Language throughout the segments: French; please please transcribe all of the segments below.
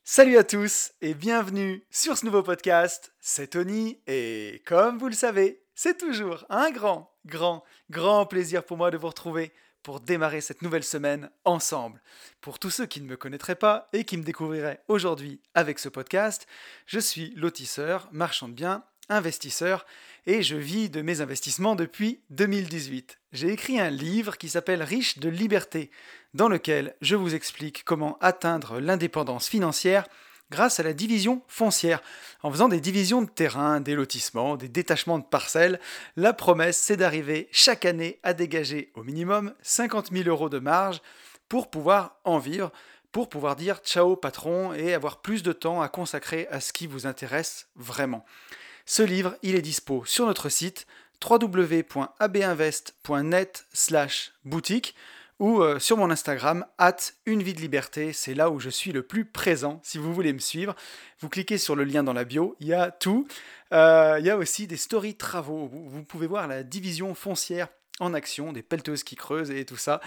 Salut à tous et bienvenue sur ce nouveau podcast, c'est Tony et comme vous le savez, c'est toujours un grand plaisir pour moi de vous retrouver pour démarrer cette nouvelle semaine ensemble. Pour tous ceux qui ne me connaîtraient pas et qui me découvriraient aujourd'hui avec ce podcast, je suis lotisseur, marchand de biens, investisseur et je vis de mes investissements depuis 2018. J'ai écrit un livre qui s'appelle Riche de liberté, dans lequel je vous explique comment atteindre l'indépendance financière grâce à la division foncière. En faisant des divisions de terrain, des lotissements, des détachements de parcelles, la promesse c'est d'arriver chaque année à dégager au minimum 50 000 euros de marge pour pouvoir en vivre, pour pouvoir dire ciao patron et avoir plus de temps à consacrer à ce qui vous intéresse vraiment. Ce livre, il est dispo sur notre site www.abinvest.net/boutique ou sur mon Instagram @unevie-de-liberté, c'est là où je suis le plus présent si vous voulez me suivre. Vous cliquez sur le lien dans la bio, il y a tout. Il y a aussi des stories travaux, vous pouvez voir la division foncière en action, des pelleteuses qui creusent et tout ça.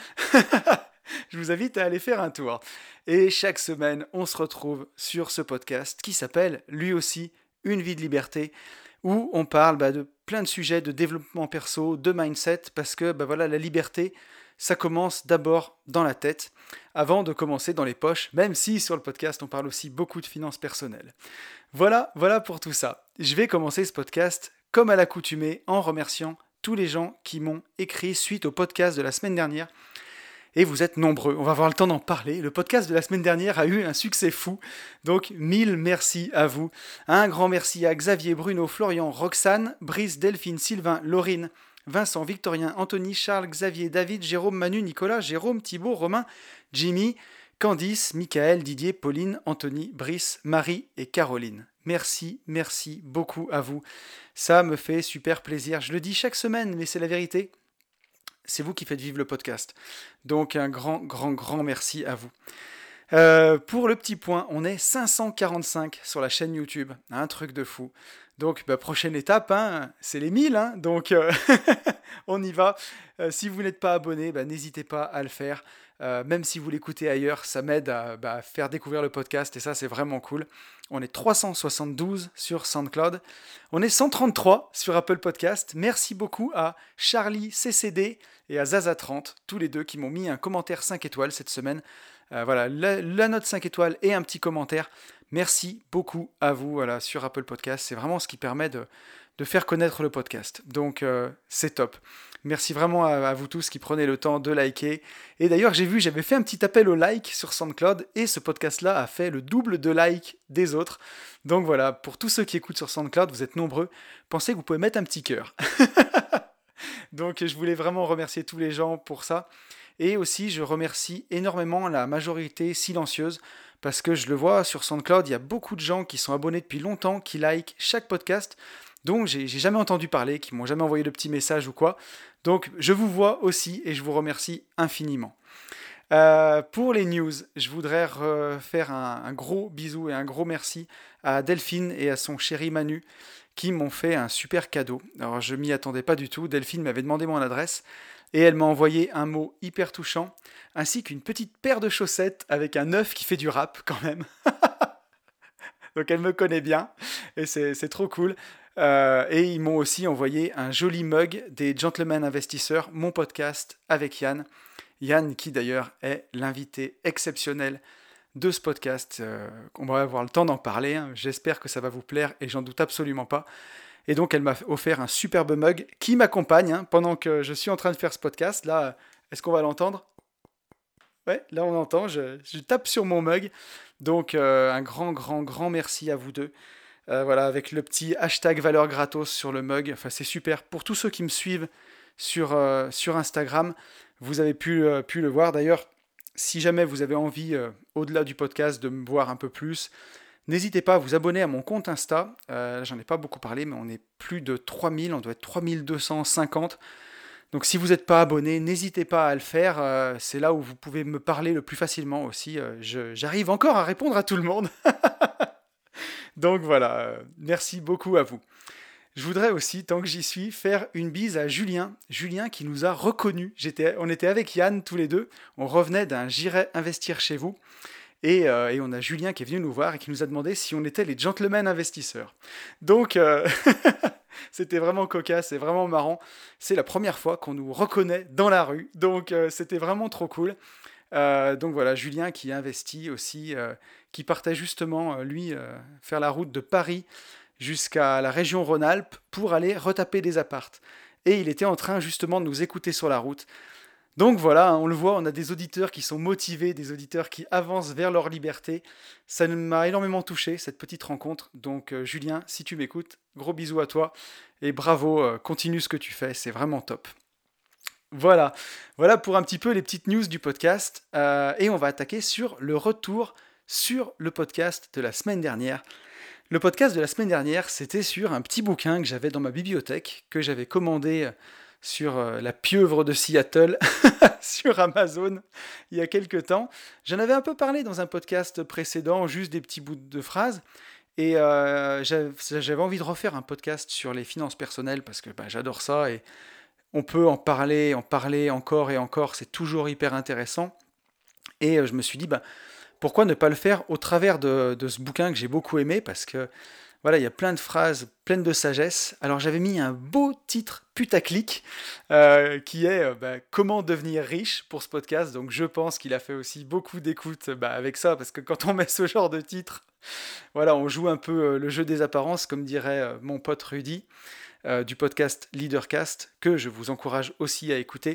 Je vous invite à aller faire un tour. Et chaque semaine, on se retrouve sur ce podcast qui s'appelle lui aussi Une vie de liberté, où on parle de plein de sujets de développement perso, de mindset, parce que voilà, la liberté, ça commence d'abord dans la tête, avant de commencer dans les poches, même si sur le podcast on parle aussi beaucoup de finances personnelles. Voilà pour tout ça. Je vais commencer ce podcast comme à l'accoutumée en remerciant tous les gens qui m'ont écrit suite au podcast de la semaine dernière. Et vous êtes nombreux, on va avoir le temps d'en parler. Le podcast de la semaine dernière a eu un succès fou, donc 1000 merci à vous. Un grand merci à Xavier, Bruno, Florian, Roxane, Brice, Delphine, Sylvain, Laurine, Vincent, Victorien, Anthony, Charles, Xavier, David, Jérôme, Manu, Nicolas, Jérôme, Thibaut, Romain, Jimmy, Candice, Michael, Didier, Pauline, Anthony, Brice, Marie et Caroline. Merci beaucoup à vous. Ça me fait super plaisir. Je le dis chaque semaine, mais c'est la vérité. C'est vous qui faites vivre le podcast. Donc un grand merci à vous. Pour le petit point, on est 545 sur la chaîne YouTube. Un truc de fou. Donc prochaine étape, c'est les 1000. Donc on y va. Si vous n'êtes pas abonné, n'hésitez pas à le faire. Même si vous l'écoutez ailleurs, ça m'aide à faire découvrir le podcast et ça c'est vraiment cool. On est 372 sur SoundCloud. On est 133 sur Apple Podcast. Merci beaucoup à Charlie CCD et à Zaza30, tous les deux qui m'ont mis un commentaire 5 étoiles cette semaine. Voilà, la note 5 étoiles et un petit commentaire. Merci beaucoup à vous sur Apple Podcast. C'est vraiment ce qui permet de faire connaître le podcast. Donc c'est top. Merci vraiment à vous tous qui prenez le temps de liker. Et d'ailleurs, j'avais fait un petit appel au like sur SoundCloud et ce podcast-là a fait le double de likes des autres. Donc voilà, pour tous ceux qui écoutent sur SoundCloud, vous êtes nombreux. Pensez que vous pouvez mettre un petit cœur. Donc je voulais vraiment remercier tous les gens pour ça. Et aussi, je remercie énormément la majorité silencieuse parce que je le vois sur SoundCloud, il y a beaucoup de gens qui sont abonnés depuis longtemps, qui likent chaque podcast, dont j'ai jamais entendu parler, qui m'ont jamais envoyé de petits messages ou quoi. Donc je vous vois aussi et je vous remercie infiniment. Pour les news, je voudrais faire un gros bisou et un gros merci à Delphine et à son chéri Manu qui m'ont fait un super cadeau. Alors je m'y attendais pas du tout, Delphine m'avait demandé mon adresse et elle m'a envoyé un mot hyper touchant ainsi qu'une petite paire de chaussettes avec un œuf qui fait du rap quand même. Donc elle me connaît bien et c'est trop cool. Et ils m'ont aussi envoyé un joli mug des Gentlemen Investisseurs, mon podcast avec Yann. Yann qui d'ailleurs est l'invité exceptionnel de ce podcast. On va avoir le temps d'en parler. J'espère que ça va vous plaire et j'en doute absolument pas. Et donc elle m'a offert un superbe mug qui m'accompagne pendant que je suis en train de faire ce podcast. Là, est-ce qu'on va l'entendre ? Ouais, là on entend, je tape sur mon mug. Donc un grand merci à vous deux. Voilà, avec le petit hashtag valeur gratos sur le mug. Enfin, c'est super. Pour tous ceux qui me suivent sur Instagram, vous avez pu le voir. D'ailleurs, si jamais vous avez envie, au-delà du podcast, de me voir un peu plus, n'hésitez pas à vous abonner à mon compte Insta. J'en ai pas beaucoup parlé, mais on est plus de 3000, on doit être 3250. Donc si vous n'êtes pas abonné, n'hésitez pas à le faire. C'est là où vous pouvez me parler le plus facilement aussi. J'arrive encore à répondre à tout le monde. Donc voilà, merci beaucoup à vous. Je voudrais aussi, tant que j'y suis, faire une bise à Julien. Julien qui nous a reconnus. On était avec Yann tous les deux. On revenait d'un J'irai investir chez vous. Et on a Julien qui est venu nous voir et qui nous a demandé si on était les gentlemen investisseurs. Donc, c'était vraiment cocasse et vraiment marrant. C'est la première fois qu'on nous reconnaît dans la rue, donc c'était vraiment trop cool. Donc voilà, Julien qui investit aussi, qui partait justement, lui, faire la route de Paris jusqu'à la région Rhône-Alpes pour aller retaper des appartes. Et il était en train justement de nous écouter sur la route. Donc voilà, hein, on le voit, on a des auditeurs qui sont motivés, des auditeurs qui avancent vers leur liberté. Ça m'a énormément touché, cette petite rencontre. Donc Julien, si tu m'écoutes, gros bisous à toi. Et bravo, continue ce que tu fais, c'est vraiment top. Voilà, voilà pour un petit peu les petites news du podcast. Et on va attaquer sur le retour sur le podcast de la semaine dernière. Le podcast de la semaine dernière, c'était sur un petit bouquin que j'avais dans ma bibliothèque, que j'avais commandé sur la pieuvre de Seattle, sur Amazon, il y a quelques temps. J'en avais un peu parlé dans un podcast précédent, juste des petits bouts de phrases. Et j'avais envie de refaire un podcast sur les finances personnelles, parce que j'adore ça, et on peut en parler encore et encore, c'est toujours hyper intéressant. Et je me suis dit, pourquoi ne pas le faire au travers de ce bouquin que j'ai beaucoup aimé, parce que voilà, il y a plein de phrases pleines de sagesse. Alors j'avais mis un beau titre putaclic qui est Comment devenir riche pour ce podcast. Donc je pense qu'il a fait aussi beaucoup d'écoute avec ça, parce que quand on met ce genre de titre, voilà, on joue un peu le jeu des apparences, comme dirait mon pote Rudy du podcast Leadercast, que je vous encourage aussi à écouter.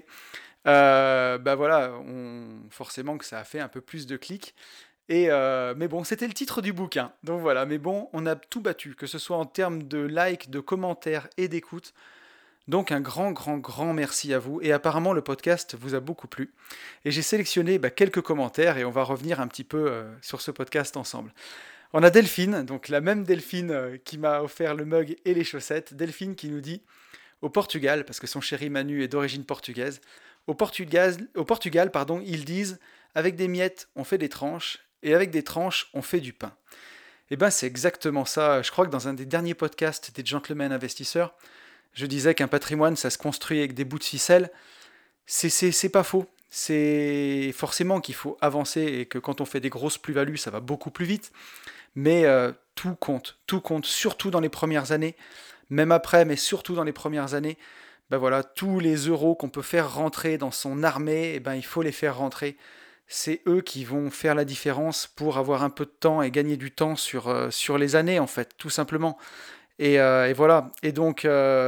Voilà, forcément que ça a fait un peu plus de clics. Mais bon, c'était le titre du bouquin. Donc voilà, mais bon, on a tout battu, que ce soit en termes de likes, de commentaires et d'écoute. Donc un grand, grand, grand merci à vous. Et apparemment, le podcast vous a beaucoup plu. Et j'ai sélectionné quelques commentaires et on va revenir un petit peu sur ce podcast ensemble. On a Delphine, donc la même Delphine qui m'a offert le mug et les chaussettes. Delphine qui nous dit, au Portugal, parce que son chéri Manu est d'origine portugaise, au Portugal, pardon, ils disent, avec des miettes, on fait des tranches, et avec des tranches, on fait du pain. Et c'est exactement ça. Je crois que dans un des derniers podcasts des Gentlemen Investisseurs, je disais qu'un patrimoine, ça se construit avec des bouts de ficelle. C'est pas faux. C'est forcément qu'il faut avancer et que quand on fait des grosses plus-values, ça va beaucoup plus vite. Mais tout compte, surtout dans les premières années, même après, mais surtout dans les premières années. Voilà, tous les euros qu'on peut faire rentrer dans son armée, il faut les faire rentrer. C'est eux qui vont faire la différence pour avoir un peu de temps et gagner du temps sur les années, en fait, tout simplement. Et voilà. Et donc,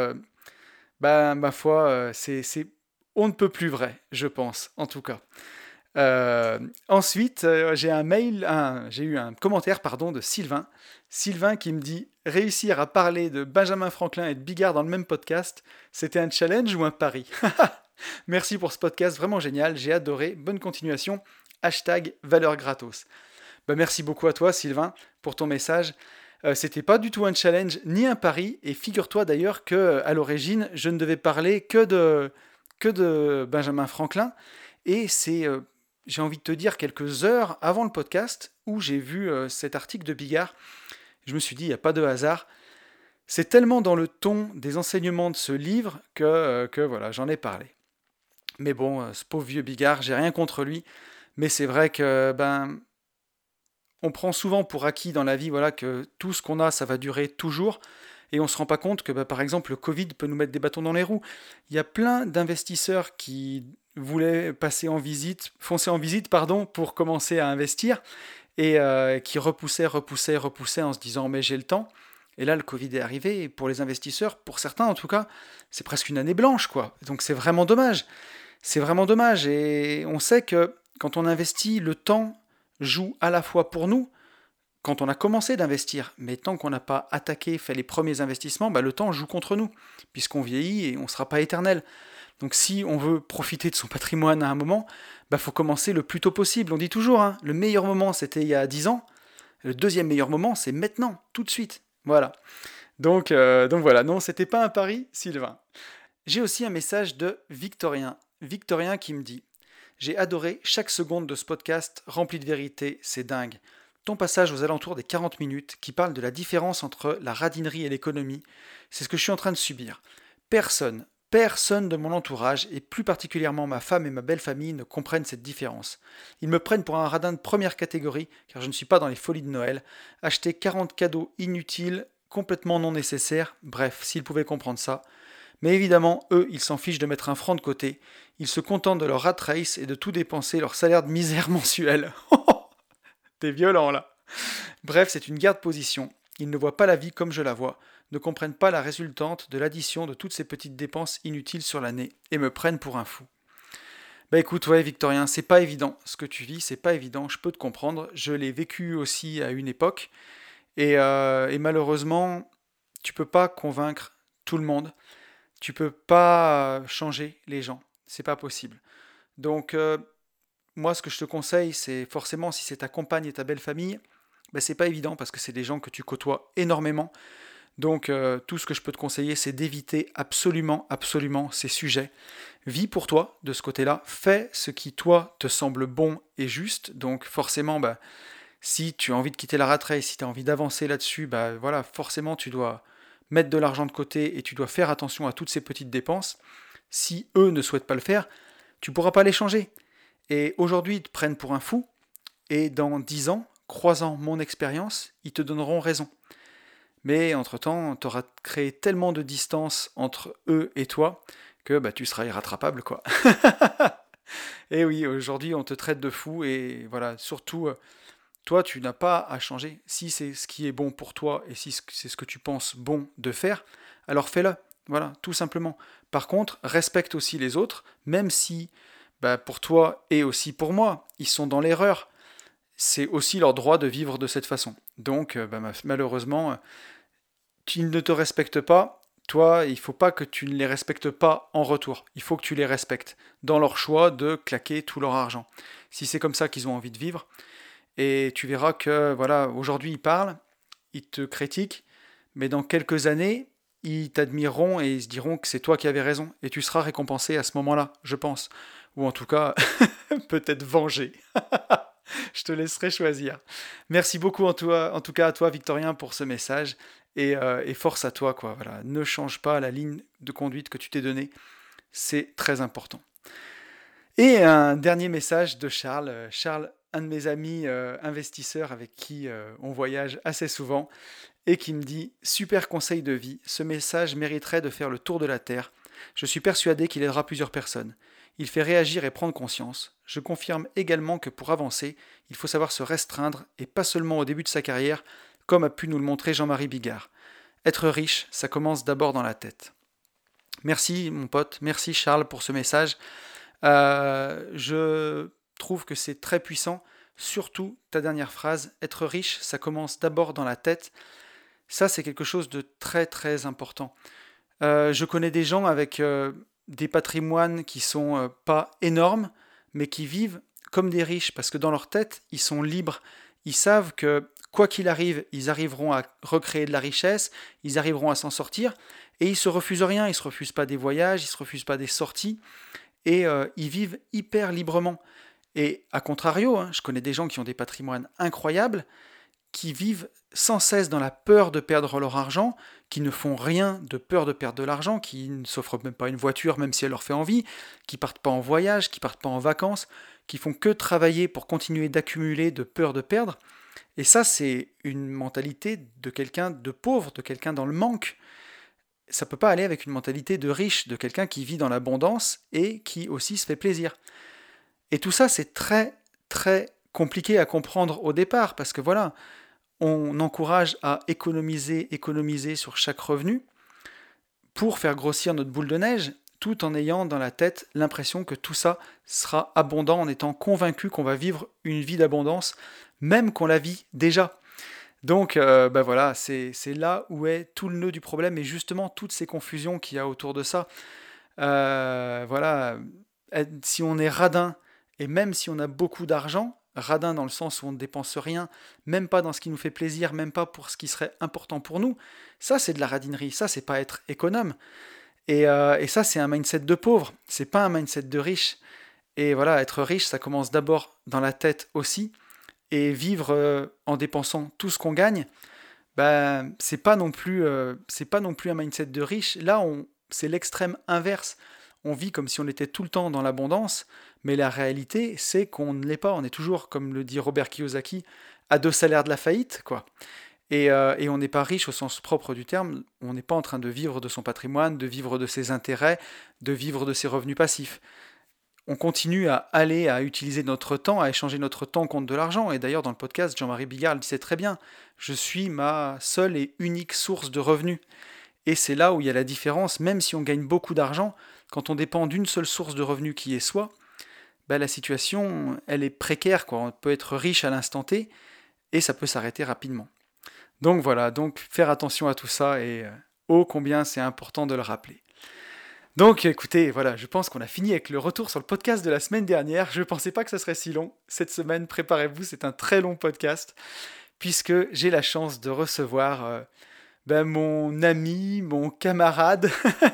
ma foi, c'est on ne peut plus vrai, je pense, en tout cas. Ensuite, j'ai eu un commentaire de Sylvain. Sylvain qui me dit réussir à parler de Benjamin Franklin et de Bigard dans le même podcast, c'était un challenge ou un pari? Merci pour ce podcast, vraiment génial, j'ai adoré, bonne continuation. #valeur gratos. Merci beaucoup à toi Sylvain pour ton message. C'était pas du tout un challenge ni un pari, et figure-toi d'ailleurs que à l'origine je ne devais parler que de Benjamin Franklin, et c'est j'ai envie de te dire quelques heures avant le podcast où j'ai vu cet article de Bigard. Je me suis dit, il n'y a pas de hasard. C'est tellement dans le ton des enseignements de ce livre que voilà, j'en ai parlé. Mais bon, ce pauvre vieux Bigard, j'ai rien contre lui, mais c'est vrai que on prend souvent pour acquis dans la vie, voilà, que tout ce qu'on a, ça va durer toujours, et on ne se rend pas compte que, par exemple, le Covid peut nous mettre des bâtons dans les roues. Il y a plein d'investisseurs qui voulaient foncer en visite, pour commencer à investir, et qui repoussaient en se disant mais j'ai le temps. Et là, le Covid est arrivé, et pour les investisseurs, pour certains en tout cas, c'est presque une année blanche, quoi. Donc c'est vraiment dommage. C'est vraiment dommage, et on sait que quand on investit, le temps joue à la fois pour nous, quand on a commencé d'investir, mais tant qu'on n'a pas attaqué, fait les premiers investissements, le temps joue contre nous, puisqu'on vieillit et on ne sera pas éternel. Donc si on veut profiter de son patrimoine à un moment, faut commencer le plus tôt possible. On dit toujours, le meilleur moment c'était il y a 10 ans, le deuxième meilleur moment c'est maintenant, tout de suite. Voilà. Donc voilà, non, c'était pas un pari, Sylvain. J'ai aussi un message de Victorien. Victorien qui me dit « J'ai adoré chaque seconde de ce podcast rempli de vérité, c'est dingue. Ton passage aux alentours des 40 minutes qui parle de la différence entre la radinerie et l'économie, c'est ce que je suis en train de subir. Personne, Personne de mon entourage, et plus particulièrement ma femme et ma belle famille, ne comprennent cette différence. Ils me prennent pour un radin de première catégorie, car je ne suis pas dans les folies de Noël. Acheter 40 cadeaux inutiles, complètement non nécessaires, bref, s'ils pouvaient comprendre ça. Mais évidemment, eux, ils s'en fichent de mettre un franc de côté. Ils se contentent de leur rat race et de tout dépenser leur salaire de misère mensuel. T'es violent là. Bref, c'est une guerre de position. Ils ne voient pas la vie comme je la vois, ne comprennent pas la résultante de l'addition de toutes ces petites dépenses inutiles sur l'année et me prennent pour un fou. Bah écoute, ouais, Victorien, c'est pas évident. Ce que tu vis, c'est pas évident. Je peux te comprendre. Je l'ai vécu aussi à une époque. Et malheureusement, tu peux pas convaincre tout le monde. Tu peux pas changer les gens. C'est pas possible. Donc, moi, ce que je te conseille, c'est forcément, si c'est ta compagne et ta belle famille, ben, c'est pas évident parce que c'est des gens que tu côtoies énormément. Donc, tout ce que je peux te conseiller, c'est d'éviter absolument, absolument ces sujets. Vis pour toi de ce côté-là. Fais ce qui, toi, te semble bon et juste. Donc, forcément, ben, si tu as envie de quitter la rat race, si tu as envie d'avancer là-dessus, ben, voilà, forcément, tu dois mettre de l'argent de côté et tu dois faire attention à toutes ces petites dépenses. Si eux ne souhaitent pas le faire, tu ne pourras pas les changer. Et aujourd'hui, ils te prennent pour un fou, et dans 10 ans, croisant mon expérience, ils te donneront raison. Mais entre-temps, tu auras créé tellement de distance entre eux et toi que bah, tu seras irrattrapable, quoi. Et oui, aujourd'hui, on te traite de fou, et voilà, surtout, toi, tu n'as pas à changer. Si c'est ce qui est bon pour toi, et si c'est ce que tu penses bon de faire, alors fais-le. Voilà, tout simplement. Par contre, respecte aussi les autres, même si bah, pour toi et aussi pour moi, ils sont dans l'erreur. C'est aussi leur droit de vivre de cette façon. Donc, bah, malheureusement, ils ne te respectent pas. Toi, il ne faut pas que tu ne les respectes pas en retour. Il faut que tu les respectes dans leur choix de claquer tout leur argent. Si c'est comme ça qu'ils ont envie de vivre, et tu verras que, voilà, aujourd'hui ils parlent, ils te critiquent, mais dans quelques années, ils t'admireront et ils se diront que c'est toi qui avais raison. Et tu seras récompensé à ce moment-là, je pense. Ou en tout cas, peut-être vengé. Je te laisserai choisir. Merci beaucoup en tout cas à toi, Victorien, pour ce message. Et force à toi, quoi. Voilà. Ne change pas la ligne de conduite que tu t'es donnée. C'est très important. Et un dernier message de Charles. Charles, un de mes amis investisseurs avec qui on voyage assez souvent, et qui me dit: super conseil de vie, ce message mériterait de faire le tour de la Terre. Je suis persuadé qu'il aidera plusieurs personnes. Il fait réagir et prendre conscience. Je confirme également que pour avancer, il faut savoir se restreindre, et pas seulement au début de sa carrière, comme a pu nous le montrer Jean-Marie Bigard. Être riche, ça commence d'abord dans la tête. Merci mon pote, merci Charles pour ce message. Je trouve que c'est très puissant, surtout ta dernière phrase, être riche, ça commence d'abord dans la tête. Ça, c'est quelque chose de très très important. Je connais des gens avec des patrimoines qui sont pas énormes, mais qui vivent comme des riches, parce que dans leur tête, ils sont libres. Ils savent que quoi qu'il arrive, ils arriveront à recréer de la richesse, ils arriveront à s'en sortir, et ils se refusent rien. Ils se refusent pas des voyages, ils se refusent pas des sorties, et ils vivent hyper librement. Et à contrario, hein, je connais des gens qui ont des patrimoines incroyables, qui vivent sans cesse dans la peur de perdre leur argent, qui ne font rien de peur de perdre de l'argent, qui ne s'offrent même pas une voiture même si elle leur fait envie, qui partent pas en voyage, qui partent pas en vacances, qui font que travailler pour continuer d'accumuler de peur de perdre. Et ça, c'est une mentalité de quelqu'un de pauvre, de quelqu'un dans le manque. Ça peut pas aller avec une mentalité de riche, de quelqu'un qui vit dans l'abondance et qui aussi se fait plaisir. Et tout ça, c'est très, très compliqué à comprendre au départ, parce que voilà, on encourage à économiser, économiser sur chaque revenu pour faire grossir notre boule de neige, tout en ayant dans la tête l'impression que tout ça sera abondant, en étant convaincu qu'on va vivre une vie d'abondance, même qu'on la vit déjà. Donc, ben voilà, c'est là où est tout le nœud du problème, et justement toutes ces confusions qu'il y a autour de ça. Voilà, si on est radin, et même si on a beaucoup d'argent, radin dans le sens où on ne dépense rien, même pas dans ce qui nous fait plaisir, même pas pour ce qui serait important pour nous, ça c'est de la radinerie, ça c'est pas être économe. Et ça c'est un mindset de pauvre, c'est pas un mindset de riche. Et voilà, être riche, ça commence d'abord dans la tête aussi, et vivre en dépensant tout ce qu'on gagne, ben c'est pas non plus un mindset de riche. Là c'est l'extrême inverse. On vit comme si on était tout le temps dans l'abondance, mais la réalité, c'est qu'on ne l'est pas. On est toujours, comme le dit Robert Kiyosaki, à 2 salaires de la faillite, quoi. Et on n'est pas riche au sens propre du terme. On n'est pas en train de vivre de son patrimoine, de vivre de ses intérêts, de vivre de ses revenus passifs. On continue à aller, à utiliser notre temps, à échanger notre temps contre de l'argent. Et d'ailleurs, dans le podcast, Jean-Marie Bigard le disait très bien, je suis ma seule et unique source de revenus. Et c'est là où il y a la différence, même si on gagne beaucoup d'argent, quand on dépend d'une seule source de revenus qui est soi, bah, la situation, elle est précaire, quoi. On peut être riche à l'instant T, et ça peut s'arrêter rapidement. Donc voilà, donc faire attention à tout ça, et ô combien c'est important de le rappeler. Donc écoutez, voilà, je pense qu'on a fini avec le retour sur le podcast de la semaine dernière. Je ne pensais pas que ce serait si long. Cette semaine, préparez-vous, c'est un très long podcast, puisque j'ai la chance de recevoir mon ami, mon camarade,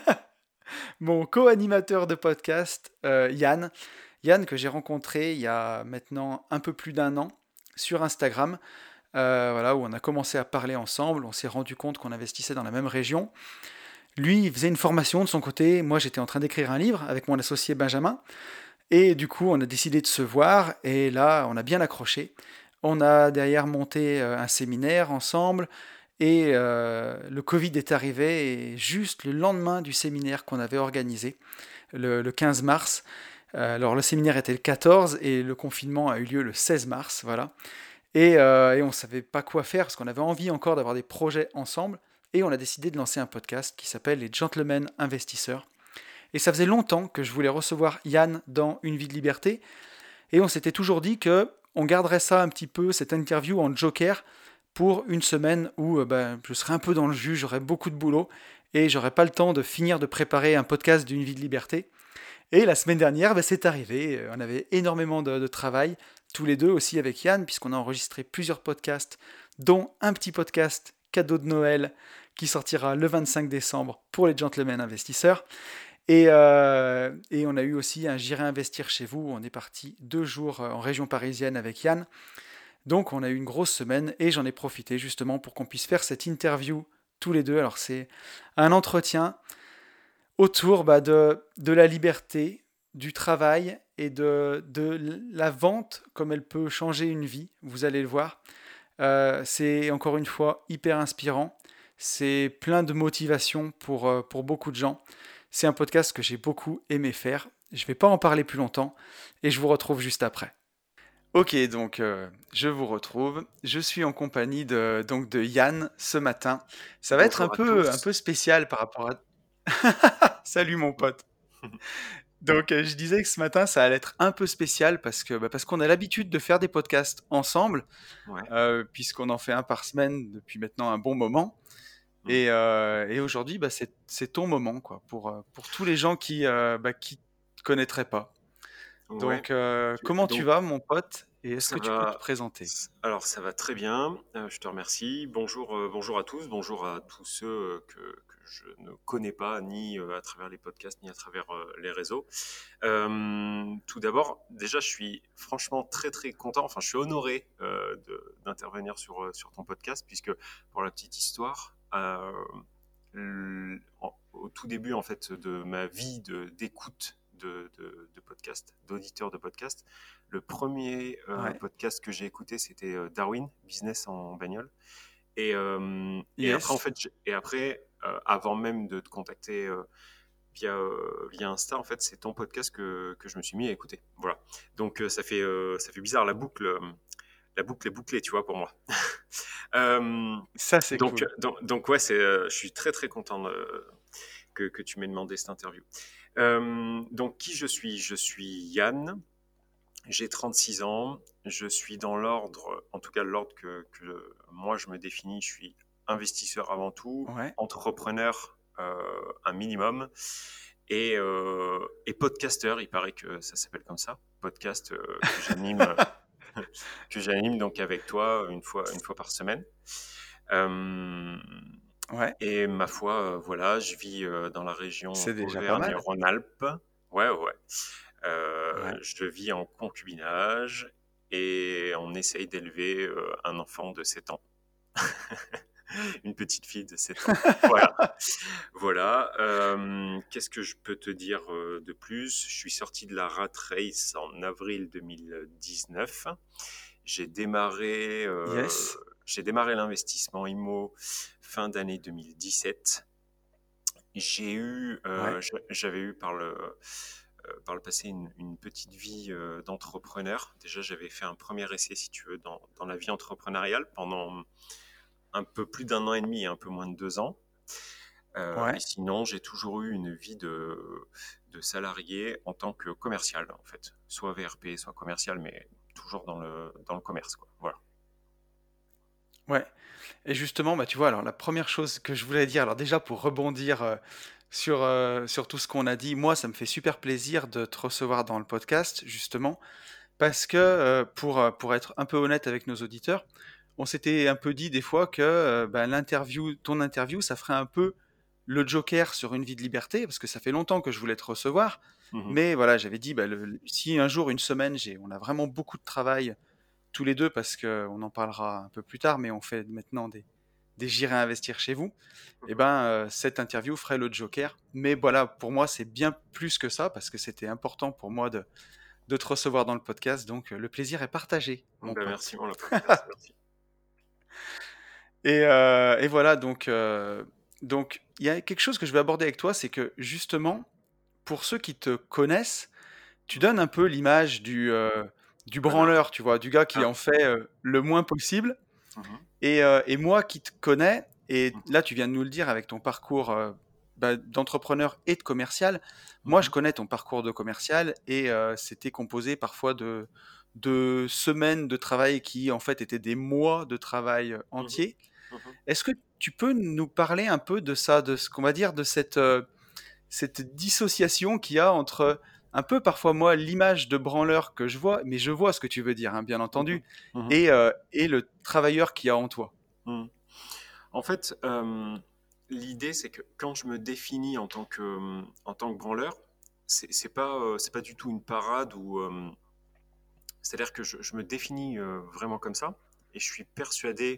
mon co-animateur de podcast, Yann. Yann que j'ai rencontré il y a maintenant un peu plus d'un an sur Instagram, voilà, où on a commencé à parler ensemble. On s'est rendu compte qu'on investissait dans la même région. Lui, il faisait une formation de son côté. Moi, j'étais en train d'écrire un livre avec mon associé Benjamin. Et du coup, on a décidé de se voir. Et là, on a bien accroché. On a derrière monté un séminaire ensemble. Et le Covid est arrivé. Et juste le lendemain du séminaire qu'on avait organisé, le 15 mars. Alors, le séminaire était le 14 et le confinement a eu lieu le 16 mars. Voilà. Et on ne savait pas quoi faire parce qu'on avait envie encore d'avoir des projets ensemble. Et on a décidé de lancer un podcast qui s'appelle Les Gentlemen Investisseurs. Et ça faisait longtemps que je voulais recevoir Yann dans Une vie de liberté. Et on s'était toujours dit que on garderait ça un petit peu, cette interview en joker, pour une semaine où je serais un peu dans le jus, j'aurais beaucoup de boulot et j'aurais pas le temps de finir de préparer un podcast d'une vie de liberté. Et la semaine dernière, c'est arrivé. On avait énormément de travail, tous les deux aussi avec Yann, puisqu'on a enregistré plusieurs podcasts, dont un petit podcast cadeau de Noël qui sortira le 25 décembre pour les gentlemen investisseurs. Et on a eu aussi un J'irai investir chez vous. On est parti 2 jours en région parisienne avec Yann. Donc on a eu une grosse semaine et j'en ai profité justement pour qu'on puisse faire cette interview tous les deux. Alors c'est un entretien autour de la liberté, du travail et de la vente, comme elle peut changer une vie, vous allez le voir. C'est encore une fois hyper inspirant, c'est plein de motivation pour beaucoup de gens. C'est un podcast que j'ai beaucoup aimé faire. Je ne vais pas en parler plus longtemps et je vous retrouve juste après. Ok, donc je vous retrouve. Je suis en compagnie de Yann ce matin. Ça va être Bonjour à un tous. peu spécial par rapport à... Salut mon pote. Donc je disais que ce matin ça allait être un peu spécial parce qu'on a l'habitude de faire des podcasts ensemble, Ouais. puisqu'on en fait un par semaine depuis maintenant un bon moment. Mm. Et aujourd'hui c'est ton moment quoi pour tous les gens qui te connaîtraient pas. Ouais. Donc comment tu Donc vas mon pote et est-ce ça que tu peux te va. présenter? Alors ça va très bien. Je te remercie. Bonjour, bonjour à tous. Bonjour à tous ceux que je ne connais pas ni à travers les podcasts ni à travers les réseaux. Tout d'abord, déjà, je suis franchement très très content. Enfin, je suis honoré d'intervenir sur ton podcast puisque pour la petite histoire. Au tout début en fait de ma vie d'écoute de podcast, d'auditeur de podcast, le premier Ouais. podcast que j'ai écouté c'était Darwin, Business en bagnole. Et après en Yes. fait, avant même de te contacter via Insta, en fait, c'est ton podcast que je me suis mis à écouter. Voilà. Donc ça fait bizarre, la boucle est bouclée, tu vois, pour moi. Euh, Ça c'est cool. donc ouais, je suis très très content que tu m'aies demandé cette interview. Donc qui je suis? Je suis Yann, j'ai 36 ans, je suis dans l'ordre, en tout cas l'ordre que moi je me définis, je suis investisseur avant tout, Ouais. entrepreneur un minimum, et podcasteur, il paraît que ça s'appelle comme ça, podcast que j'anime donc avec toi une fois par semaine. Euh, Ouais. et ma foi, voilà, je vis dans la région C'est déjà pas mal. Auvergne-Rhône-Alpes. Ouais, ouais. Ouais. Je vis en concubinage et on essaye d'élever un enfant de 7 ans. une petite fille de 7 ans. Voilà. Voilà. Qu'est-ce que je peux te dire de plus? Je suis sorti de la rat race en avril 2019. J'ai démarré, Yes. j'ai démarré l'investissement IMO fin d'année 2017. Ouais. J'avais eu par le passé une petite vie d'entrepreneur. Déjà, j'avais fait un premier essai, si tu veux, dans la vie entrepreneuriale pendant un peu plus d'un an et demi et un peu moins de 2 ans. Et Ouais. sinon, j'ai toujours eu une vie de salarié en tant que commercial, en fait. Soit VRP, soit commercial, mais toujours dans le commerce, quoi. Voilà. Ouais. Et justement, bah, tu vois, alors la première chose que je voulais dire, alors déjà pour rebondir sur tout ce qu'on a dit, moi, ça me fait super plaisir de te recevoir dans le podcast, justement, parce que pour être un peu honnête avec nos auditeurs, on s'était un peu dit des fois que bah, ton interview, ça ferait un peu le Joker sur une vie de liberté, parce que ça fait longtemps que je voulais te recevoir, Mhm. mais voilà, j'avais dit, bah, si un jour, une semaine, on a vraiment beaucoup de travail tous les deux, parce qu'on en parlera un peu plus tard, mais on fait maintenant des J'irai investir chez vous, et Mhm. ben cette interview ferait le Joker. Mais voilà, pour moi, c'est bien plus que ça, parce que c'était important pour moi de te recevoir dans le podcast, donc le plaisir est partagé, mon Ben, merci pote. pour la confiance, merci. Et voilà, donc il y a quelque chose que je vais aborder avec toi, c'est que justement, pour ceux qui te connaissent, tu Mhm. donnes un peu l'image du Connard. branleur, tu vois, du gars qui Ah. en fait le moins possible. Mhm. Et moi qui te connais, et Mhm. là tu viens de nous le dire avec ton parcours bah, d'entrepreneur et de commercial, moi je Mhm. connais ton parcours de commercial, et c'était composé parfois de semaines de travail qui en fait étaient des mois de travail Mhm. entiers. Mhm. Est-ce que tu peux nous parler un peu de ça, de ce qu'on va dire, de cette dissociation qu'il y a entre un peu parfois moi l'image de branleur que je vois, mais je vois ce que tu veux dire, hein, bien Mhm. entendu, Mhm. et le travailleur qu'il y a en toi? Mhm. En fait, l'idée, c'est que quand je me définis en tant que branleur, c'est pas du tout une parade ou c'est-à-dire que je me définis vraiment comme ça et je suis persuadé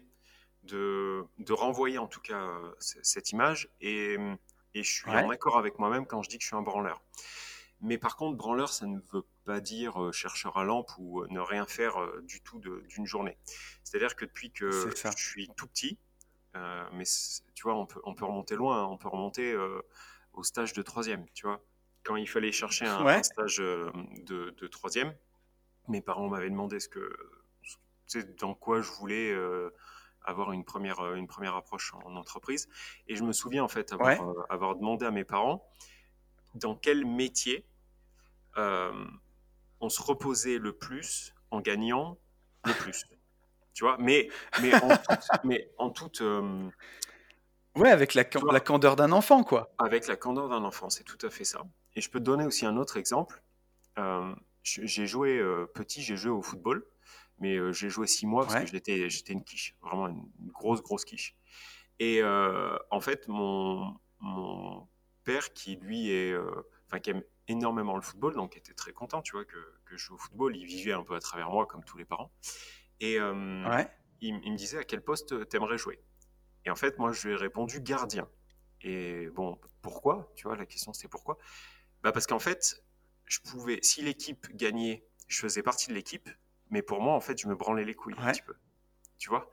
de renvoyer en tout cas cette image et je suis en Ouais, accord avec moi-même quand je dis que je suis un branleur. Mais par contre, branleur, ça ne veut pas dire chercheur à lampe ou ne rien faire du tout d'une journée. C'est-à-dire que depuis que c'est ça. je suis tout petit, mais tu vois, on peut remonter loin, hein. On peut remonter au stage de troisième, tu vois. Quand il fallait chercher un Ouais, stage de troisième, mes parents m'avaient demandé tu sais, dans quoi je voulais avoir une première approche en entreprise. Et je me souviens en fait avoir, ouais. avoir demandé à mes parents dans quel métier euh, on se reposait le plus en gagnant le plus. Tu vois, mais en toute, Ouais, avec tu la vois, candeur d'un enfant, quoi. avec la candeur d'un enfant, c'est tout à fait ça. Et je peux te donner aussi un autre exemple. Euh, j'ai joué petit, j'ai joué au football, mais j'ai joué 6 mois parce que Ouais, j'étais une quiche, vraiment une grosse, grosse quiche. Et en fait, mon père, qui lui enfin, qui aime énormément le football, donc était très content, tu vois, que je joue au football. Il vivait un peu à travers moi, comme tous les parents. Et ouais. il me disait à quel poste t'aimerais jouer. Et en fait, moi, je lui ai répondu gardien. Et bon, pourquoi? Tu vois, la question c'était pourquoi? Bah parce qu'en fait, si l'équipe gagnait, je faisais partie de l'équipe, mais pour moi, en fait, je me branlais les couilles un Ouais. petit peu. Tu vois?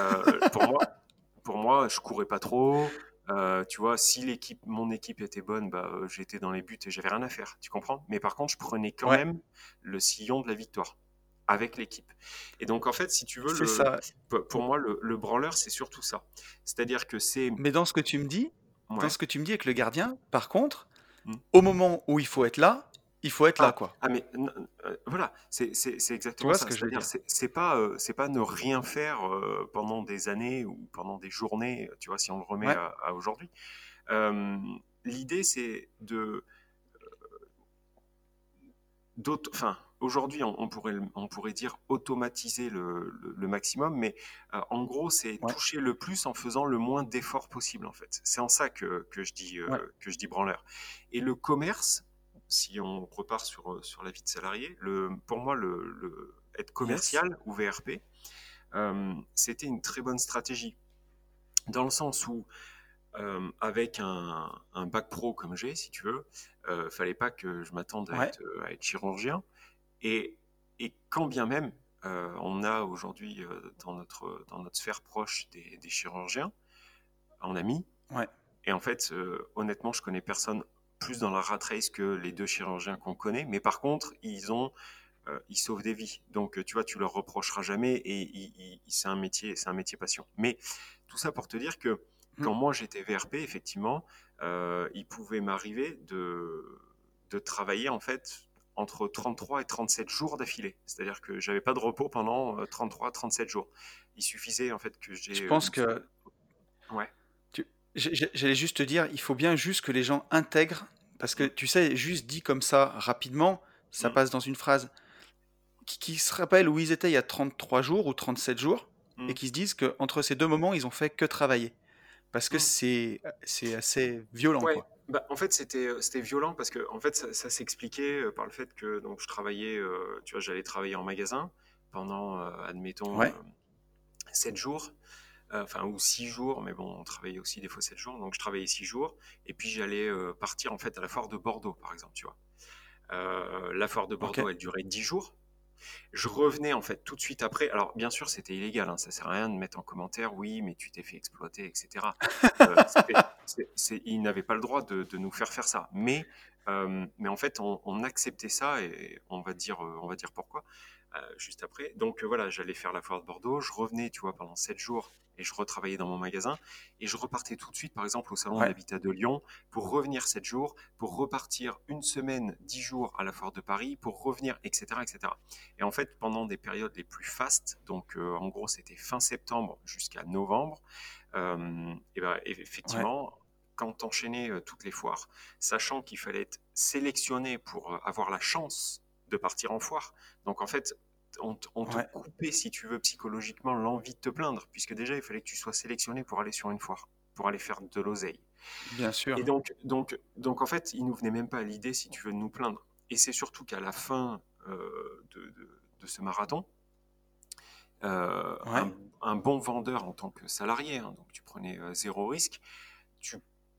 Pour moi, je courais pas trop. Tu vois, si mon équipe était bonne, bah, j'étais dans les buts et j'avais rien à faire. Tu comprends? Mais par contre, je prenais quand Ouais, même le sillon de la victoire avec l'équipe. Et donc, en fait, si tu veux, c'est ça. pour moi, le branleur, c'est surtout ça. C'est-à-dire que c'est, Mais dans ouais. ce que tu me dis avec le gardien, par contre, Hmm. au moment où il faut être là, Ah, quoi. mais voilà, c'est Tu exactement vois ce ça. que je veux C'est-à-dire, dire? c'est pas ne rien faire pendant des années ou pendant des journées, tu vois, si on le remet Ouais, à aujourd'hui. Euh, L'idée, c'est enfin, aujourd'hui, on pourrait dire automatiser le maximum, mais en gros, c'est ouais, toucher le plus en faisant le moins d'efforts possible, en fait. C'est en ça ouais. que je dis branleur. Et le commerce, si on repart sur la vie de salarié, pour moi, être Yes. commercial ou VRP, c'était une très bonne stratégie. dans le sens où avec un bac pro comme j'ai, si tu veux, fallait pas que je m'attende Ouais, à être chirurgien. Et, et quand bien même, on a aujourd'hui dans notre sphère proche des chirurgiens, en amis, ouais. et en fait, honnêtement, je connais personne plus dans la rat race que les deux chirurgiens qu'on connaît, mais par contre, ils sauvent des vies. Donc, tu vois, tu leur reprocheras jamais et c'est un métier passion. Mais tout ça pour te dire que Mm. quand moi j'étais VRP, effectivement, il pouvait m'arriver de travailler en fait entre 33 et 37 jours d'affilée. C'est-à-dire que j'avais pas de repos pendant 33 à 37 jours. Il suffisait en fait que Je j'ai pense une semaine. que Ouais. j'allais juste te dire, il faut bien juste que les gens intègrent, parce que Mm, tu sais, juste dit comme ça rapidement, ça mm, passe dans une phrase, qui se rappellent où ils étaient il y a 33 jours ou 37 jours, et mm, qui se disent qu'entre ces deux moments, ils ont fait que travailler. Parce que mm. c'est assez violent, Ouais, quoi. bah, en fait, c'était violent parce que en fait, ça s'expliquait par le fait que donc, je travaillais, tu vois, j'allais travailler en magasin pendant, admettons, Ouais, 7 jours, enfin, ou 6 jours, mais bon, on travaillait aussi des fois 7 jours, donc je travaillais 6 jours, et puis j'allais partir en fait à la foire de Bordeaux, par exemple, tu vois. La foire de ok. Bordeaux, elle durait 10 jours. Je revenais en fait tout de suite après. Alors bien sûr, c'était illégal, hein, ça sert à rien de mettre en commentaire, oui, mais tu t'es fait exploiter, etc. Ils n'avaient pas le droit de nous faire faire ça. Mais en fait, on acceptait ça et on va dire pourquoi juste après. Donc voilà, j'allais faire la foire de Bordeaux, je revenais, tu vois, pendant 7 jours et je retravaillais dans mon magasin et je repartais tout de suite, par exemple, au salon de Ouais, l'habitat de Lyon pour revenir 7 jours, pour repartir une semaine, 10 jours à la foire de Paris, pour revenir, etc., etc. Et en fait, pendant des périodes les plus fastes, donc en gros c'était fin septembre jusqu'à novembre, et ben, ouais, effectivement, quand t'enchaînais toutes les foires, sachant qu'il fallait être sélectionné pour avoir la chance de partir en foire, donc en fait, on te ouais, coupait, si tu veux, psychologiquement l'envie de te plaindre, puisque déjà il fallait que tu sois sélectionné pour aller sur une foire, pour aller faire de l'oseille. bien Et sûr. donc en fait, il nous venait même pas à l'idée, si tu veux, de nous plaindre. Et c'est surtout qu'à la fin de ce marathon, euh, Ouais, un, un bon vendeur en tant que salarié, hein, donc tu prenais zéro risque, tu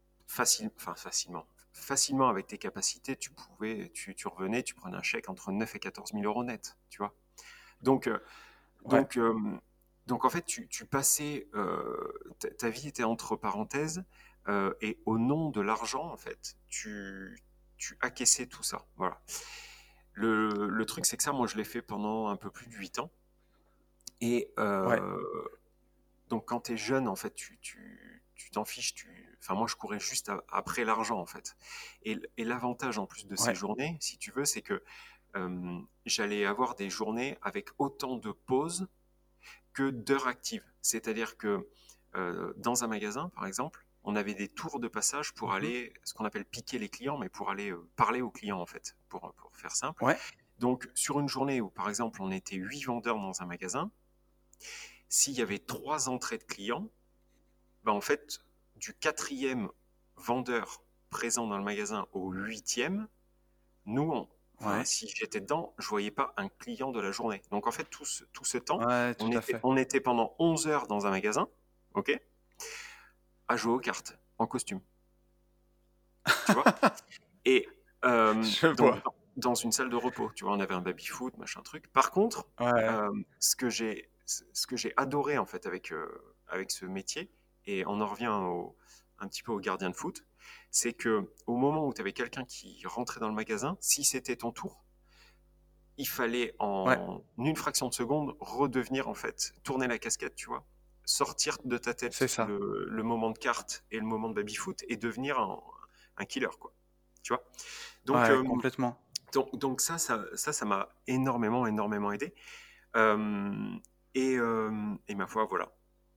facilement avec tes capacités, tu revenais, tu prenais un chèque entre 9 et 14 000 euros net, tu vois. Donc, euh, ouais, donc, euh, donc en fait, tu passais, ta vie était entre parenthèses, et au nom de l'argent, en fait, tu acquiesçais tout ça. Voilà. Le truc, c'est que ça, moi, je l'ai fait pendant un peu plus de 8 ans. Et ouais, donc, quand tu es jeune, en fait, tu t'en fiches. Enfin, moi, je courais juste après l'argent, en fait. Et l'avantage, en plus de ces ouais. journées, si tu veux, c'est que j'allais avoir des journées avec autant de pauses que d'heures actives. C'est-à-dire que dans un magasin, par exemple, on avait des tours de passage pour Mhm. aller, ce qu'on appelle piquer les clients, mais pour aller parler aux clients, en fait, pour faire simple. Ouais, Donc, sur une journée où, par exemple, on était 8 vendeurs dans un magasin, s'il y avait 3 entrées de clients, ben, en fait, du quatrième vendeur présent dans le magasin au huitième, enfin, ouais, si j'étais dedans, je voyais pas un client de la journée. Donc en fait, tout ce temps, ouais, tout à fait. on était pendant 11 heures dans un magasin, ok, à jouer aux cartes, en costume, tu vois. Et Je donc, vois. dans une salle de repos, tu vois, on avait un baby-foot, machin truc. Par contre, Ouais, euh, ce que j'ai adoré en fait avec ce métier, et on en revient un petit peu au gardien de foot, c'est que au moment où tu avais quelqu'un qui rentrait dans le magasin, si c'était ton tour, il fallait ouais, en une fraction de seconde redevenir en fait, tourner la casquette, tu vois, sortir de ta c'est tête ça. le moment de carte et le moment de baby-foot et devenir un killer, quoi. Tu vois. Donc, Ouais, complètement. donc ça m'a énormément, énormément aidé. Euh, et ma foi, voilà.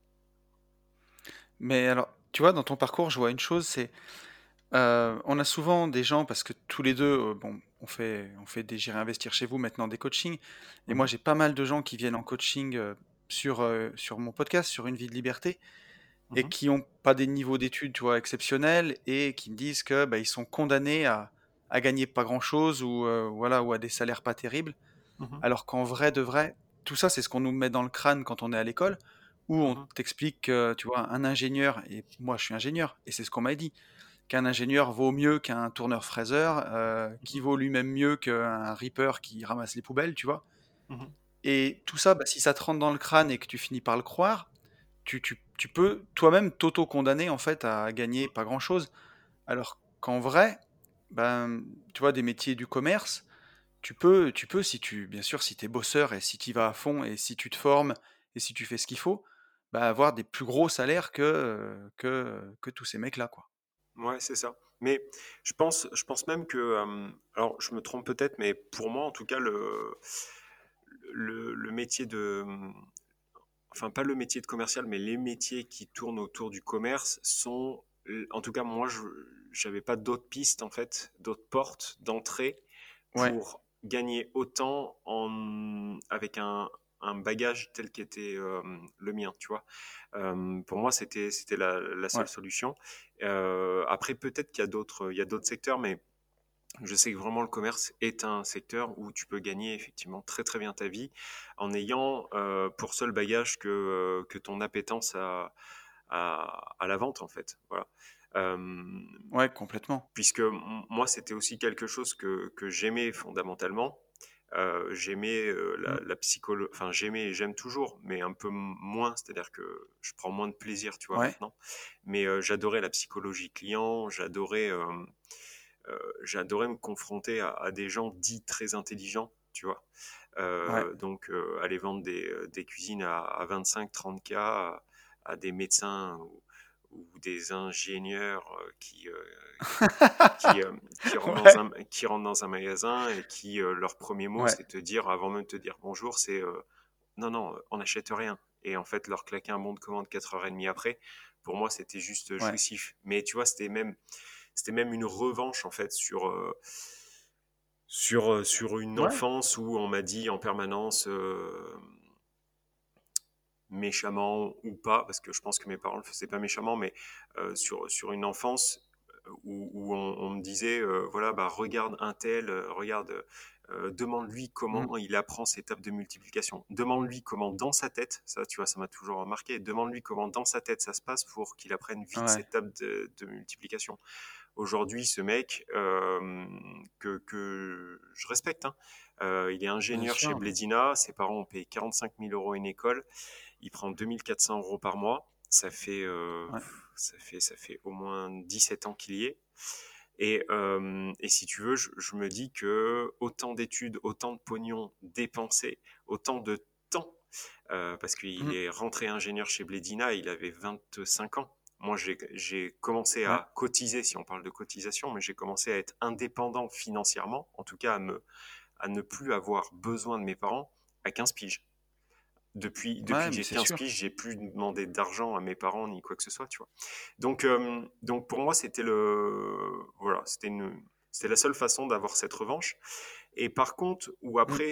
Mais alors, tu vois, dans ton parcours, je vois une chose, c'est on a souvent des gens, parce que tous les deux, bon, on fait des J'irai investir chez vous maintenant des coachings, et moi Mhm, j'ai pas mal de gens qui viennent en coaching sur mon podcast, sur Une vie de liberté, et mhm, qui ont pas des niveaux d'études, tu vois, exceptionnels, et qui me disent que bah, ils sont condamnés à gagner pas grand-chose, ou voilà, ou à des salaires pas terribles, mhm, alors qu'en vrai de vrai, tout ça c'est ce qu'on nous met dans le crâne quand on est à l'école, où on Mhm, t'explique que, tu vois, un ingénieur, et moi je suis ingénieur, et c'est ce qu'on m'a dit, qu'un ingénieur vaut mieux qu'un tourneur-fraiseur, qui mhm, vaut lui-même mieux qu'un ripper qui ramasse les poubelles, tu vois. mhm. Et tout ça, bah, si ça te rentre dans le crâne et que tu finis par le croire, tu peux toi-même t'auto-condamner en fait à gagner pas grand-chose. Alors qu'en vrai, ben, tu vois, des métiers du commerce, tu peux, si tu, bien sûr, si t'es bosseur et si tu vas à fond et si tu te formes et si tu fais ce qu'il faut, bah, avoir des plus gros salaires que tous ces mecs-là, quoi. Ouais, c'est ça. Mais je pense même que, alors je me trompe peut-être, mais pour moi en tout cas, le métier de, enfin pas le métier de commercial, mais les métiers qui tournent autour du commerce sont, en tout cas moi, je j'avais pas d'autres pistes en fait, d'autres portes d'entrée Ouais, pour gagner autant avec un bagage tel qu'était le mien, tu vois. Pour moi, c'était la seule ouais, solution. Après, peut-être il y a d'autres secteurs, mais je sais que vraiment le commerce est un secteur où tu peux gagner effectivement très très bien ta vie en ayant pour seul bagage que ton appétence à la vente en fait. Voilà. Euh, ouais, complètement. Puisque moi c'était aussi quelque chose que j'aimais fondamentalement. J'aimais Mm. la psychologie, enfin j'aimais et j'aime toujours, mais un peu moins, c'est-à-dire que je prends moins de plaisir, tu vois, Ouais, maintenant. Mais j'adorais la psychologie client, j'adorais me confronter à des gens dits très intelligents, tu vois. ouais, Donc, aller vendre des cuisines à 25-30K à des médecins ou des ingénieurs qui, ouais, qui rentrent dans un magasin et qui, leur premier mot, ouais, c'est te dire, avant même de te dire bonjour, c'est non, non, on n'achète rien. Et en fait, leur claquer un bon de commande 4h30 après, pour moi, c'était juste ouais, jouissif. Mais tu vois, c'était même une revanche, en fait, sur une ouais. enfance où on m'a dit en permanence, méchamment ou pas, parce que je pense que mes parents ne le faisaient pas méchamment, mais sur une enfance où on me disait, voilà, bah, regarde un tel, regarde, demande-lui Mm. comment il apprend ces tables de multiplication. Demande-lui comment dans sa tête, ça tu vois, ça m'a toujours remarqué, demande-lui comment dans sa tête ça se passe pour qu'il apprenne vite ces Ouais, tables de multiplication. Aujourd'hui, ce mec, que je respecte, hein, il est bien ingénieur chez sûr. Bledina, ses parents ont payé 45 000 € une école, il prend 2 400 € par mois. Ouais, Ça fait au moins 17 ans qu'il y est. Et si tu veux, je me dis que autant d'études, autant de pognon dépensé, autant de temps, parce qu'il mm, est rentré ingénieur chez Bledina, il avait 25 ans. Moi, j'ai commencé ouais, à cotiser, si on parle de cotisation, mais j'ai commencé à être indépendant financièrement, en tout cas à ne plus avoir besoin de mes parents à 15 piges. Depuis ouais, que mais j'ai c'est 15 sûr. piges, j'ai plus demandé d'argent à mes parents ni quoi que ce soit, tu vois. Donc pour moi, voilà, c'était la seule façon d'avoir cette revanche. Et par contre, Mm.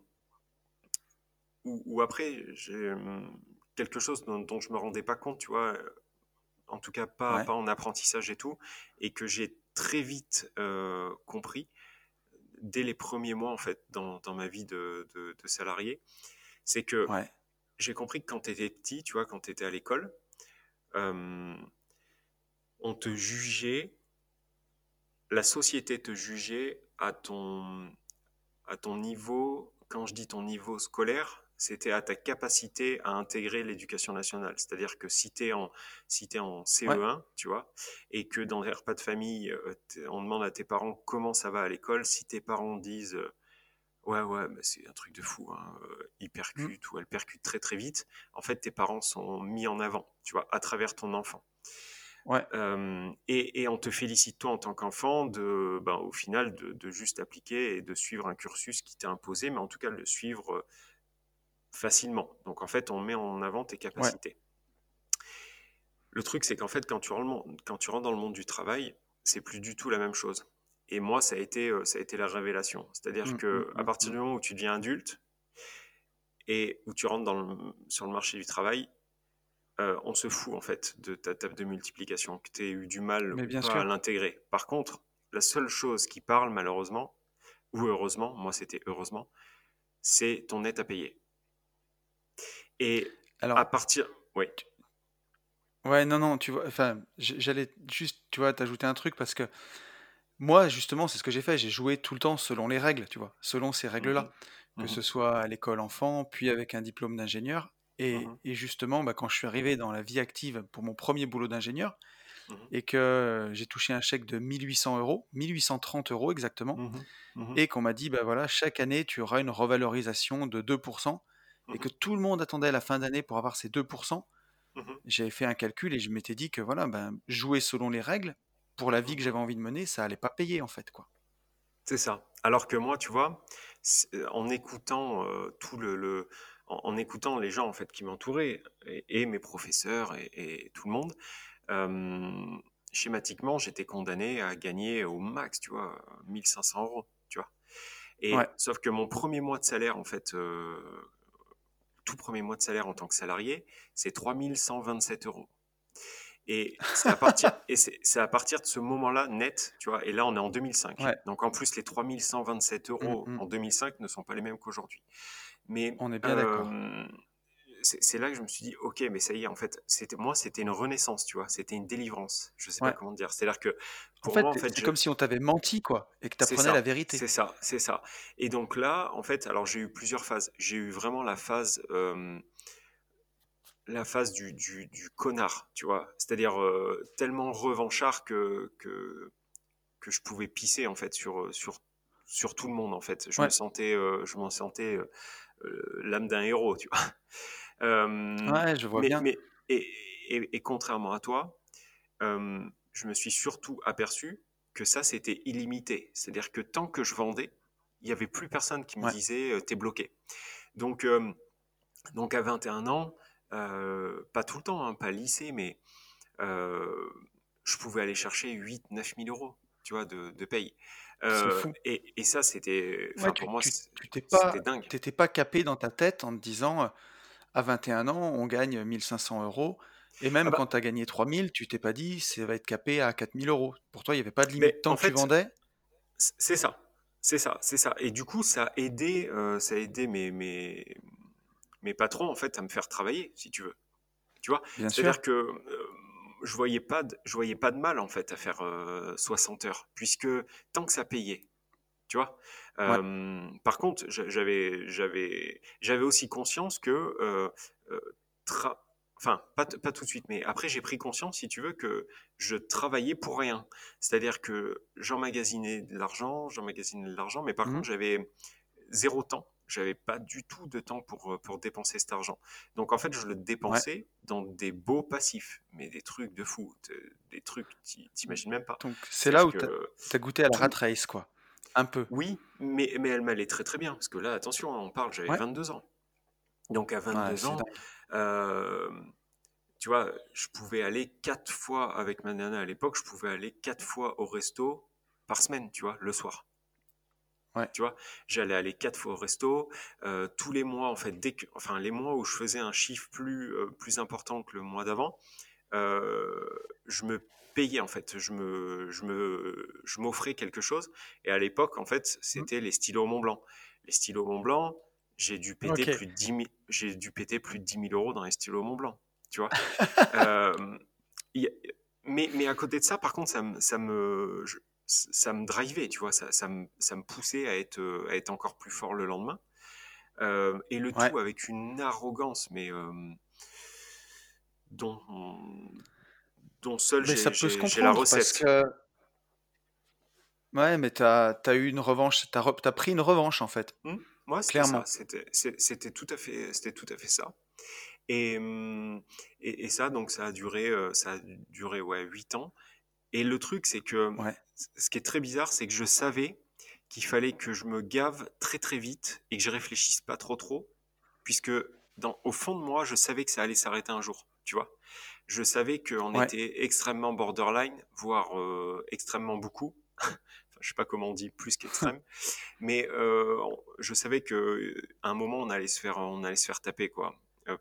où après, j'ai quelque chose dont je me rendais pas compte, tu vois, en tout cas Ouais, pas en apprentissage et tout, et que j'ai très vite compris dès les premiers mois en fait dans ma vie de salarié, c'est que ouais. j'ai compris que quand tu étais petit, tu vois, quand tu étais à l'école, euh, on te jugeait, la société te jugeait à ton niveau. Quand je dis ton niveau scolaire, c'était à ta capacité à intégrer l'éducation nationale. C'est-à-dire que si t'es en Ouais, CE1, tu vois, et que dans les repas de famille, on demande à tes parents comment ça va à l'école, si tes parents disent ouais, ouais, bah, c'est un truc de fou, hein, il mm, percute ou elle percute très très vite, en fait tes parents sont mis en avant, tu vois, à travers ton enfant. ouais, Et on te félicite toi en tant qu'enfant ben, au final de juste appliquer et de suivre un cursus qui t'est imposé, mais en tout cas de le suivre facilement. Donc en fait, on met en avant tes ouais. capacités. Le truc, c'est qu'en fait, quand tu rentres dans le monde du travail, c'est plus du tout la même chose. Et moi, ça a été la révélation. C'est-à-dire Mm, mm, que à mm, partir mm. du moment où tu deviens adulte et où tu rentres sur le marché du travail, on se fout en fait de ta table de multiplication, que tu aies eu du mal Mais ou bien pas à sûr. l'intégrer. Par contre, la seule chose qui parle malheureusement, ou heureusement, moi c'était heureusement, c'est ton net à payer. Et à Alors, partir... Oui. Ouais, non, non, tu vois, enfin, j'allais juste, tu vois, t'ajouter un truc parce que moi, justement, c'est ce que j'ai fait. J'ai joué tout le temps selon les règles, tu vois, selon ces règles-là, Mhm. que ce Mhm. soit à l'école enfant, puis avec un diplôme d'ingénieur. Et, Mhm. et justement, bah, quand je suis arrivé dans la vie active pour mon premier boulot d'ingénieur Mhm. et que j'ai touché un chèque de 1800 euros, 1830 € exactement, Mhm. Mhm. et qu'on m'a dit, bah voilà, chaque année, tu auras une revalorisation de 2%, et que Mhm. tout le monde attendait la fin d'année pour avoir ces 2%. Mhm. J'avais fait un calcul et je m'étais dit que voilà, ben, jouer selon les règles, pour la vie que Mhm. j'avais envie de mener, ça allait pas payer en fait, quoi. C'est ça. Alors que moi, tu vois, en écoutant en écoutant les gens en fait qui m'entouraient et mes professeurs et tout le monde, euh, schématiquement, j'étais condamné à gagner au max, tu vois, 1 500 euros, tu vois. Ouais, Et sauf que mon premier mois de salaire, en fait, tout premier mois de salaire en tant que salarié, c'est 3 127 euros. Et c'est à partir de ce moment-là, net, tu vois, et là on est en 2005. ouais, Donc en plus, les 3127 mm, euros mm, en 2005 ne sont pas les mêmes qu'aujourd'hui. Mais on est bien d'accord. c'est là que je me suis dit, ok, mais ça y est, en fait, c'était une renaissance, tu vois, c'était une délivrance. Je sais pas Ouais. comment dire. C'est-à-dire que En pour fait, moi, en fait, c'est comme si on t'avait menti, quoi, et que t'apprenais la c'est vérité. ça, c'est ça. Et donc là, en fait, alors j'ai eu plusieurs phases. J'ai eu vraiment la phase du connard, tu vois. C'est-à-dire tellement revanchard que je pouvais pisser en fait sur tout le monde en fait. Ouais, Je m'en sentais l'âme d'un héros, tu vois. Euh, ouais, je vois bien. mais et contrairement à toi, je me suis surtout aperçu que ça c'était illimité. C'est-à-dire que tant que je vendais, il y avait plus personne qui me Ouais. disait t'es bloqué. Donc donc à 21 ans, pas tout le temps, hein, pas lycée, mais euh, je pouvais aller chercher 8 9 000 euros, tu vois, de paye. C'est fou. Et ça, c'était, Ouais, enfin, pour moi, tu t'es c'était pas, dingue. t'étais pas capé dans ta tête en te disant, à 21 ans, on gagne 1 500 euros. Et Ah même bah, quand tu as gagné 3000, tu t'es pas dit, ça va être capé à 4000 euros. Pour toi, il n'y avait pas de limite. mais Tant en que tu fait, vendais, c'est ça. C'est ça, c'est ça. Et du coup, ça a aidé mes patrons, en fait, à me faire travailler, si tu veux. Tu vois? bien C'est-à-dire sûr. que je voyais pas de mal, en fait, à faire 60 heures, puisque tant que ça payait, tu vois. Ouais. Par contre, j'avais aussi conscience que, euh, tra- enfin, pas tout de suite, mais après j'ai pris conscience, si tu veux, que je travaillais pour rien. C'est-à-dire que j'emmagasinais de l'argent, mais par Mhm. contre j'avais zéro temps. J'avais pas du tout de temps pour dépenser cet argent. Donc en fait, je le Ouais. dépensais dans des beaux passifs, mais des trucs de fou, des trucs, t'imagines même pas. Donc c'est là C'est-à-dire où tu que as goûté à la rat tout, race, quoi. Un peu. oui, mais elle m'allait très très bien, parce que là, attention, hein, on parle, j'avais Ouais. 22 ans. Donc à Ouais, 22 c'est ans, dingue. euh, tu vois, je pouvais aller 4 fois avec ma nana à l'époque, je pouvais aller 4 fois au resto par semaine, tu vois, le soir. Ouais. Tu vois, j'allais aller 4 fois au resto, tous les mois, en fait, enfin, les mois où je faisais un chiffre plus important que le mois d'avant, euh, je me payais en fait, je m'offrais quelque chose. Et à l'époque, en fait, Mm. c'était les stylos Montblanc. Les stylos Montblanc, Ok. j'ai dû péter plus de 10 000 euros dans les stylos Montblanc, tu vois. Euh, y a- mais à côté de ça, par contre, ça me drivait, tu vois, ça me poussait à être encore plus fort le lendemain. Et le Ouais. tout avec une arrogance, mais dont, dont seul Mais ça peut se j'ai la comprendre parce recette. que ouais, mais t'as eu une revanche, t'as pris une revanche en fait, Hmm. Moi, c'était ça. clairement. C'était tout à fait ça. Et, et ça, donc, ça a duré ouais, 8 ans. Et le truc, c'est que Ouais. ce qui est très bizarre, c'est que je savais qu'il fallait que je me gave très très vite et que je réfléchisse pas trop trop, puisque au fond de moi, je savais que ça allait s'arrêter un jour, tu vois. Je savais qu'on Ouais. était extrêmement borderline, voire extrêmement beaucoup. Enfin, je sais pas comment on dit, plus qu'extrême. Mais je savais que à un moment on allait se faire taper quoi,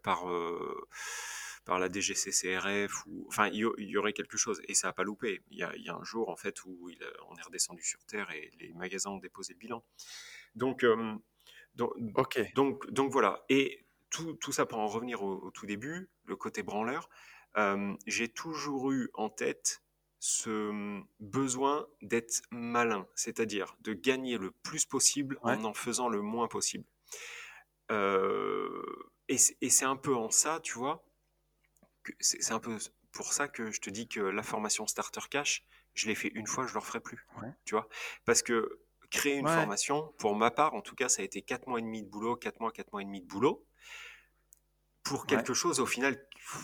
par la DGCCRF ou enfin il y aurait quelque chose et ça a pas loupé. Il y a un jour en fait où on est redescendu sur terre et les magasins ont déposé le bilan. Donc euh, donc Ok. donc voilà. Et tout ça pour en revenir au tout début, le côté branleur, j'ai toujours eu en tête ce besoin d'être malin, c'est-à-dire de gagner le plus possible Ouais, en faisant le moins possible. Et c'est un peu en ça, tu vois, c'est un peu pour ça que je te dis que la formation Starter Cash, je l'ai fait une fois, je ne le referai plus. ouais, Tu vois? Parce que créer une ouais, formation, pour ma part, en tout cas, ça a été 4 mois et demi de boulot, 4 mois et demi de boulot, pour ouais, quelque chose au final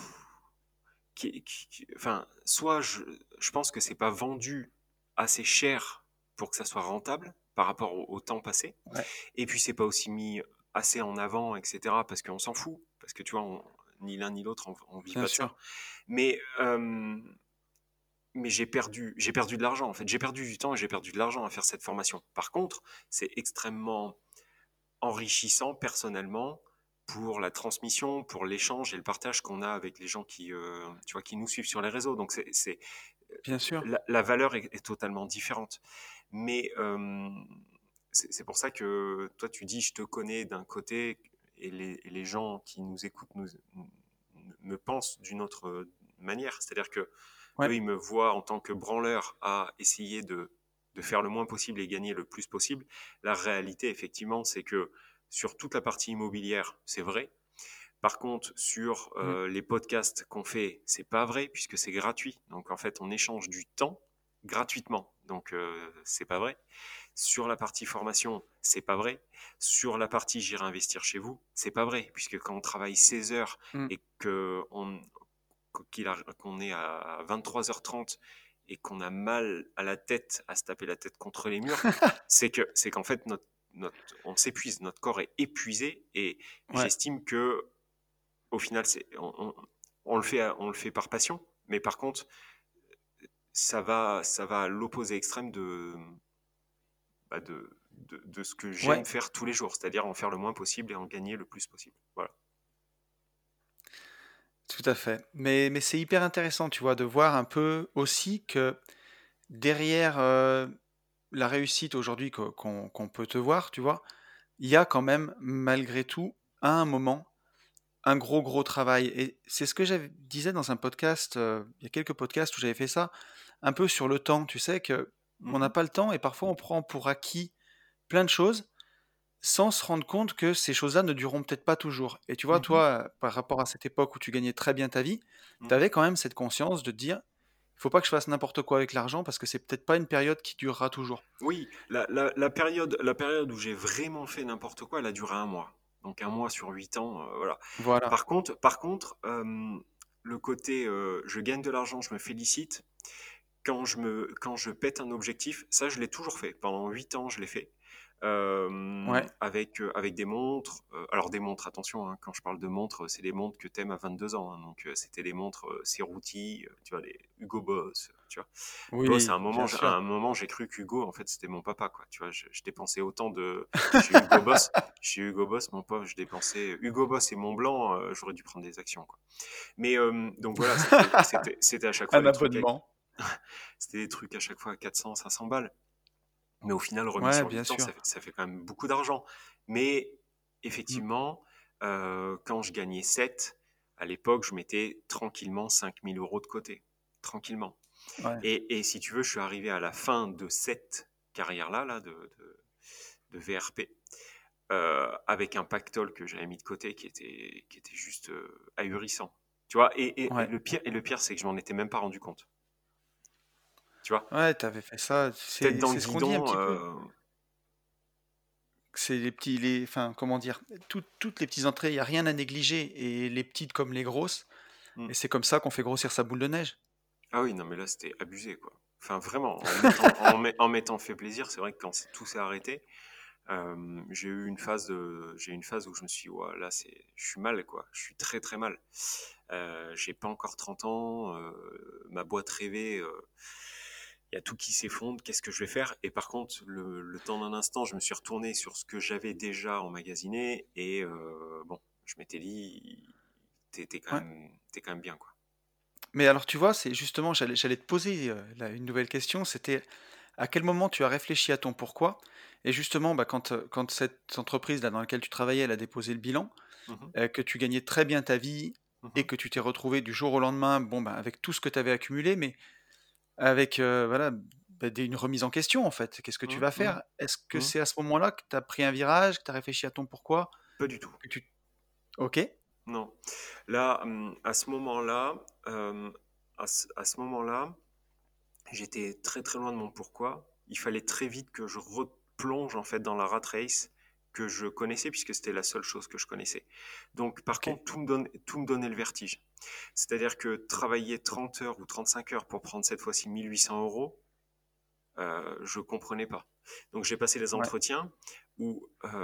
enfin, soit je pense que c'est pas vendu assez cher pour que ça soit rentable par rapport au temps passé, ouais, et puis c'est pas aussi mis assez en avant, etc. Parce qu'on s'en fout, parce que tu vois, ni l'un ni l'autre on vit bien pas de ça. sûr. Mais j'ai perdu de l'argent en fait. J'ai perdu du temps et j'ai perdu de l'argent à faire cette formation. Par contre, c'est extrêmement enrichissant personnellement pour la transmission, pour l'échange et le partage qu'on a avec les gens tu vois, qui nous suivent sur les réseaux. Donc Bien sûr. la valeur est totalement différente. Mais c'est pour ça que toi tu dis je te connais d'un côté et les gens qui nous écoutent me pensent d'une autre manière. C'est-à-dire que Ouais, eux, ils me voient en tant que branleur à essayer de faire le moins possible et gagner le plus possible. La réalité, effectivement, c'est que sur toute la partie immobilière, c'est vrai. Par contre, sur mmh, les podcasts qu'on fait, c'est pas vrai puisque c'est gratuit. Donc en fait, on échange du temps gratuitement. Donc c'est pas vrai. Sur la partie formation, c'est pas vrai. Sur la partie j'irai investir chez vous, c'est pas vrai puisque quand on travaille 16 heures mmh, et qu'on est à 23h30 et qu'on a mal à la tête, à se taper la tête contre les murs, c'est qu'en fait on s'épuise, notre corps est épuisé et ouais, j'estime que au final on le fait par passion, mais par contre ça va à l'opposé extrême de ce que ouais, j'aime faire tous les jours, c'est-à-dire en faire le moins possible et en gagner le plus possible. Voilà. tout à fait. Mais c'est hyper intéressant, tu vois, de voir un peu aussi que derrière la réussite aujourd'hui qu'on peut te voir, tu vois, il y a quand même, malgré tout, à un moment, un gros, gros travail. Et c'est ce que j'avais disais dans un podcast, il y a quelques podcasts où j'avais fait ça, un peu sur le temps. Tu sais que on n'a Mhm. pas le temps et parfois on prend pour acquis plein de choses sans se rendre compte que ces choses-là ne dureront peut-être pas toujours. Et tu vois, Mhm. toi, par rapport à cette époque où tu gagnais très bien ta vie, tu Mhm. avais quand même cette conscience de te dire, il faut pas que je fasse n'importe quoi avec l'argent parce que c'est peut-être pas une période qui durera toujours. Oui, la période où j'ai vraiment fait n'importe quoi, elle a duré un mois. Donc un mois sur 8 ans, voilà. Voilà. Par contre, le côté je gagne de l'argent, je me félicite. Quand je pète un objectif, ça je l'ai toujours fait. Pendant 8 ans, je l'ai fait. Ouais. Avec des montres. Alors des montres, attention, hein, quand je parle de montres, c'est des montres que t'aimes à 22 ans, hein. Donc c'était des montres Cerruti, tu vois, les Hugo Boss, tu vois. Boss, à un Oui, moment, bien sûr. j'ai cru qu'Hugo, en fait, c'était mon papa, quoi. Tu vois, je dépensais autant chez Hugo Boss. Chez Hugo Boss, mon pauvre, je dépensais Hugo Boss et Montblanc, j'aurais dû prendre des actions, quoi. Mais donc voilà, c'était à chaque fois Un des trucs abonnement. c'était des trucs à chaque fois à 400, 500 balles. Mais au final, remis Ouais, sur bien 8 ans, sûr. ça fait quand même beaucoup d'argent. Mais Mm. effectivement, quand je gagnais 7, à l'époque, je mettais tranquillement 5 000 € de côté. Tranquillement. Ouais. Et si tu veux, je suis arrivé à la fin de cette carrière-là, là, de VRP, avec un pactole que j'avais mis de côté qui était juste ahurissant. Tu vois, et Ouais. le pire, c'est que je m'en étais même pas rendu compte. Tu vois, Ouais, t'avais fait ça. tête C'est dans le c'est ce qu'on dit un guidon. petit peu. C'est les petits, enfin, comment dire, toutes les petites entrées, il n'y a rien à négliger, et les petites comme les grosses, Hmm. et c'est comme ça qu'on fait grossir sa boule de neige. Ah oui, non, mais là, c'était abusé, quoi. Enfin, vraiment, en m'étant fait plaisir, c'est vrai que quand tout s'est arrêté, j'ai eu une phase où je me suis dit, ouah, là, je suis mal, quoi. Je suis très, très mal. J'ai pas encore 30 ans, ma boîte rêvée, il y a tout qui s'effondre, qu'est-ce que je vais faire? Et par contre, le temps d'un instant, je me suis retourné sur ce que j'avais déjà emmagasiné, et bon, je m'étais dit, t'es quand Ouais. même, t'es quand même bien, quoi. Mais alors, tu vois, c'est justement, j'allais te poser une nouvelle question, c'était à quel moment tu as réfléchi à ton pourquoi? Et justement, bah, quand cette entreprise là, dans laquelle tu travaillais, elle a déposé le bilan, Mmh. que tu gagnais très bien ta vie et Mmh. que tu t'es retrouvé du jour au lendemain, bon, ben, avec tout ce que tu avais accumulé, mais avec, voilà, bah, une remise en question, en fait. Qu'est-ce que tu Mmh. vas Mmh. faire? Est-ce que Mmh. c'est à ce moment-là que tu as pris un virage, que tu as réfléchi à ton pourquoi? Pas du tout. Que tu OK, Non. Là, à ce moment-là, à ce moment-là, j'étais très, très loin de mon pourquoi. Il fallait très vite que je replonge, en fait, dans la rat race que je connaissais puisque c'était la seule chose que je connaissais. Donc par OK, contre, tout me donnait le vertige. C'est-à-dire que travailler 30 heures ou 35 heures pour prendre cette fois-ci 1 800 €, je comprenais pas. Donc j'ai passé les ouais. entretiens où,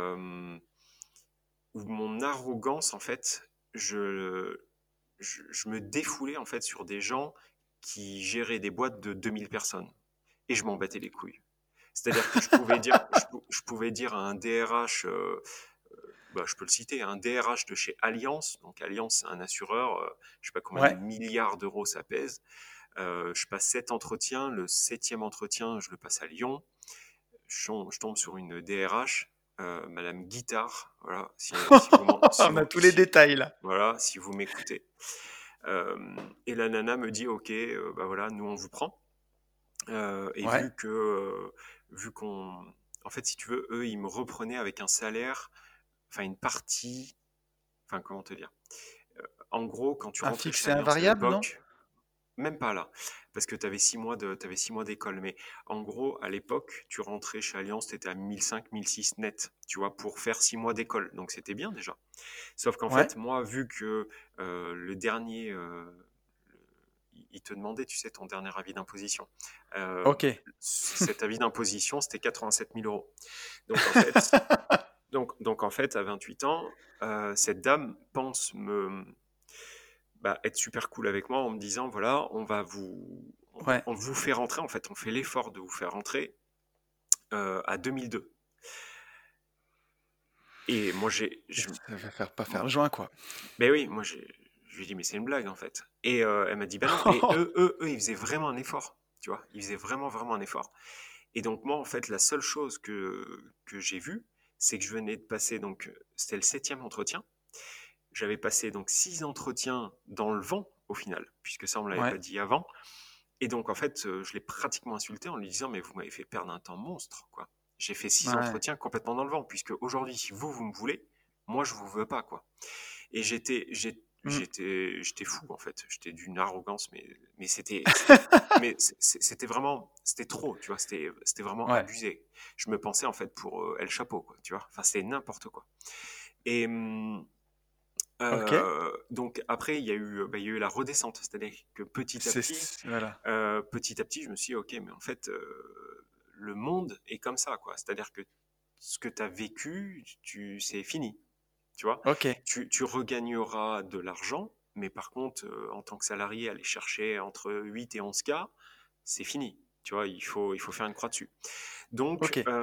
où mon arrogance, en fait, je, je me défoulais en fait sur des gens qui géraient des boîtes de 2 000 personnes. Et je m'en battais les couilles. C'est-à-dire que je pouvais dire à un DRH, bah, je peux le citer, un DRH de chez Allianz, donc Allianz c'est un assureur, je sais pas combien de Ouais. milliards d'euros ça pèse. Je passe 7 entretiens, le septième entretien je le passe à Lyon, je tombe sur une DRH, Madame Guittard, voilà, On a tous les détails là. voilà, si vous m'écoutez. Euh, et la nana me dit, ok, bah voilà, nous on vous prend. Et Ouais, vu qu'on, en fait, si tu veux, eux, ils me reprenaient avec un salaire, enfin une partie, enfin comment te dire. En gros, quand tu un rentrais chez fixe et un Alliance à variable, non? l'époque, même pas là, parce que tu avais 6 mois t'avais 6 mois d'école, mais en gros, à l'époque, tu rentrais chez Alliance, tu étais à 1 500, 1 600 net, tu vois, pour faire 6 mois d'école, donc c'était bien déjà. Sauf qu'en Ouais, fait, moi, vu que le dernier, il te demandait, tu sais, ton dernier avis d'imposition. Euh, OK. Cet avis d'imposition, c'était 87 000 €. Donc en fait, donc en fait, à 28 ans, cette dame pense être super cool avec moi en me disant, voilà, Ouais. on vous fait rentrer, en fait, on fait l'effort de vous faire rentrer à 2002. Et moi, Et ça va faire pas faire le joint, quoi. ben oui, je lui ai dit, mais c'est une blague en fait. Et elle m'a dit, bah non. Et eux, ils faisaient vraiment un effort, tu vois. Ils faisaient vraiment, vraiment un effort. Et donc moi, en fait, la seule chose que j'ai vue, c'est que je venais de passer, donc c'était le septième entretien. J'avais passé donc 6 entretiens dans le vent au final, puisque ça, on me l'avait Ouais, pas dit avant. Et donc en fait, je l'ai pratiquement insulté en lui disant, mais vous m'avez fait perdre un temps monstre, quoi. J'ai fait six ouais. entretiens complètement dans le vent, puisque aujourd'hui, si vous me voulez, moi, je vous veux pas, quoi. Et Mmh. j'étais fou en fait. J'étais d'une arrogance, mais c'était vraiment, c'était trop, tu vois. C'était vraiment Ouais, abusé. Je me pensais en fait pour El Chapeau, quoi, tu vois. Enfin, c'était n'importe quoi. Et OK. donc après, il y a eu la redescente, c'est-à-dire que Voilà. petit à petit, je me suis dit, ok, mais en fait, le monde est comme ça, quoi. C'est-à-dire que ce que tu as vécu, c'est fini. Tu vois, OK. tu regagneras de l'argent, mais par contre, en tant que salarié, aller chercher entre 8 et 11 k, c'est fini. Tu vois, il faut faire une croix dessus. Donc, OK.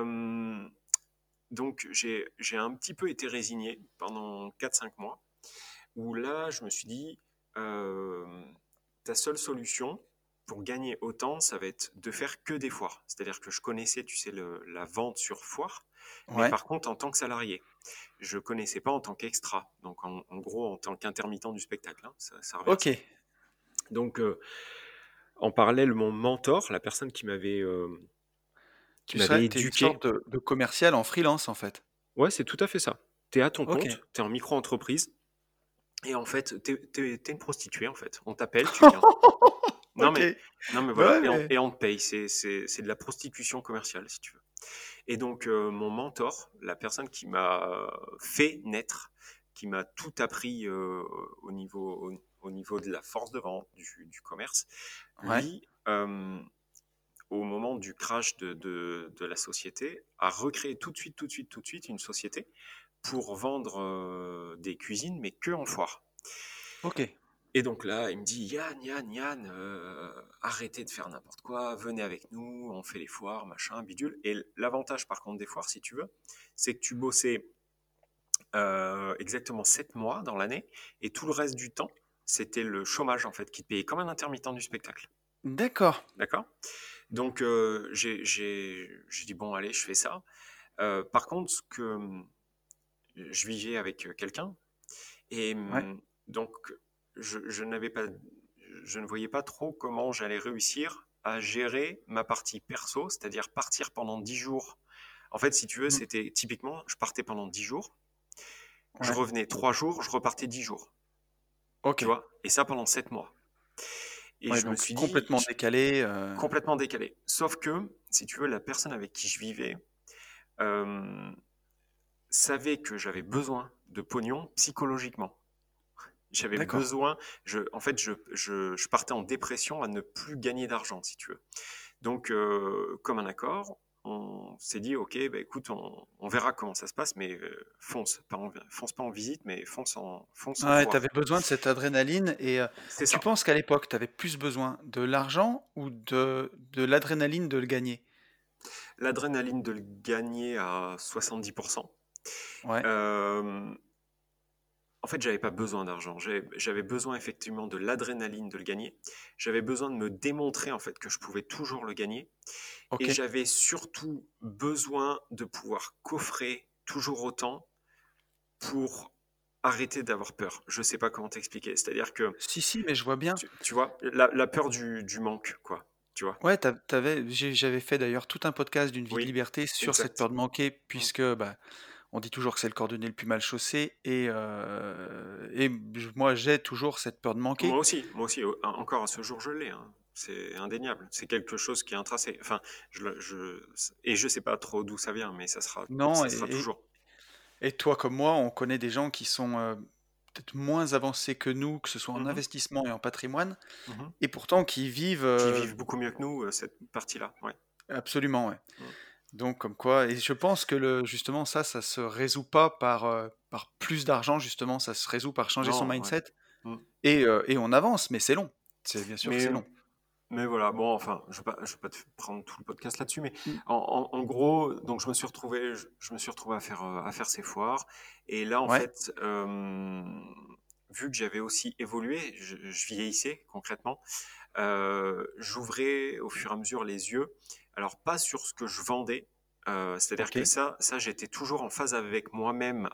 j'ai un petit peu été résigné pendant 4 5 mois, où là, je me suis dit, euh, ta seule solution pour gagner autant, ça va être de faire que des foires. C'est-à-dire que je connaissais, tu sais, la vente sur foire, mais Ouais. par contre, en tant que salarié je connaissais pas en tant qu'extra, donc en gros en tant qu'intermittent du spectacle, hein, ça revient à ça. OK. Donc en parallèle, mon mentor, la personne qui m'avait T'es une éduqué, sorte de commercial en freelance, en fait? ouais, c'est tout à fait ça. Tu es à ton OK. compte, tu es en micro-entreprise, et en fait, t'es une prostituée, en fait. On t'appelle, tu viens. Non mais, OK. non mais voilà, Bah, ouais, mais et on te paye, c'est de la prostitution commerciale, si tu veux. Et donc, mon mentor, la personne qui m'a fait naître, qui m'a tout appris au niveau de la force de vente, du commerce, ouais. lui, au moment du crash de la société, a recréé tout de suite, tout de suite, tout de suite une société pour vendre des cuisines, mais que en foire. OK. Et donc là, il me dit, Yann, Yann, Yann, arrêtez de faire n'importe quoi, venez avec nous, on fait les foires, machin, bidule. Et l'avantage par contre des foires, si tu veux, c'est que tu bossais exactement 7 mois dans l'année, et tout le reste du temps, c'était le chômage en fait, qui te payait comme un intermittent du spectacle. D'accord. D'accord. Donc j'ai dit, bon, allez, je fais ça. Par contre, ce que je vivais avec quelqu'un, Et Ouais. donc, je n'avais pas, je ne voyais pas trop comment j'allais réussir à gérer ma partie perso, c'est-à-dire partir pendant 10 jours. En fait, si tu veux, Mmh. c'était typiquement, je partais pendant 10 jours, je Ouais. revenais 3 jours, je repartais 10 jours, tu OK. vois, et ça pendant 7 mois. Et Ouais, je me donc suis dit, complètement décalé, complètement décalé. Sauf que, si tu veux, la personne avec qui je vivais euh, savait que j'avais besoin de pognon psychologiquement. J'avais d'accord. besoin, en fait, je partais en dépression à ne plus gagner d'argent, si tu veux. Donc, comme un accord, on s'est dit, ok, bah, écoute, on verra comment ça se passe, mais fonce pas en visite, mais fonce en Ouais, tu foire. avais besoin de cette adrénaline et C'est tu ça. penses qu'à l'époque, tu avais plus besoin de l'argent ou de l'adrénaline de le gagner? L'adrénaline de le gagner à 70%. Ouais, Euh, En fait, j'avais pas besoin d'argent. J'avais besoin effectivement de l'adrénaline de le gagner. J'avais besoin de me démontrer en fait que je pouvais toujours le gagner. Et OK. j'avais surtout besoin de pouvoir coffrer toujours autant pour arrêter d'avoir peur. Je sais pas comment t'expliquer. C'est-à-dire que, Si, si, mais je vois bien. tu vois, la peur du manque, quoi. Tu vois? Ouais, j'avais fait d'ailleurs tout un podcast d'une vie de Oui, liberté sur cette exact. peur de manquer Mm. puisque, bah, on dit toujours que c'est le cordonnier le plus mal chaussé et moi, j'ai toujours cette peur de manquer. Moi aussi, encore à ce jour, je l'ai, hein. C'est indéniable. C'est quelque chose qui est intrinsèque. Enfin, et je sais pas trop d'où ça vient, mais Non ça sera toujours. et toi comme moi, on connaît des gens qui sont, peut-être moins avancés que nous, que ce soit en Mhm, investissement et en patrimoine mhm. et pourtant qui vivent, Qui vivent beaucoup mieux que nous, cette partie-là. Ouais. absolument, ouais. Mm. Donc comme quoi et je pense que le justement ça se résout pas par plus d'argent justement, ça se résout par changer son Non, ouais. mindset Mm. et on avance, mais c'est long. C'est bien sûr que Mais, c'est long. voilà, bon, enfin, je vais pas te prendre tout le podcast là-dessus, mais Mmh, en gros, donc je me suis retrouvé à faire ces foires. Et là, en ouais, fait, vu que j'avais aussi évolué, je vieillissais concrètement. J'ouvrais au fur et à mesure les yeux. Alors, pas sur ce que je vendais, c'est-à-dire que OK, ça, j'étais toujours en phase avec moi-même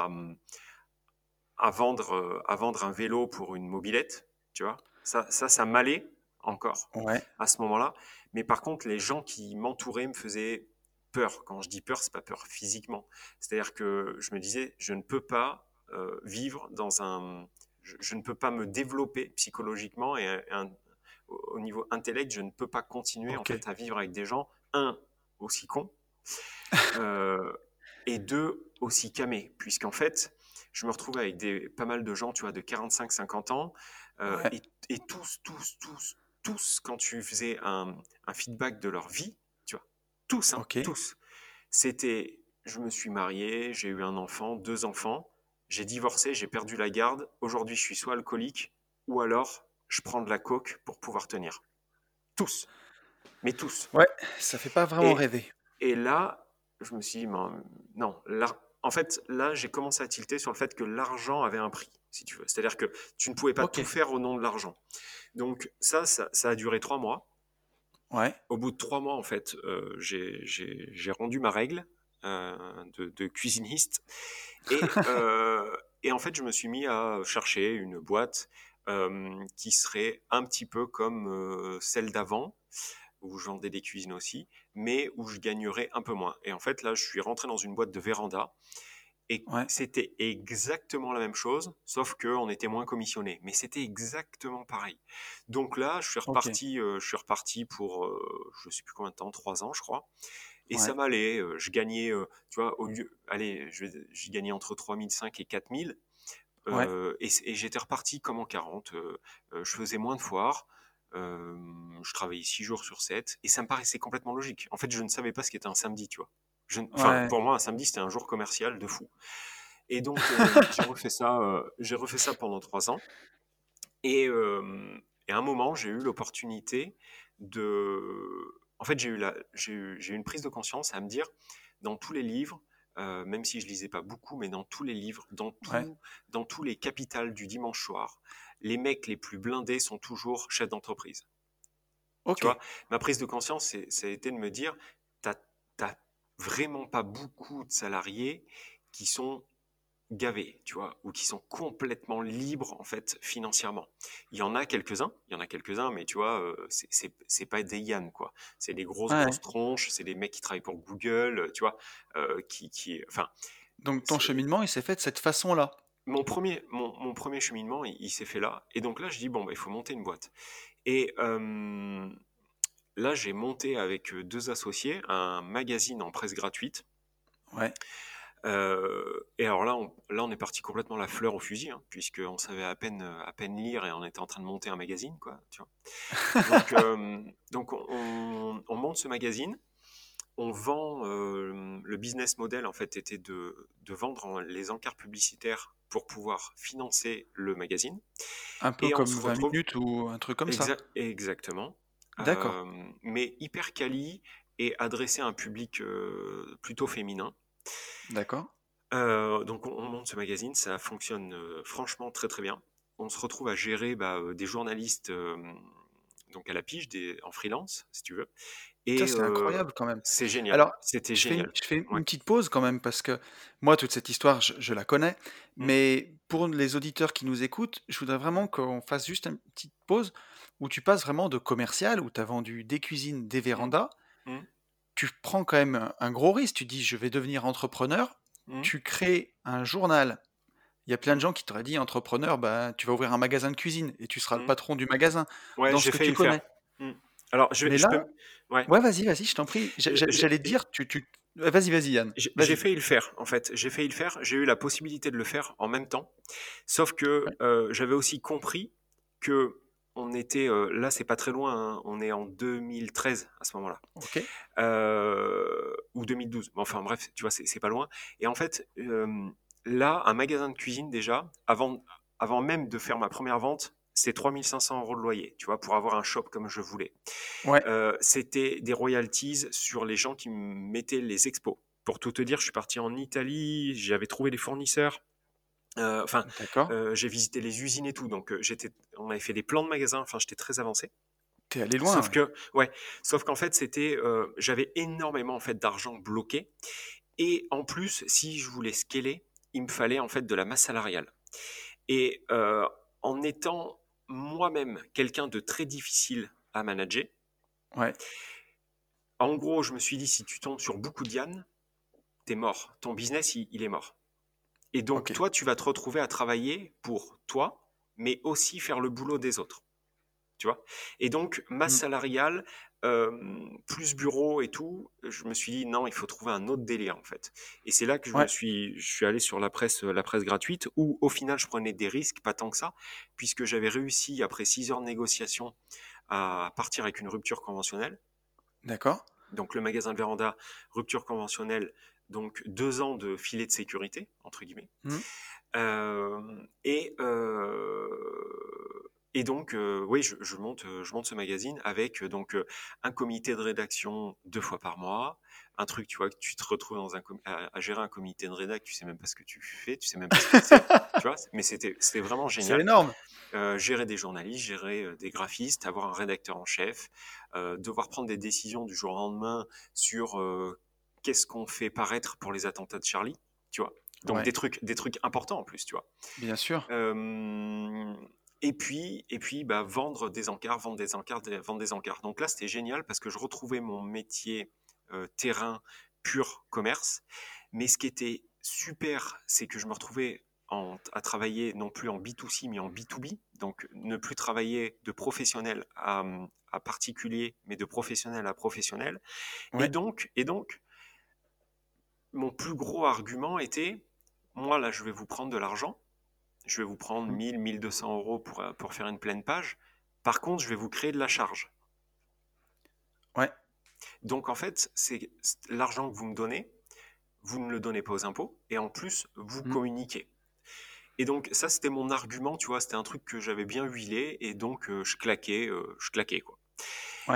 à vendre un vélo pour une mobilette, tu vois. Ça m'allait encore ouais, à ce moment-là. Mais par contre, les gens qui m'entouraient me faisaient peur. Quand je dis peur, c'est pas peur physiquement. C'est-à-dire que je me disais, je ne peux pas vivre dans un, je ne peux pas me développer psychologiquement au niveau intellect, je ne peux pas continuer en OK. fait à vivre avec des gens, un, aussi cons, euh, et deux, aussi camés, puisqu'en fait, je me retrouvais avec pas mal de gens, tu vois, de 45-50 ans, Ouais, et tous, quand tu faisais un feedback de leur vie, tu vois, tous, hein, OK. tous, c'était, je me suis marié, j'ai eu un enfant, deux enfants, j'ai divorcé, j'ai perdu la garde, aujourd'hui je suis soit alcoolique, ou alors je prends de la coke pour pouvoir tenir. Tous, mais tous. Ouais, ça fait pas vraiment Et, rêver. et là, je me suis dit, non, en fait, là, j'ai commencé à tilter sur le fait que l'argent avait un prix, si tu veux. C'est-à-dire que tu ne pouvais pas tout OK. faire au nom de l'argent. Donc ça a duré 3 mois. Ouais, Au bout de 3 mois, en fait, j'ai rendu ma règle de cuisiniste. Et en fait, je me suis mis à chercher une boîte qui serait un petit peu comme celle d'avant, où je vendais des cuisines aussi, mais où je gagnerais un peu moins. Et en fait, là, je suis rentré dans une boîte de véranda et ouais, c'était exactement la même chose, sauf qu'on était moins commissionné. Mais c'était exactement pareil. Donc là, OK. je suis reparti pour, je sais plus combien de temps, 3 ans, je crois. Et ça Ouais, m'allait. Je gagnais, tu vois, allez, j'ai gagné entre 3005 et 4000. ouais, Et j'étais reparti comme en 40. Je faisais moins de foires. euh, je travaillais 6 jours sur 7 et ça me paraissait complètement logique. En fait, je ne savais pas ce qu'était un samedi, tu vois. Enfin, ouais. pour moi, un samedi, c'était un jour commercial de fou. Et donc, j'ai refait ça pendant 3 ans. Et à un moment, j'ai eu l'opportunité de. En fait, j'ai eu une prise de conscience à me dire, dans tous les livres, même si je lisais pas beaucoup, mais dans tous les livres, Ouais. dans tous les capitales du dimanche soir, les mecs les plus blindés sont toujours chefs d'entreprise. Tu vois, OK. ma prise de conscience, ça a été de me dire, t'as vraiment pas beaucoup de salariés qui sont gavés, tu vois, ou qui sont complètement libres en fait financièrement. Il y en a quelques-uns, mais tu vois, c'est pas des Yann quoi. C'est des grosses Ouais. tronches, c'est des mecs qui travaillent pour Google, tu vois, enfin, Donc ton c'est cheminement, il s'est fait de cette façon-là. mon premier cheminement, il s'est fait là. Et donc là, je dis bon, bah, il faut monter une boîte. Et là, j'ai monté avec deux associés un magazine en presse gratuite. Ouais. Et alors là, on est parti complètement la fleur au fusil, hein, puisqu'on savait à peine lire et on était en train de monter un magazine, quoi, tu vois. Donc on monte ce magazine, on vend, le business model, en fait, était de vendre les encarts publicitaires pour pouvoir financer le magazine. Un peu Et on comme se 20 retrouve, minutes ou un truc comme ça. exactement, D'accord, mais hyper quali et adressé à un public plutôt féminin. d'accord. Donc on monte ce magazine, ça fonctionne franchement très très bien. On se retrouve à gérer des journalistes donc à la pige, en freelance, si tu veux. Ça, Et c'est incroyable quand même. c'est génial, Alors, c'était je fais une, génial. je fais Ouais. une petite pause quand même parce que moi, toute cette histoire, je la connais. Mm, Mais pour les auditeurs qui nous écoutent, je voudrais vraiment qu'on fasse juste une petite pause où tu passes vraiment de commercial, où tu as vendu des cuisines, des mm, vérandas. mm, Tu prends quand même un gros risque. Tu dis, je vais devenir entrepreneur. mm, Tu crées un journal. Il y a plein de mm, gens qui t'auraient dit, entrepreneur, bah, tu vas ouvrir un magasin de cuisine et tu seras le mm. patron du magasin Ouais, dans ce j'ai que failli tu le faire. connais. Mm. Alors Mais je peux, là, ouais. ouais, vas-y, je t'en prie. J'allais te dire, vas-y, Yann. J'ai Vas-y. failli le faire, en fait. J'ai failli le faire. J'ai eu la possibilité de le faire en même temps. Sauf que Ouais, j'avais aussi compris que on était là, c'est pas très loin, hein. On est en 2013 à ce moment-là, ok. ou 2012. Bon, enfin bref, tu vois, c'est pas loin. Et en fait, là, un magasin de cuisine déjà, avant même de faire ma première vente, c'est 3 500 € de loyer, tu vois, pour avoir un shop comme je voulais. Ouais, C'était des royalties sur les gens qui me mettaient les expos. Pour tout te dire, je suis parti en Italie, j'avais trouvé les fournisseurs. Enfin, d'accord. j'ai visité les usines et tout, donc on avait fait des plans de magasins. Enfin, j'étais très avancé. T'es allé loin, Sauf ouais. que, ouais, sauf qu'en fait, j'avais énormément en fait d'argent bloqué. Et en plus, si je voulais scaler, il me fallait en fait de la masse salariale. Et en étant moi-même quelqu'un de très difficile à manager, Ouais, en gros, je me suis dit, si tu tombes sur beaucoup de Yann, t'es mort. Ton business, il est mort. Et donc, ok. toi, tu vas te retrouver à travailler pour toi, mais aussi faire le boulot des autres. Tu vois. Et donc, masse Mm. salariale, plus bureau et tout, je me suis dit, non, il faut trouver un autre délire, en fait. Et c'est là que Ouais, je suis allé sur la presse gratuite, où au final, je prenais des risques, pas tant que ça, puisque j'avais réussi, après 6 heures de négociation, à partir avec une rupture conventionnelle. d'accord. Donc le magasin de véranda, rupture conventionnelle, donc 2 ans de filet de sécurité, entre guillemets. Mm. Euh, et, euh, et donc, oui, je monte ce magazine avec un comité de rédaction 2 fois par mois. Un truc, tu vois, que tu te retrouves à gérer un comité de rédac, tu sais même pas ce que tu fais, tu sais même pas ce que c'est, tu vois, mais c'était vraiment C'est génial. énorme. Gérer des journalistes, gérer des graphistes, avoir un rédacteur en chef, devoir prendre des décisions du jour au lendemain sur qu'est-ce qu'on fait paraître pour les attentats de Charlie, tu vois. Donc Ouais, des trucs importants en plus, tu vois. bien sûr. Euh, et puis vendre des encarts, vendre des encarts, vendre des encarts. Donc là, c'était génial parce que je retrouvais mon métier terrain pur commerce. Mais ce qui était super, c'est que je me retrouvais à travailler non plus en B2C, mais en B2B. Donc ne plus travailler de professionnel à particulier, mais de professionnel à professionnel. Et Ouais. donc, mon plus gros argument était, moi là, je vais vous prendre de l'argent, je vais vous prendre Mm. 1 200 € pour faire une pleine page. Par contre, je vais vous créer de la charge. Ouais. Donc en fait, c'est l'argent que vous me donnez, vous ne le donnez pas aux impôts, et en plus, vous Mm. communiquez. Et donc ça, c'était mon argument, tu vois, c'était un truc que j'avais bien huilé, et donc je claquais, quoi. Ouais.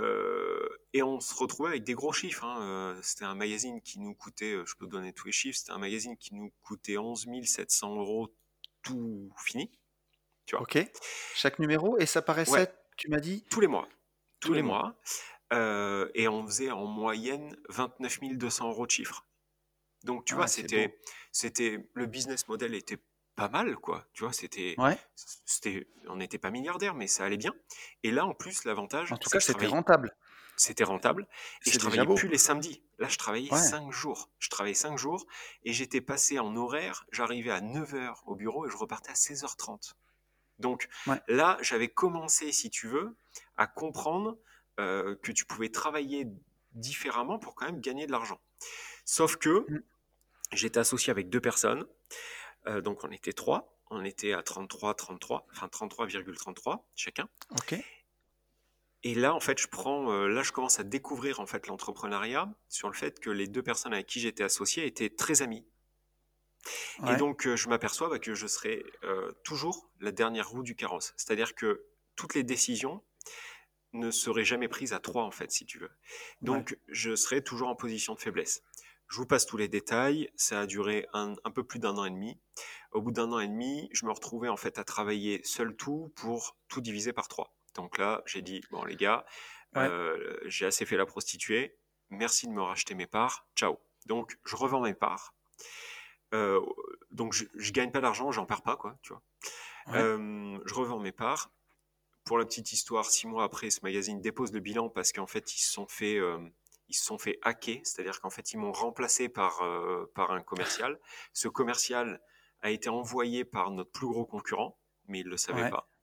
Et on se retrouvait avec des gros chiffres, hein. C'était un magazine qui nous coûtait, je peux te donner tous les chiffres, c'était un magazine qui nous coûtait 11 700 € tout fini, tu vois. Ok. Chaque numéro, et ça Ouais, paraissait, tu m'as dit, tous les mois. Tous tous les les mois. mois. Et on faisait en moyenne 29 200 € de chiffre. Donc, tu vois, Ouais, c'est beau. le business model était pas mal, quoi. Tu vois, Ouais. on n'était pas milliardaire, mais ça allait bien. Et là, en plus, l'avantage, En tout c'est cas, que c'était rentable. c'était rentable et je C'est déjà travaillais beau. plus les samedis. Là, je travaillais Ouais. 5 jours. Je travaillais 5 jours et j'étais passé en horaire. J'arrivais à 9 heures au bureau et je repartais à 16h30. Donc Ouais. là, j'avais commencé, si tu veux, à comprendre que tu pouvais travailler différemment pour quand même gagner de l'argent. Sauf que Mmh. j'étais associé avec deux personnes, donc on était trois. On était à 33, enfin 33,33 chacun. OK. Et là, en fait, là, je commence à découvrir en fait l'entrepreneuriat sur le fait que les deux personnes avec qui j'étais associé étaient très amies. Et Ouais. donc, je m'aperçois que je serai toujours la dernière roue du carrosse. C'est-à-dire que toutes les décisions ne seraient jamais prises à trois, en fait, si tu veux. Ouais. Donc, je serai toujours en position de faiblesse. Je vous passe tous les détails. Ça a duré un peu plus d'1 an et demi. Au bout d'1 an et demi, je me retrouvais en fait à travailler seul tout pour tout diviser par trois. Donc là, j'ai dit, bon les gars, Ouais. j'ai assez fait la prostituée. Merci de me racheter mes parts. Ciao. Donc, je revends mes parts. Euh, donc, je gagne pas d'argent, j'en perds pas, quoi, tu vois. Ouais. Je revends mes parts. Pour la petite histoire, 6 mois après, ce magazine dépose le bilan parce qu'en fait, ils se sont fait hacker, c'est-à-dire qu'en fait, ils m'ont remplacé par un commercial. Ce commercial a été envoyé par notre plus gros concurrent, mais il ne le savait Ouais. pas.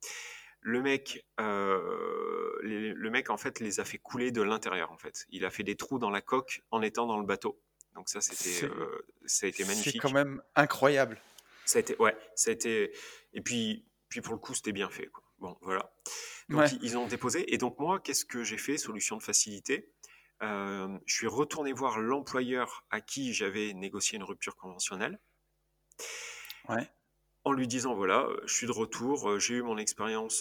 Le mec, en fait, les a fait couler de l'intérieur, en fait. Il a fait des trous dans la coque en étant dans le bateau. Donc C'est ça a été c'est quand magnifique. même incroyable. Ouais, ça a été, et puis pour le coup, c'était bien fait, quoi. Bon, voilà. Donc, Ouais. ils ont déposé. Et donc, moi, qu'est-ce que j'ai fait? Solution de facilité. Je suis retourné voir l'employeur à qui j'avais négocié une rupture conventionnelle Ouais. en lui disant, voilà, je suis de retour, j'ai eu mon expérience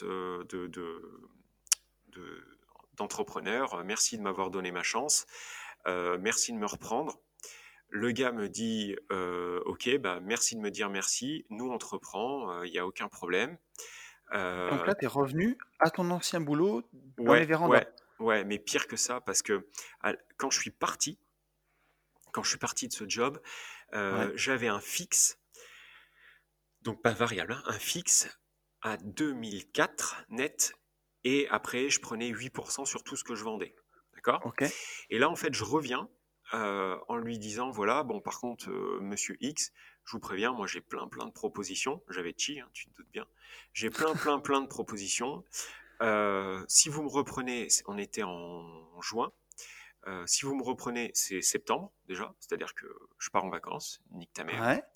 de- d'entrepreneur, merci de m'avoir donné ma chance, merci de me reprendre. Le gars me dit, ok, bah merci de me dire merci, nous on te reprend, il n'y a aucun problème. Donc Euh, là, tu es revenu à ton ancien boulot dans les ouais, vérandas? ouais, ouais, mais pire que ça, parce que quand quand je suis parti de ce job, Ouais. j'avais un fixe, donc pas variable, hein, un fixe à 2004 net, et après je prenais 8% sur tout ce que je vendais. D'accord? OK. Et là, en fait, je reviens en lui disant, voilà, bon, par contre, monsieur X, je vous préviens, moi j'ai plein de propositions. J'avais chi, hein, tu te doutes bien. J'ai plein de propositions. Si vous me reprenez, on était en juin. Si vous me reprenez, c'est septembre déjà, c'est-à-dire que je pars en vacances, nique ta mère. Ouais.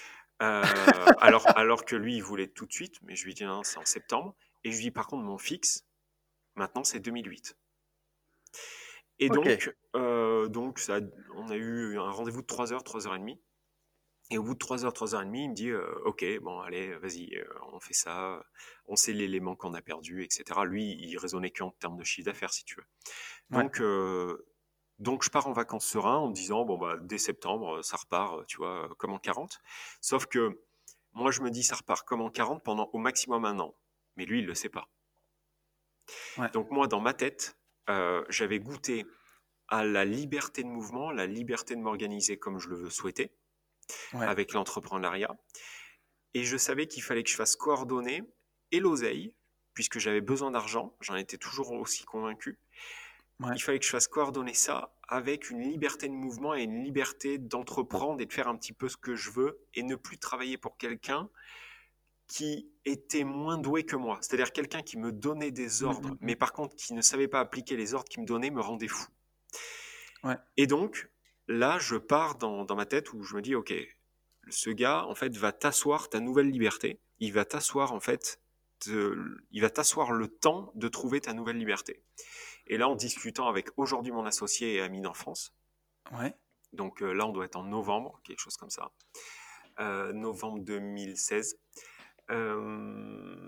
Alors que lui, il voulait tout de suite, mais je lui dis non, c'est en septembre. Et je lui dis par contre, mon fixe, maintenant c'est 2008. Et OK. donc on a eu un rendez-vous de 3 heures, 3 heures et demie. Et au bout de 3 heures, 3 heures et demie, il me dit ok, bon, allez, vas-y, on fait ça, on sait l'élément qu'on a perdu, etc. Lui, il raisonnait qu'en termes de chiffre d'affaires, si tu veux. Ouais. Donc, je pars en vacances serein en me disant bon, bah, dès septembre, ça repart, tu vois, comme en 40. Sauf que moi, je me dis ça repart comme en 40 pendant au maximum 1 an. Mais lui, il ne le sait pas. Ouais. Donc, moi, dans ma tête, j'avais goûté à la liberté de mouvement, la liberté de m'organiser comme je le veux souhaiter, Ouais. avec l'entrepreneuriat. Et je savais qu'il fallait que je fasse coordonner et l'oseille, puisque j'avais besoin d'argent, j'en étais toujours aussi convaincu. Ouais. Il fallait que je fasse coordonner ça avec une liberté de mouvement et une liberté d'entreprendre et de faire un petit peu ce que je veux et ne plus travailler pour quelqu'un qui était moins doué que moi. C'est-à-dire quelqu'un qui me donnait des Mmh, ordres, mmh mh. mais par contre qui ne savait pas appliquer les ordres qu'il me donnait me rendait fou. Ouais. Et donc, là, je pars dans ma tête où je me dis, ok, ce gars, en fait, va t'asseoir ta nouvelle liberté. Il va t'asseoir, en fait, il va t'asseoir le temps de trouver ta nouvelle liberté. Et là, en discutant avec aujourd'hui mon associé et ami d'enfance, Ouais. donc là, on doit être en novembre, quelque chose comme ça, novembre 2016, euh,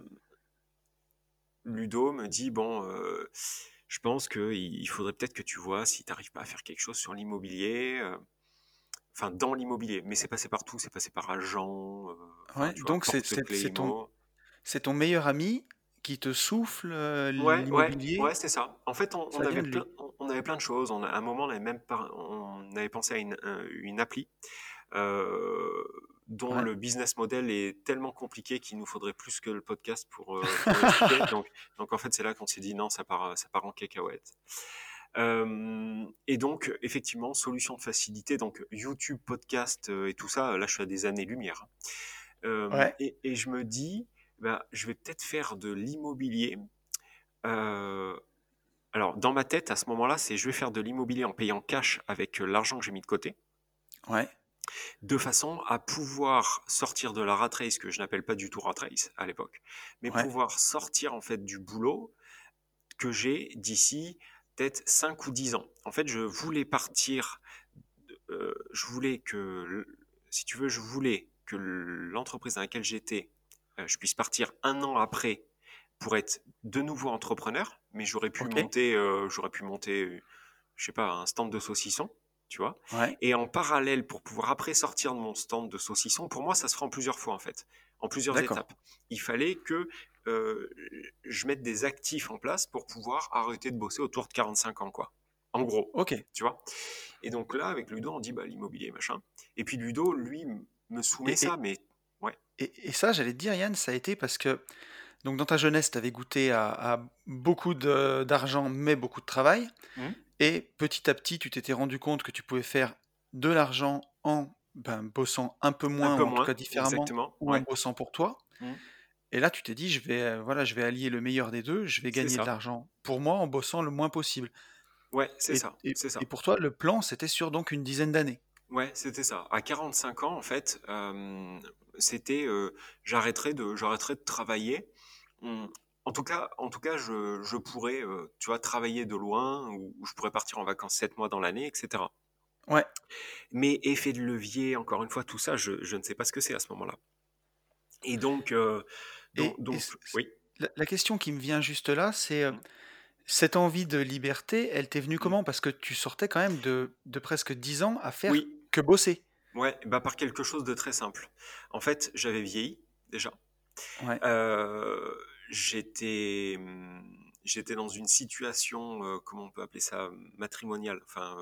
Ludo me dit, bon, je pense qu'il faudrait peut-être que tu vois si tu n'arrives pas à faire quelque chose sur l'immobilier, enfin dans l'immobilier, mais c'est passé partout, c'est passé par agent, enfin Ouais. tu vois, Donc porte-clés IMO. c'est ton meilleur ami qui te souffle, Ouais, l'immobilier? ouais, c'est ça. En fait, Ça vient de lui? on avait plein de choses. À un moment, on avait pensé à une appli euh, dont Ouais. le business model est tellement compliqué qu'il nous faudrait plus que le podcast pour l'expliquer. Donc en fait, c'est là qu'on s'est dit non, ça part en cacahuète. Et donc, effectivement, solution de facilité, donc YouTube, podcast et tout ça, là, je suis à des années-lumière. Ouais. Et je me dis, bah, je vais peut-être faire de l'immobilier. Euh, alors, dans ma tête, à ce moment-là, c'est je vais faire de l'immobilier en payant cash avec l'argent que j'ai mis de côté, Ouais. de façon à pouvoir sortir de la rat race, que je n'appelle pas du tout rat race à l'époque, mais Ouais. pouvoir sortir en fait du boulot que j'ai d'ici peut-être 5 ou 10 ans. En fait, je voulais partir, je voulais que, si tu veux, je voulais que l'entreprise dans laquelle j'étais, je puisse partir un an après pour être de nouveau entrepreneur, mais Ok. j'aurais pu monter, je sais pas, un stand de saucisson, tu vois. Ouais. Et en parallèle, pour pouvoir après sortir de mon stand de saucisson, pour moi, ça se fera en plusieurs fois en fait, en plusieurs D'accord. étapes. Il fallait que euh, je mette des actifs en place pour pouvoir arrêter de bosser autour de 45 ans, quoi. En gros, Ok. tu vois. Et donc là, avec Ludo, on dit bah, l'immobilier, machin. Et puis Ludo, lui, me soumet Et, ça, et, mais ouais. et ça, j'allais te dire, Yann, ça a été parce que donc dans ta jeunesse, tu avais goûté à beaucoup d'argent, mais beaucoup de travail. Hmm. Et petit à petit, tu t'étais rendu compte que tu pouvais faire de l'argent en bossant un peu Un moins, peu ou en tout moins, cas différemment, exactement, ou en ouais. bossant pour toi. Hmm. Et là, tu t'es dit, voilà, je vais allier le meilleur des deux, je vais C'est gagner de ça. l'argent pour moi en bossant le moins possible. Ouais, c'est Et, ça, et, c'est et ça. pour toi, le plan, c'était sur donc une dizaine d'années. Ouais, c'était ça. À 45 ans, en fait, c'était j'arrêterai de travailler. Hum, en tout cas, je pourrais, tu vois, travailler de loin ou je pourrais partir en vacances 7 mois dans l'année, etc. Ouais. Mais effet de levier, encore une fois, tout ça, je ne sais pas ce que c'est à ce moment-là. Et donc, Et oui. la question qui me vient juste là, c'est Hum, cette envie de liberté, elle t'est venue hum. comment? Parce que tu sortais quand même de presque 10 ans à faire Oui, que bosser. ouais, bah par quelque chose de très simple. En fait, j'avais vieilli déjà. Ouais. Euh, j'étais, j'étais dans une situation, comment on peut appeler ça, matrimoniale, enfin,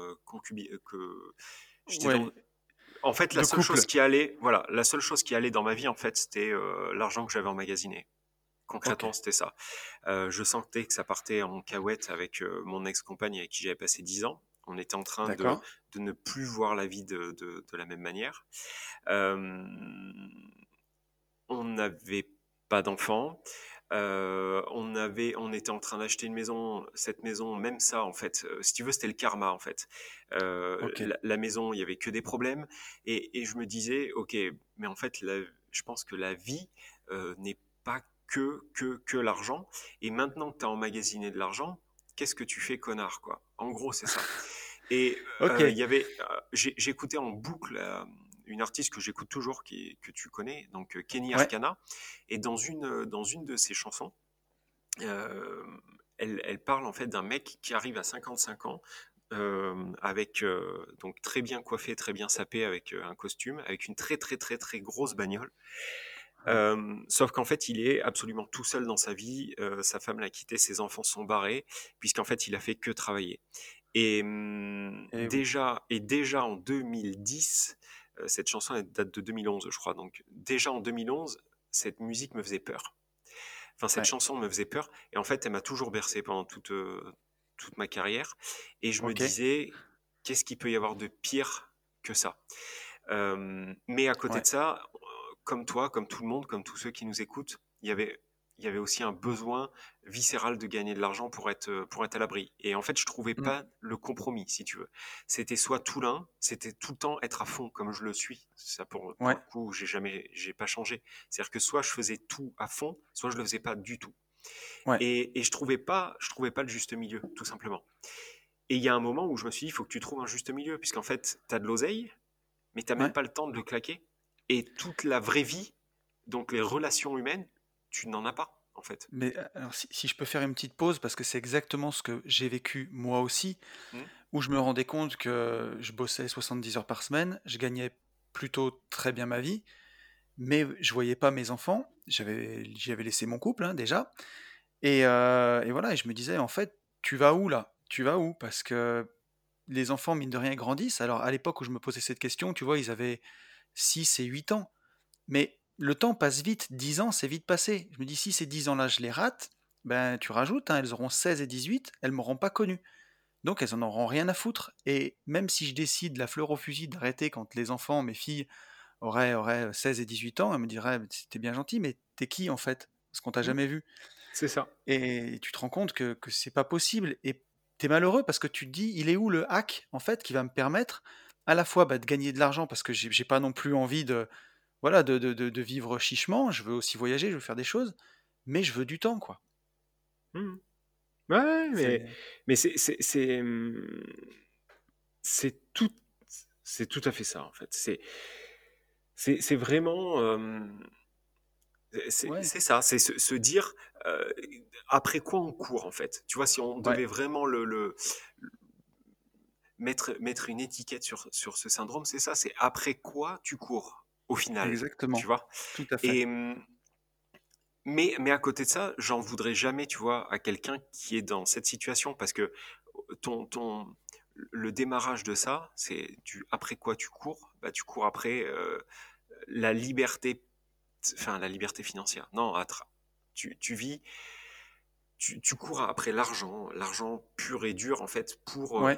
que j'étais dans. Ouais. En fait, la De seule chose couple. qui allait, voilà, la seule chose qui allait dans ma vie, en fait, c'était l'argent que j'avais emmagasiné. Ok. Concrètement, c'était ça. Je sentais que ça partait en cahuète avec mon ex-compagne avec qui j'avais passé 10 ans. On était en train D'accord. de ne plus voir la vie de la même manière. Euh, on n'avait pas d'enfants. On était en train d'acheter une maison. Cette maison, même ça, en fait, si tu veux, c'était le karma, en fait. Ok. La maison, il y avait que des problèmes. Et je me disais, ok, mais en fait, je pense que la vie n'est pas que l'argent. Et maintenant que tu as emmagasiné de l'argent, qu'est-ce que tu fais, connard, quoi. En gros, c'est ça. Et Ok. j'écoutais en boucle une artiste que j'écoute toujours, que tu connais, donc Kenny Ouais. Arcana, et dans une de ses chansons, euh, elle parle en fait d'un mec qui arrive à 55 ans, avec donc très bien coiffé, très bien sapé, avec un costume, avec une très très très très grosse bagnole. Ouais. Sauf qu'en fait, il est absolument tout seul dans sa vie. Sa femme l'a quitté, ses enfants sont barrés, puisqu'en fait, il a fait que travailler. Et Et oui. déjà en 2010, cette chanson elle date de 2011, je crois. Donc déjà en 2011, cette musique me faisait peur. Enfin, cette Ouais. chanson me faisait peur. Et en fait, elle m'a toujours bercé pendant toute ma carrière. Et je me Ok. disais, qu'est-ce qu'il peut y avoir de pire que ça? Mais à côté Ouais. de ça, comme toi, comme tout le monde, comme tous ceux qui nous écoutent, il y avait aussi un besoin viscéral de gagner de l'argent pour être à l'abri. Et en fait, je trouvais Mm. pas le compromis, si tu veux. C'était soit tout l'un, c'était tout le temps être à fond, comme je le suis. Ça, pour Ouais. le coup, j'ai pas changé. C'est-à-dire que soit je faisais tout à fond, soit je le faisais pas du tout. Ouais. Et je trouvais pas le juste milieu, tout simplement. Et il y a un moment où je me suis dit, il faut que tu trouves un juste milieu, puisqu'en fait, tu as de l'oseille, mais t'as même Ouais. pas le temps de le claquer. Et toute la vraie vie, donc les relations humaines, tu n'en as pas, en fait. Mais alors, si je peux faire une petite pause, parce que c'est exactement ce que j'ai vécu moi aussi, Hmm. où je me rendais compte que je bossais 70 heures par semaine, je gagnais plutôt très bien ma vie, mais je voyais pas mes enfants. J'y avais laissé mon couple, hein, déjà. Et voilà, et je me disais, en fait, tu vas où là? Tu vas où? Parce que les enfants, mine de rien, grandissent. Alors, à l'époque où je me posais cette question, tu vois, ils avaient 6 et 8 ans. Mais le temps passe vite, 10 ans, c'est vite passé. Je me dis, si ces 10 ans-là, je les rate, ben tu rajoutes, hein, elles auront 16 et 18, elles m'auront pas connu. Donc elles en auront rien à foutre. Et même si je décide, la fleur au fusil, d'arrêter quand les enfants, mes filles, auraient 16 et 18 ans, elles me diraient, t'es bien gentil, mais t'es qui en fait? Parce qu'on t'a Mmh, jamais vu. c'est ça. Et tu te rends compte que c'est pas possible. Et t'es malheureux parce que tu te dis, il est où le hack, en fait, qui va me permettre à la fois de gagner de l'argent parce que j'ai pas non plus envie de, voilà, de vivre chichement. Je veux aussi voyager, je veux faire des choses, mais je veux du temps, quoi. Mmh. Ouais, C'est... mais c'est tout c'est tout à fait ça, en fait. C'est vraiment, Ouais, c'est ça, c'est se dire, heu, après quoi on court, en fait. Tu vois? Si on ouais, devait vraiment le mettre une étiquette sur ce syndrome, c'est ça, c'est après quoi tu cours, au final, tu exactement. vois? Tout à fait. Et mais à côté de ça, j'en voudrais jamais, tu vois, à quelqu'un qui est dans cette situation parce que ton le démarrage de ça, c'est tu après quoi tu cours? Bah, tu cours après, la liberté, enfin la liberté financière. Non, tu vis, tu cours après l'argent, l'argent pur et dur en fait Ouais,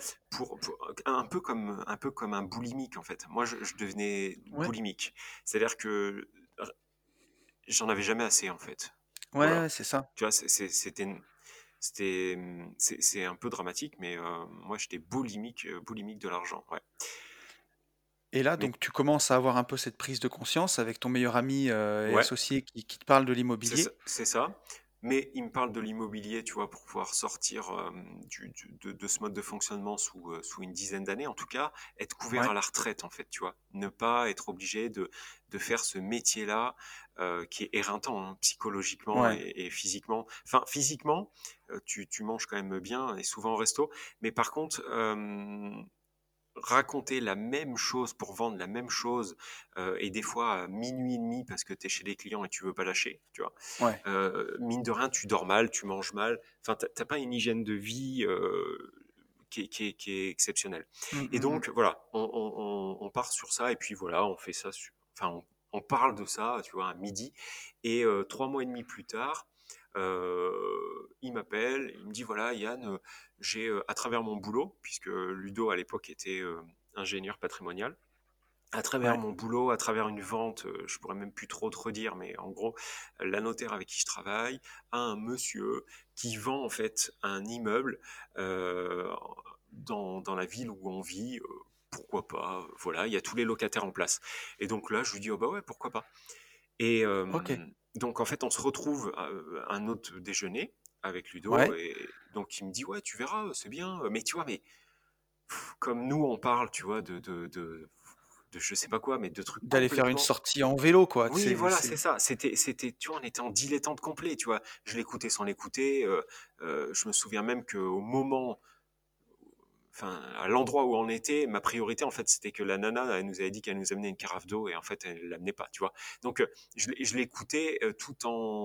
un peu comme un boulimique en fait. Moi, je devenais ouais, boulimique, c'est-à-dire que j'en avais jamais assez en fait. ouais, Voilà. ouais, c'est ça. Tu vois, c'est un peu dramatique, mais moi j'étais boulimique de l'argent, ouais. Et là, Mais donc, tu commences à avoir un peu cette prise de conscience avec ton meilleur ami et ouais, associé qui te parle de l'immobilier. c'est ça. Mais il me parle de l'immobilier, tu vois, pour pouvoir sortir de ce mode de fonctionnement sous une dizaine d'années, en tout cas, être couvert Ouais, à la retraite, en fait, tu vois. Ne pas être obligé de faire ce métier-là qui est éreintant, hein, psychologiquement ouais, et physiquement. Enfin, physiquement, tu manges quand même bien et souvent au resto, mais par contre, raconter la même chose pour vendre la même chose et des fois à minuit et demi parce que tu es chez les clients et tu veux pas lâcher, tu vois. ouais. Mine de rien, tu dors mal, tu manges mal. Enfin, t'as pas une hygiène de vie qui est exceptionnelle. Mmh, Et mmh, mmh. donc, voilà, on part sur ça et puis voilà, on fait ça. Enfin, on parle de ça, tu vois, à midi. Et 3 mois et demi plus tard, il m'appelle, il me dit voilà, Yann, j'ai à travers mon boulot, puisque Ludo à l'époque était ingénieur patrimonial, à travers Ouais, mon boulot, à travers une vente, je pourrais même plus trop te redire, mais en gros, la notaire avec qui je travaille a un monsieur qui vend en fait un immeuble euh, dans la ville où on vit. Pourquoi pas, voilà, il y a tous les locataires en place. Et donc là, je lui dis, oh bah ouais, pourquoi pas. Et ok. donc en fait, on se retrouve à un autre déjeuner avec Ludo, Ouais. et donc il me dit, ouais, tu verras, c'est bien. Mais tu vois, mais comme nous, on parle, tu vois, de je sais pas quoi, mais de trucs D'aller faire une complètement. sortie en vélo, quoi. Oui, voilà, c'est ça. Tu vois, on était en dilettante complet, tu vois. Je l'écoutais sans l'écouter. Je me souviens même qu'au moment, enfin, à l'endroit où on était, ma priorité, en fait, c'était que la nana, elle nous avait dit qu'elle nous amenait une carafe d'eau, et en fait, elle l'amenait pas, tu vois. Donc, je l'écoutais tout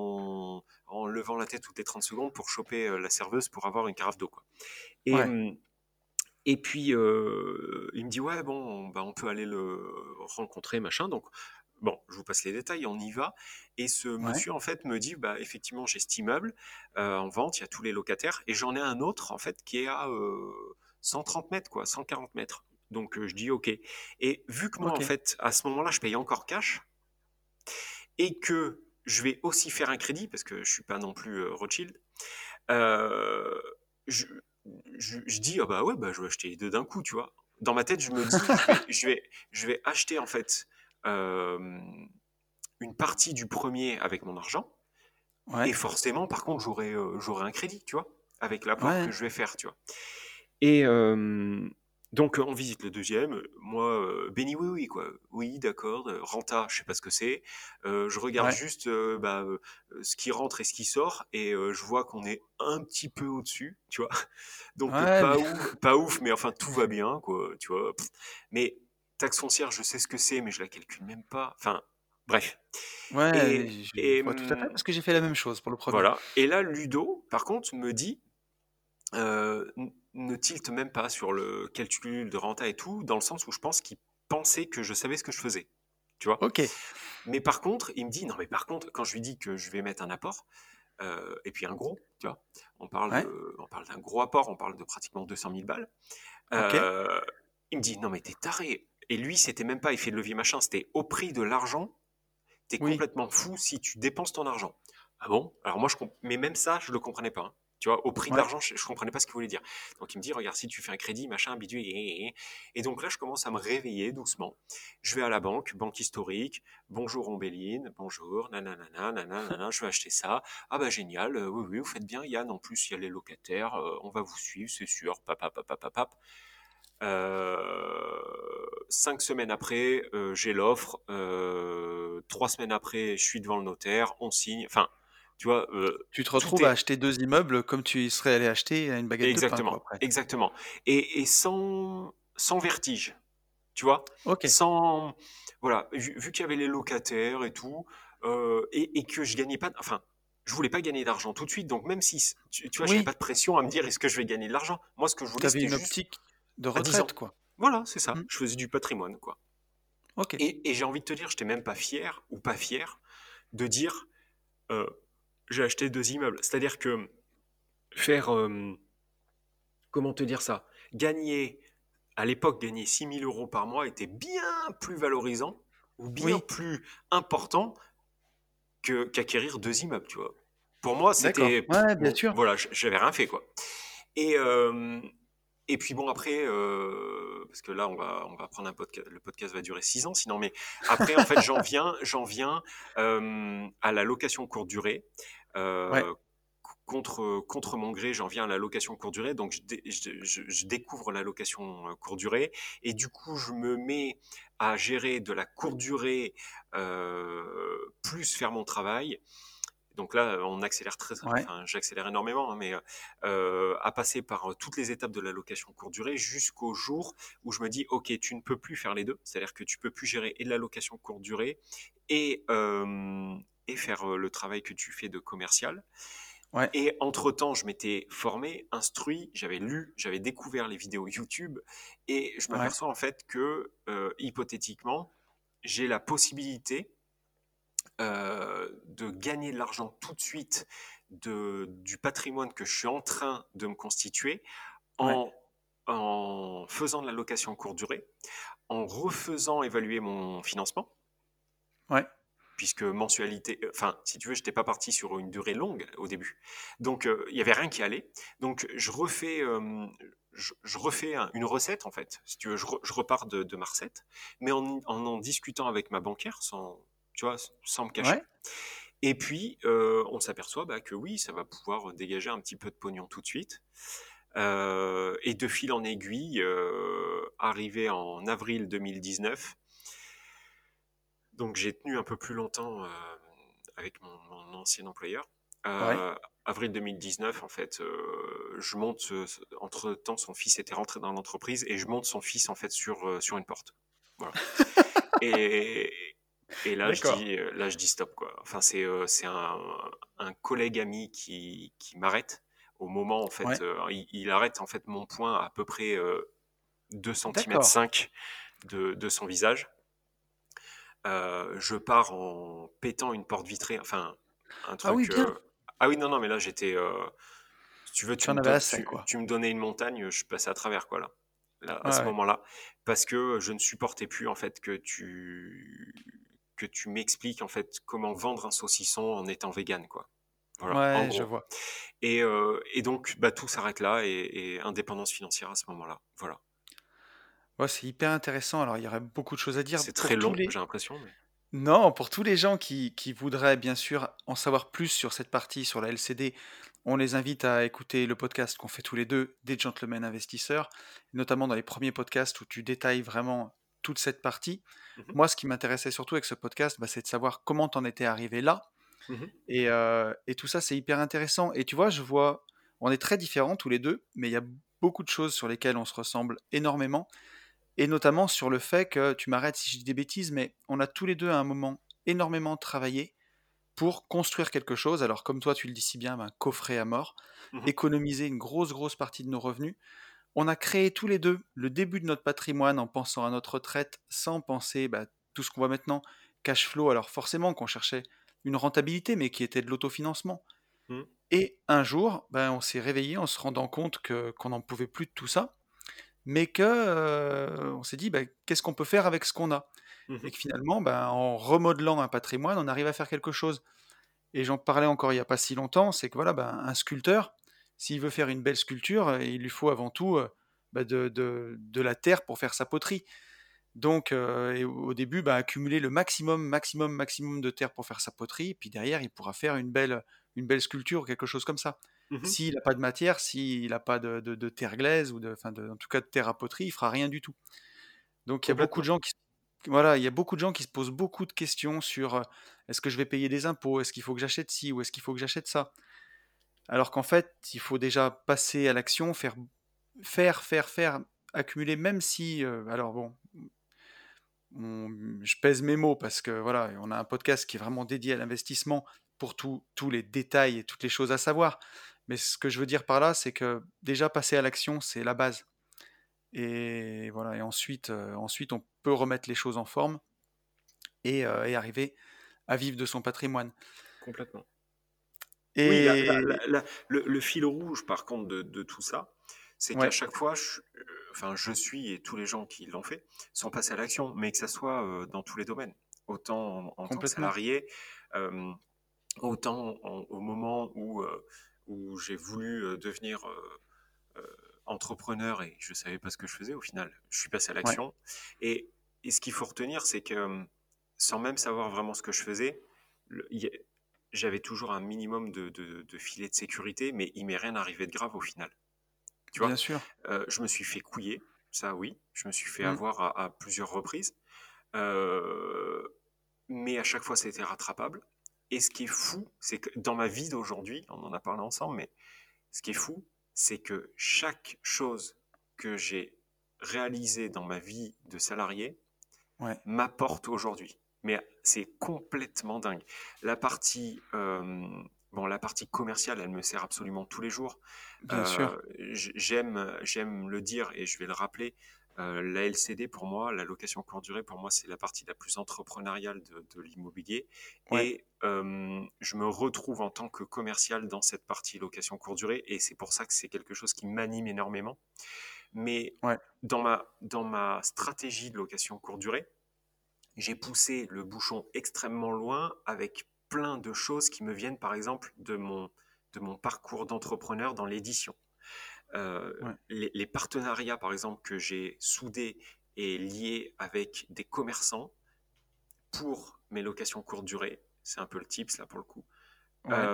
en levant la tête toutes les 30 secondes pour choper la serveuse pour avoir une carafe d'eau, quoi. Et, Ouais, hum, et puis, il me dit, ouais, bon, bah, on peut aller le rencontrer, machin. Donc, bon, je vous passe les détails, on y va. Et ce ouais, monsieur, en fait, me dit, bah, effectivement, j'ai cet immeuble en vente, il y a tous les locataires. Et j'en ai un autre, en fait, qui est à 130 mètres, quoi, 140 mètres. Donc, je dis, OK. Et vu que moi, en ok. fait, à ce moment-là, je paye encore cash et que je vais aussi faire un crédit, parce que je suis pas non plus Rothschild, euh, je, je dis, ah bah ouais, bah je vais acheter les deux d'un coup, tu vois. Dans ma tête, je me dis, je vais acheter en fait euh, une partie du premier avec mon argent, et Ouais, forcément, par contre, j'aurai un crédit, tu vois, avec l'apport ouais, que je vais faire, tu vois. Et donc, on visite le deuxième. Moi, béni oui, oui, quoi. Oui, d'accord. Renta, je sais pas ce que c'est. Je regarde ouais, juste ce qui rentre et ce qui sort, et je vois qu'on est un petit peu au-dessus, tu vois. Donc, ouais, mais... pas ouf, mais enfin, tout va bien, quoi, tu vois. Pff. Mais taxe foncière, je sais ce que c'est, mais je la calcule même pas. Enfin, bref. Ouais, Et je vois tout à fait parce que j'ai fait la même chose pour le premier. voilà. Et là, Ludo, par contre, me dit ne tilte même pas sur le calcul de renta et tout, dans le sens où je pense qu'il pensait que je savais ce que je faisais. tu vois. Ok. Mais par contre, il me dit, non, mais par contre, quand je lui dis que je vais mettre un apport, et puis un gros, tu vois, Ouais. on parle d'un gros apport, on parle de pratiquement 200 000 balles. Ok. Euh, il me dit, non, mais t'es taré. Et lui, c'était même pas effet de levier machin, c'était au prix de l'argent. T'es Oui. complètement fou si tu dépenses ton argent. Ah bon? Alors moi, mais même ça, je le comprenais pas, hein. Tu vois, au prix de Ouais. l'argent, je comprenais pas ce qu'il voulait dire. Donc il me dit, regarde, si tu fais un crédit, machin, bidule, et donc là, je commence à me réveiller doucement. Je vais à la banque, banque historique. Bonjour Ombéline, bonjour, nanana, nanana, je vais acheter ça. Ah bah génial, oui, oui, vous faites bien, Yann. En plus, il y a les locataires, on va vous suivre, c'est sûr. Papa, papa, papa. 5 semaines après, j'ai l'offre. 3 semaines après, je suis devant le notaire, on signe. Enfin, tu vois, Tu te tout retrouves à est acheter 2 immeubles comme tu y serais allé acheter à une baguette de pain, quoi, exactement, après. exactement. Et sans vertige, tu vois, Ok. sans voilà, vu qu'il y avait les locataires et tout, et que je gagnais pas, enfin, je voulais pas gagner d'argent tout de suite. Donc même si, tu vois, j'avais Oui. pas de pression à me dire est-ce que je vais gagner de l'argent. Moi, ce que je voulais, T'avais c'était une juste optique de à 10 retraite, ans. quoi. Voilà, c'est ça. Hmm. Je faisais du patrimoine, quoi. Ok. Et j'ai envie de te dire, j'étais même pas fier ou pas fier de dire euh, j'ai acheté 2 immeubles. C'est-à-dire que faire, comment te dire ça, gagner, à l'époque, gagner 6 000 € par mois était bien plus valorisant ou bien Oui. plus important qu'acquérir 2 immeubles, tu vois. Pour moi, D'accord. c'était, Ouais, bien bon, sûr. voilà, j'avais rien fait, quoi. Et, et puis bon, après, parce que là, on va prendre un podcast, le podcast va durer 6 ans, sinon, mais après, en fait, j'en viens à la location courte durée. Ouais. Euh, contre mon gré, j'en viens à la location courte durée, donc je découvre la location courte durée, et du coup, je me mets à gérer de la courte durée, plus faire mon travail. Donc là, on accélère Ouais. enfin, j'accélère énormément, hein, mais à passer par toutes les étapes de la location courte durée jusqu'au jour où je me dis, ok, tu ne peux plus faire les deux, c'est-à-dire que tu peux plus gérer et la location courte durée et, euh, et faire le travail que tu fais de commercial. Ouais. Et entre-temps, je m'étais formé, instruit, j'avais lu, j'avais découvert les vidéos YouTube, et je Ouais. m'aperçois en fait que, hypothétiquement, j'ai la possibilité de gagner de l'argent tout de suite du patrimoine que je suis en train de me constituer Ouais. en, en faisant de la location courte durée, en refaisant évaluer mon financement, Ouais. puisque mensualité, enfin, si tu veux, je n'étais pas parti sur une durée longue au début. Donc, il n'y avait rien qui allait. Donc, je refais une recette, en fait. Si tu veux, je repars de ma recette, mais en discutant avec ma banquière, tu vois, sans me cacher. Ouais. Et puis, on s'aperçoit bah, que oui, ça va pouvoir dégager un petit peu de pognon tout de suite. Et de fil en aiguille, arrivé en avril 2019, donc j'ai tenu un peu plus longtemps avec mon ancien employeur. Ouais. Avril 2019, en fait, je monte, entre-temps, son fils était rentré dans l'entreprise et je monte son fils, en fait, sur une porte. Voilà. Et, et D'accord. là, je dis stop, quoi. Enfin, c'est un collègue ami qui m'arrête au moment, en fait, Ouais. il arrête, en fait, mon poing à peu près 2 cm D'accord. 5 de son visage. Je pars en pétant une porte vitrée, enfin, un Ah oui, truc. bien. Ah oui, non, non, mais là, j'étais. Si tu veux, Tu en avais assez, quoi. tu me donnais une montagne, je passais à travers, quoi, là, Ouais. à ce Ouais. moment-là, parce que je ne supportais plus, en fait, que tu m'expliques, en fait, comment vendre un saucisson en étant vegan, quoi. Voilà, en Ouais, je gros. vois. Et donc, bah, tout s'arrête là, et indépendance financière à ce moment-là. Voilà. Ouais, c'est hyper intéressant. Alors, il y aurait beaucoup de choses à dire C'est très pour tous long, les... j'ai l'impression, mais. Non, pour tous les gens qui voudraient bien sûr en savoir plus sur cette partie, sur la LCD, on les invite à écouter le podcast qu'on fait tous les deux, des Gentlemen Investisseurs, notamment dans les premiers podcasts où tu détailles vraiment toute cette partie. Mhm, Moi, ce qui m'intéressait surtout avec ce podcast, bah, c'est de savoir comment t'en étais arrivé là. mhm, Et tout ça, c'est hyper intéressant. Et tu vois, je vois, on est très différents tous les deux, mais il y a beaucoup de choses sur lesquelles on se ressemble énormément. Et notamment sur le fait que, tu m'arrêtes si je dis des bêtises, mais on a tous les deux à un moment énormément travaillé pour construire quelque chose. Alors comme toi tu le dis si bien, ben, coffrer à mort, mhm, économiser une grosse partie de nos revenus. On a créé tous les deux le début de notre patrimoine en pensant à notre retraite sans penser bah, tout ce qu'on voit maintenant, cash flow, alors forcément qu'on cherchait une rentabilité, mais qui était de l'autofinancement. Mmh. Et un jour, ben, on s'est réveillé en se rendant compte qu'on n'en pouvait plus de tout ça, mais on s'est dit: «Bah, qu'est-ce qu'on peut faire avec ce qu'on a?» Mmh Et mh. que finalement, ben, en remodelant un patrimoine, on arrive à faire quelque chose. Et j'en parlais encore il y a pas si longtemps, c'est que voilà, ben, un sculpteur, s'il veut faire une belle sculpture, il lui faut avant tout, bah, de la terre pour faire sa poterie. Donc et au début, bah, accumuler le maximum, maximum, maximum de terre pour faire sa poterie, puis derrière, il pourra faire une belle sculpture ou quelque chose comme ça. Mmh. S'il a pas de matière, s'il a pas de terre glaise ou en tout cas de terre à poterie, il fera rien du tout. Donc il y a beaucoup de Complètement. gens qui voilà, il y a beaucoup de gens qui se posent beaucoup de questions sur, «Est-ce que je vais payer des impôts? Est-ce qu'il faut que j'achète ci ou est-ce qu'il faut que j'achète ça?» Alors qu'en fait, il faut déjà passer à l'action, faire, accumuler même si, alors bon, je pèse mes mots parce que voilà, on a un podcast qui est vraiment dédié à l'investissement pour tous les détails et toutes les choses à savoir. Mais ce que je veux dire par là, c'est que déjà passer à l'action, c'est la base. Et voilà, et ensuite on peut remettre les choses en forme et arriver à vivre de son patrimoine. Complètement. Oui, Et le fil rouge, par contre, de tout ça, c'est qu'à ouais, chaque fois, enfin, je suis et tous les gens qui l'ont fait sont passés à l'action, mais que ça soit dans tous les domaines. Autant en tant que complètement. salarié, euh, autant au moment où j'ai voulu devenir entrepreneur et je savais pas ce que je faisais, au final, je suis passé à Ouais, l'action. Et, et ce qu'il faut retenir, c'est que sans même savoir vraiment ce que je faisais, le- il y a- j'avais toujours un minimum de filet de sécurité, mais il m'est rien arrivé de grave au final. Tu vois, bien sûr. je me suis fait couiller, ça oui, je me suis fait Mmh. avoir à plusieurs reprises, euh, mais à chaque fois c'était rattrapable. Et ce qui est fou, c'est que dans ma vie d'aujourd'hui, on en a parlé ensemble, mais ce qui est fou, c'est que chaque chose que j'ai réalisée dans ma vie de salarié Ouais, m'apporte aujourd'hui. Mais c'est complètement dingue. La partie, la partie commerciale, elle me sert absolument tous les jours. bien sûr. J'aime le dire et je vais le rappeler. La LCD pour moi, la location courte durée pour moi, c'est la partie la plus entrepreneuriale de l'immobilier. Ouais, Et je me retrouve en tant que commercial dans cette partie location courte durée et c'est pour ça que c'est quelque chose qui m'anime énormément. Mais ouais, dans ma stratégie de location courte durée, j'ai poussé le bouchon extrêmement loin avec plein de choses qui me viennent par exemple de mon parcours d'entrepreneur dans l'édition. ouais, Les partenariats par exemple que j'ai soudés et liés avec des commerçants pour mes locations courte durée, c'est un peu le tips là pour le coup, ouais.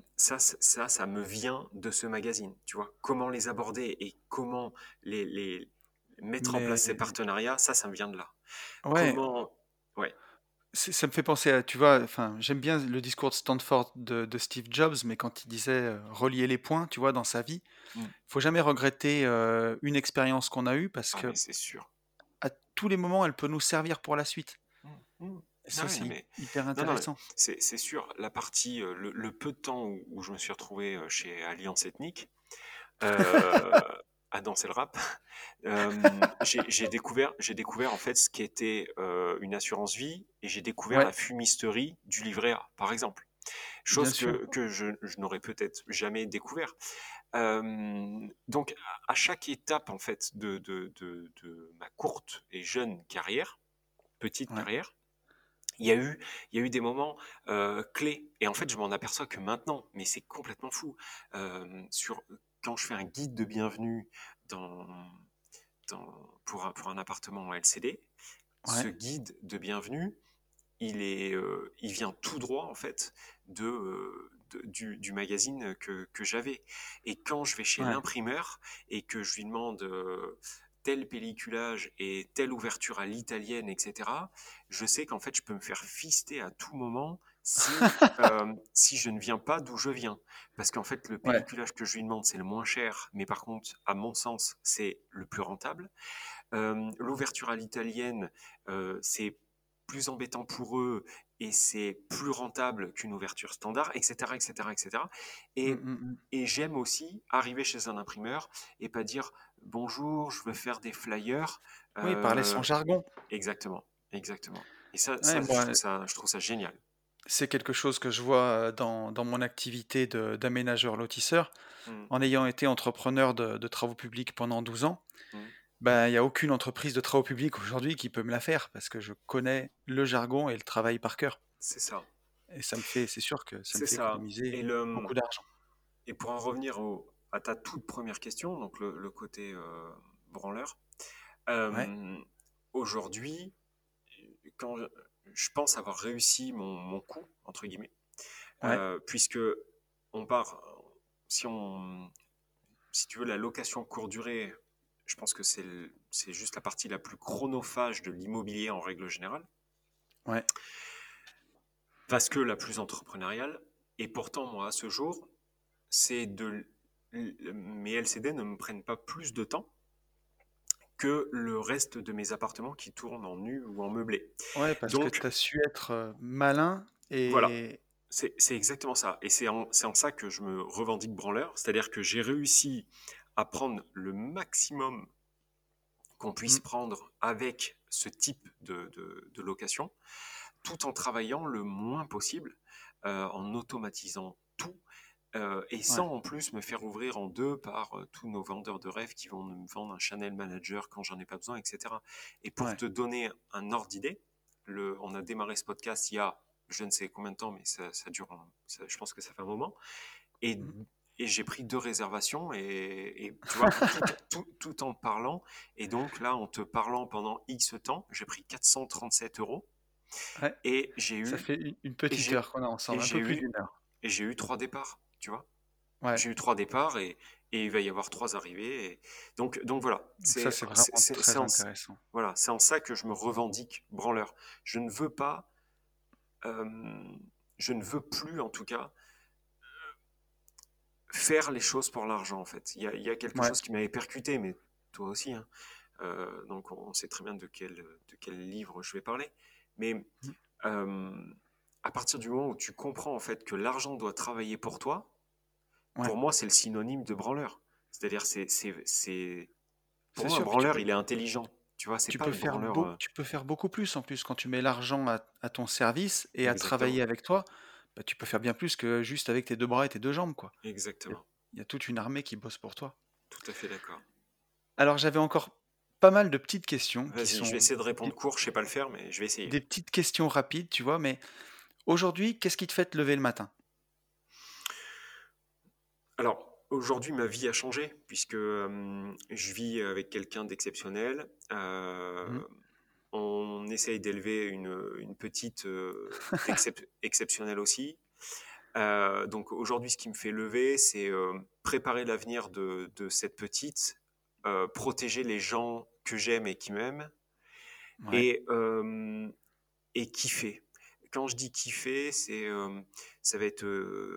ça me vient de ce magazine, tu vois. Comment les aborder et comment les mettre en place ces Mais partenariats, ça me vient de là. ouais, Comment... Ouais. ça me fait penser à, tu vois, enfin, j'aime bien le discours de Stanford de Steve Jobs, mais quand il disait relier les points, tu vois, dans sa vie, Mm. faut jamais regretter une expérience qu'on a eue parce Ah, mais que c'est sûr. à tous les moments, elle peut nous servir pour la suite. Mm, mm. Et Ah ça, ouais, non, c'est mais, hyper non, non, mais intéressant. c'est sûr. La partie, le peu de temps où je me suis retrouvé chez Alliance Ethnique, euh, à danser le rap, j'ai découvert en fait ce qu'était une assurance vie et j'ai découvert Ouais, la fumisterie du livret A, par exemple. bien Chose sûr. que je n'aurais peut-être jamais découvert. Donc, à chaque étape en fait de ma courte et jeune carrière, petite Ouais, carrière, il y a eu des moments clés. Et en fait, je m'en aperçois que maintenant, mais c'est complètement fou. Quand je fais un guide de bienvenue dans, pour un appartement en LCD, ce ouais, guide de bienvenue, il vient tout droit en fait du magazine que j'avais. Et quand je vais chez ouais. l'imprimeur et que je lui demande tel pelliculage et telle ouverture à l'italienne, etc., je sais qu'en fait je peux me faire fister à tout moment si je ne viens pas d'où je viens. Parce qu'en fait le Ouais, pelliculage que je lui demande c'est le moins cher, mais par contre à mon sens c'est le plus rentable. L'ouverture à l'italienne, c'est plus embêtant pour eux et c'est plus rentable qu'une ouverture standard, etc., etc., etc. mm, Et, mm, mm. et j'aime aussi arriver chez un imprimeur et pas dire bonjour, je veux faire des flyers. Oui, parler son Euh, jargon. exactement, exactement. Et ça, Ouais, ça, moi, je trouve ça génial. c'est quelque chose que je vois dans mon activité d'aménageur lotisseur. Mm, En ayant été entrepreneur de travaux publics pendant 12 ans, mm. ben, il n'y a aucune entreprise de travaux publics aujourd'hui qui peut me la faire parce que je connais le jargon et le travail par cœur. C'est ça, Et c'est sûr que ça me c'est fait ça. Et économiser le, beaucoup d'argent. et pour en revenir à ta toute première question, donc le côté branleur, Ouais, euh, aujourd'hui, quand je pense avoir réussi mon coup entre guillemets, ouais, puisque on part, si on, si tu veux, la location courte durée, je pense que c'est juste la partie la plus chronophage de l'immobilier en règle générale, ouais, parce que la plus entrepreneuriale. Et pourtant, moi, à ce jour, c'est de mes LCD ne me prennent pas plus de temps que le reste de mes appartements qui tournent en nu ou en meublé. ouais, parce que Donc tu as su être malin voilà, et... c'est exactement ça. Et c'est en ça que je me revendique branleur, c'est-à-dire que j'ai réussi à prendre le maximum qu'on puisse Hmm, prendre avec ce type de location, tout en travaillant le moins possible, en automatisant tout, et ouais, sans en plus me faire ouvrir en deux par tous nos vendeurs de rêves qui vont me vendre un Channel Manager quand j'en ai pas besoin, etc. Et pour ouais, te donner un ordre d'idée, on a démarré ce podcast il y a je ne sais combien de temps, mais ça dure, je pense que ça fait un moment. Et, mhm. et j'ai pris deux réservations et tu vois, tout en parlant. Et donc là, en te parlant pendant X temps, j'ai pris 437 euros Ouais, et j'ai ça eu, fait une et petite j'ai, heure qu'on est et ensemble, un j'ai peu plus eu, d'une heure. et j'ai eu trois départs, tu vois. Ouais, J'ai eu trois départs et il va y avoir trois arrivées. Donc voilà, ça c'est vraiment très intéressant. voilà, c'est en ça que je me revendique branleur. Je ne veux pas, euh, je ne veux plus en tout cas faire les choses pour l'argent en fait. Il y a quelque Ouais, chose qui m'avait percuté, mais toi aussi, hein. Donc on sait très bien de quel livre je vais parler. Mais mhm, euh, à partir du moment où tu comprends en fait que l'argent doit travailler pour toi, ouais, pour moi c'est le synonyme de branleur. C'est-à-dire pour c'est moi un sûr. Puis branleur il est intelligent. Tu vois, c'est pas le branleur. tu peux faire beaucoup plus en plus quand tu mets l'argent à ton service et à travailler Exactement, avec toi, bah, tu peux faire bien plus que juste avec tes 2 bras et tes 2 jambes, quoi. Il y a exactement. il y a toute une armée qui bosse pour toi. Tout à fait d'accord. Alors j'avais encore pas mal de petites questions qui Vas-y, je vais sont essayer de répondre court. Je sais pas le faire, mais je vais essayer. des petites questions rapides, tu vois? Mais aujourd'hui, qu'est-ce qui te fait te lever le matin? Alors, aujourd'hui, ma vie a changé puisque je vis avec quelqu'un d'exceptionnel. Mmh. On essaye d'élever une petite exceptionnelle aussi. Donc aujourd'hui, ce qui me fait lever, c'est préparer l'avenir de cette petite, protéger les gens que j'aime et qui m'aiment, Ouais, et, et kiffer. Quand je dis kiffer, ça va être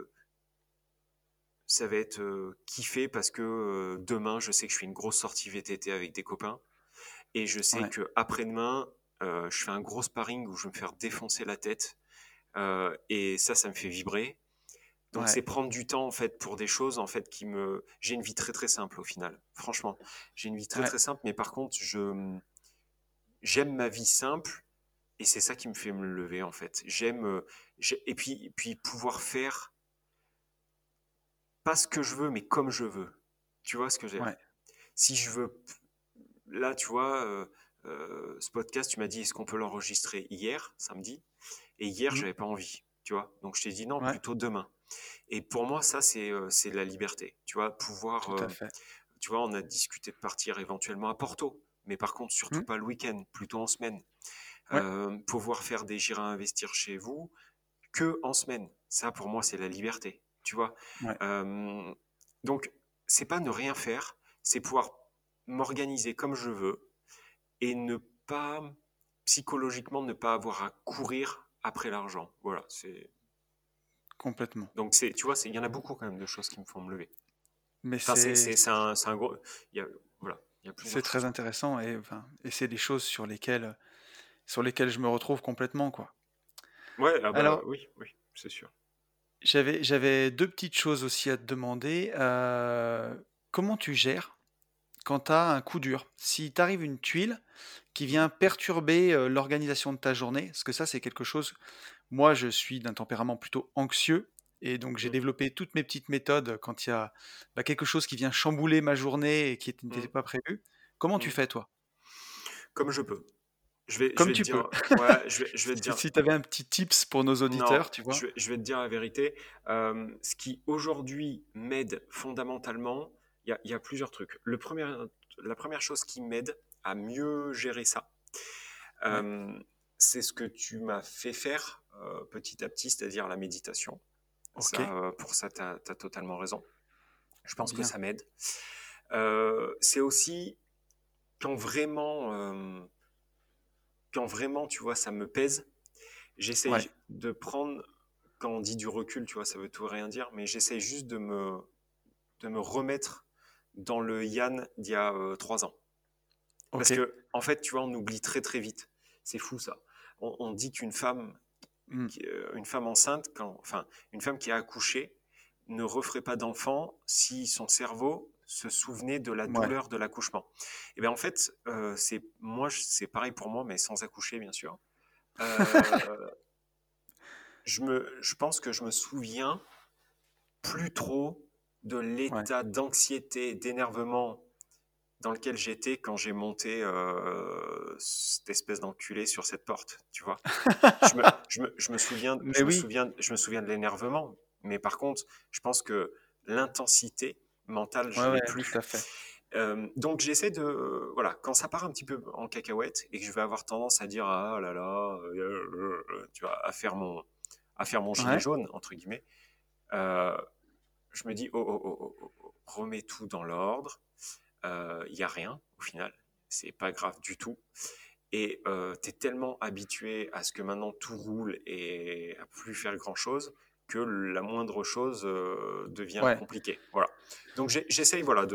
kiffé parce que demain, je sais que je fais une grosse sortie VTT avec des copains et je sais ouais, que après-demain, je fais un gros sparring où je vais me faire défoncer la tête et ça me fait vibrer. Donc ouais, c'est prendre du temps en fait pour des choses en fait qui me. J'ai une vie très très simple au final. Franchement, j'ai une vie très ouais, très simple, mais par contre, j'aime ma vie simple et c'est ça qui me fait me lever en fait. Et puis pouvoir faire pas ce que je veux, mais comme je veux. Tu vois ce que j'ai. ouais. Si je veux, là, tu vois, ce podcast, tu m'as dit, est-ce qu'on peut l'enregistrer hier, samedi? Et hier, Mmh. j'avais pas envie, tu vois. Donc, je t'ai dit non, Ouais, plutôt demain. Et pour moi, ça, c'est la liberté, tu vois, pouvoir, tout à fait. tu vois, on a discuté de partir éventuellement à Porto, mais par contre, surtout Mmh. pas le week-end, plutôt en semaine. Ouais, Pouvoir faire des j'iras investir chez vous que en semaine. Ça, pour moi, c'est la liberté, tu vois. ouais, Euh, donc, c'est pas ne rien faire, c'est pouvoir m'organiser comme je veux et ne pas, psychologiquement, ne pas avoir à courir après l'argent. Voilà, c'est. complètement. Donc, tu vois, il y en a beaucoup quand même de choses qui me font me lever. Mais Enfin, c'est un gros. Il y a, voilà, il y a c'est plusieurs très choses, quoi. intéressant et enfin et c'est des choses sur lesquelles je me retrouve complètement, quoi. Ouais, ah bah Alors, oui, oui, c'est sûr. j'avais 2 petites choses aussi à te demander, comment tu gères quand tu as un coup dur. Si t'arrive une tuile qui Mmh. vient perturber, l'organisation de ta journée, parce que ça, c'est quelque chose moi, je suis d'un tempérament plutôt anxieux et donc j'ai Mmh. développé toutes mes petites méthodes quand il y a, quelque chose qui vient chambouler ma journée et qui n'était Mmh. pas prévu. Comment tu Mmh. fais toi? Comme je peux. Je Comme vais te tu peux. dire, ouais, je vais te dire Si tu avais un petit tips pour nos non, auditeurs, tu vois? je vais te dire la vérité. Ce qui aujourd'hui m'aide fondamentalement, il y a plusieurs trucs. La première chose qui m'aide à mieux gérer ça, Ouais, c'est ce que tu m'as fait faire petit à petit, c'est-à-dire la méditation. Ça, OK, pour ça, tu as totalement raison. Je pense que bien. ça m'aide. C'est aussi quand vraiment, quand vraiment, tu vois, ça me pèse, Ouais, j'essaye de prendre, quand on dit du recul, tu vois, ça veut tout rien dire, mais j'essaye juste de me remettre dans le Yann d'il y a 3 ans. Parce OK. que, en fait, tu vois, on oublie très très vite. C'est fou ça. On dit qu'une femme, Mmh. une femme enceinte, enfin, une femme qui a accouché, ne referait pas d'enfant si son cerveau se souvenait de la Ouais. douleur de l'accouchement. Et bien en fait, c'est pareil pour moi, mais sans accoucher bien sûr. Euh, je pense que je me souviens plus trop de Ouais. l'état d'anxiété, d'énervement dans lequel j'étais quand j'ai monté cette espèce d'enculé sur cette porte, tu vois. Mais oui, Je me souviens de l'énervement, mais par contre, je pense que l'intensité mentale, ouais, je l'ai ouais, tout plus. à fait. Donc j'essaie de, voilà, quand ça part un petit peu en cacahuète et que je vais avoir tendance à dire ah là là, tu vois, à faire mon gilet Ouais, jaune entre guillemets, euh, je me dis oh, oh, oh, oh, oh, oh, remets tout dans l'ordre, il y a rien au final, c'est pas grave du tout. Et tu es tellement habitué à ce que maintenant tout roule et à plus faire grand chose que la moindre chose devient ouais. compliquée. Voilà. Donc j'essaye voilà,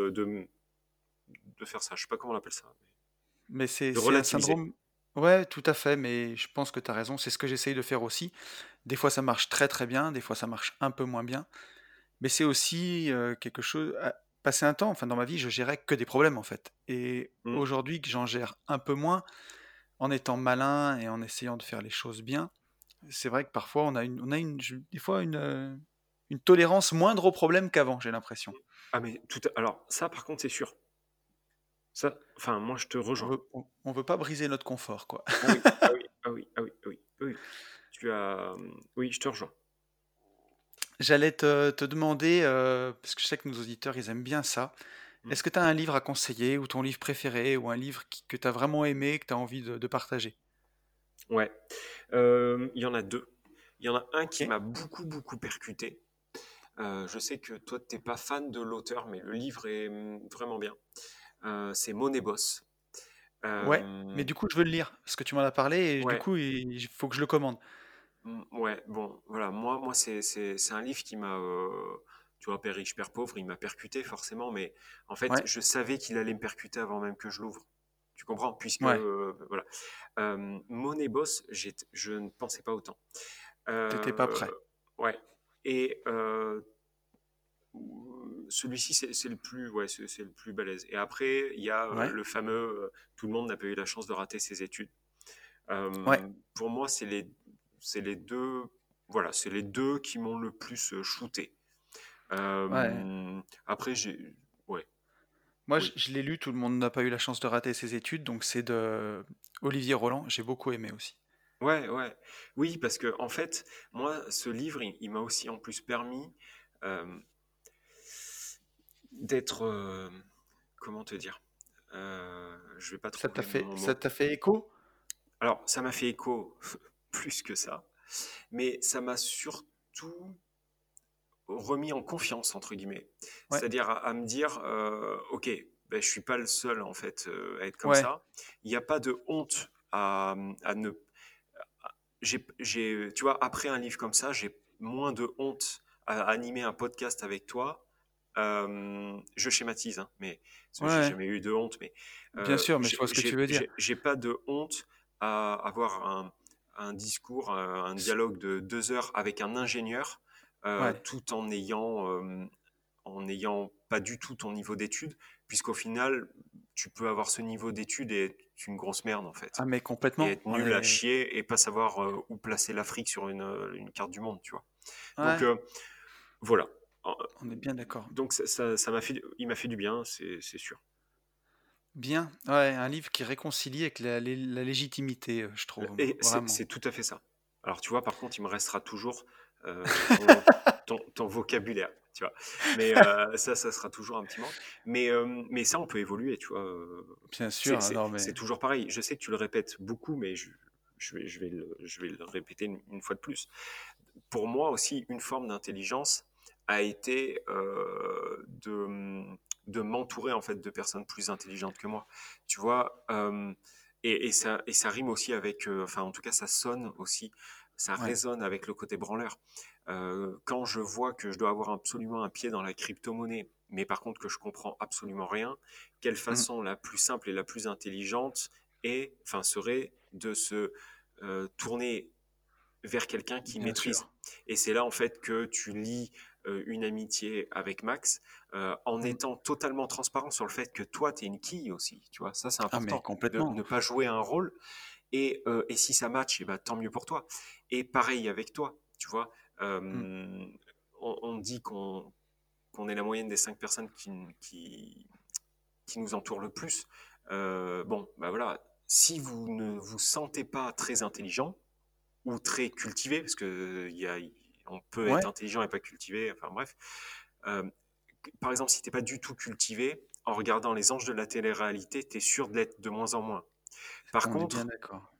de faire ça. Je sais pas comment on appelle ça. Mais c'est De c'est un relativiser. syndrome ouais, tout à fait, mais je pense que tu as raison, c'est ce que j'essaye de faire aussi. Des fois, ça marche très, très bien, des fois, ça marche un peu moins bien, mais c'est aussi, quelque chose passé un temps, enfin, dans ma vie, je gérais que des problèmes, en fait et Mm. aujourd'hui que j'en gère un peu moins, en étant malin et en essayant de faire les choses bien, c'est vrai que parfois on a une je des fois une tolérance moindre aux problèmes qu'avant, j'ai l'impression. Ah mais alors ça par contre c'est sûr. Ça, enfin moi je te rejoins. On veut pas briser notre confort, quoi. Ah oui, ah oui, ah oui, ah oui, ah oui, ah oui. Tu as, oui, je te rejoins. J'allais te demander, parce que je sais que nos auditeurs, ils aiment bien ça. Mm. Est-ce que tu as un livre à conseiller ou ton livre préféré ou un livre que tu as vraiment aimé, que tu as envie de partager? Ouais. Il y en a deux. Il y en a un qui OK. m'a beaucoup beaucoup percuté. Je sais que toi, t'es pas fan de l'auteur, mais le livre est vraiment bien. C'est Moneybos. Ouais, Euh, mais du coup, je veux le lire parce que tu m'en as parlé et du ouais, coup, il faut que je le commande. ouais, bon, voilà, moi c'est un livre qui m'a, tu vois, Père riche, Père pauvre, il m'a percuté forcément, mais en fait, Ouais, je savais qu'il allait me percuter avant même que je l'ouvre. Tu comprends? Puisque, ouais, voilà. Moneybos, je ne pensais pas autant. t'étais pas Euh, prêt. ouais. Et celui-ci, c'est le plus, ouais, c'est le plus balèze. Et après, il y a Ouais, le fameux tout le monde n'a pas eu la chance de rater ses études. ouais, Pour moi, c'est les deux, voilà, c'est les deux qui m'ont le plus shooté. ouais. Après, j'ai, ouais, Moi, oui, je l'ai lu, tout le monde n'a pas eu la chance de rater ses études, donc c'est de Olivier Roland, j'ai beaucoup aimé aussi. ouais, ouais, oui, parce que en fait, moi, ce livre, il m'a aussi en plus permis euh, d'être, comment te dire, je vais pas trouver mon Ça mot. t'a fait écho? Alors, ça m'a fait écho plus que ça, mais ça m'a surtout remis en confiance, entre guillemets. Ouais, C'est-à-dire à me dire, ok, ben, je suis pas le seul en fait à être comme ouais, ça. Il n'y a pas de honte à ne. Tu vois, après un livre comme ça, j'ai moins de honte à animer un podcast avec toi. Je schématise, hein, mais parce que j'ai ouais, jamais eu de honte, mais bien sûr, mais je vois ce que tu veux dire. j'ai pas de honte à avoir un discours, un dialogue de 2 heures avec un ingénieur, Ouais, tout en ayant pas du tout ton niveau d'études, puisqu'au final, tu peux avoir ce niveau d'études et être une grosse merde en fait. Ah, mais Et complètement. être nul à chier et pas savoir où placer l'Afrique sur une carte du monde, tu vois. Donc Ouais, voilà. Euh, on est bien d'accord. Donc il m'a fait du bien, c'est sûr. Bien. Ouais, un livre qui réconcilie avec la légitimité, je trouve, moi, Et vraiment. c'est tout à fait ça. Alors tu vois, par contre, il me restera toujours ton vocabulaire, tu vois. Mais ça sera toujours un petit manque. Mais ça, on peut évoluer, tu vois. Bien sûr, non mais C'est toujours pareil. Je sais que tu le répètes beaucoup, mais je vais le répéter une fois de plus. Pour moi aussi, une forme d'intelligence a été de m'entourer en fait de personnes plus intelligentes que moi. Tu vois, et ça rime aussi avec, enfin en tout cas ça sonne aussi, ça ouais. résonne avec le côté branleur. Quand je vois que je dois avoir absolument un pied dans la crypto-monnaie, mais par contre que je comprends absolument rien, quelle Mmh, façon la plus simple et la plus intelligente enfin, serait de se tourner vers quelqu'un qui bien maîtrise. sûr. Et c'est là en fait que tu lis une amitié avec Max en Mmh. étant totalement transparent sur le fait que toi, tu es une quille aussi. Tu vois, ça c'est Ah, mais important, de complètement. ne pas jouer un rôle. Et si ça match, et ben, tant mieux pour toi. Et pareil avec toi, tu vois. Mmh. On dit qu'on est la moyenne des 5 personnes qui nous entourent le plus. Bon, bah voilà, si vous ne vous sentez pas très intelligent, ou très cultivé, parce que on peut être Ouais, intelligent et pas cultivé, enfin bref. Euh, Par exemple, si t'es pas du tout cultivé, en regardant les anges de la télé-réalité, t'es sûr d'être de moins en moins. Par on est bien contre, d'accord.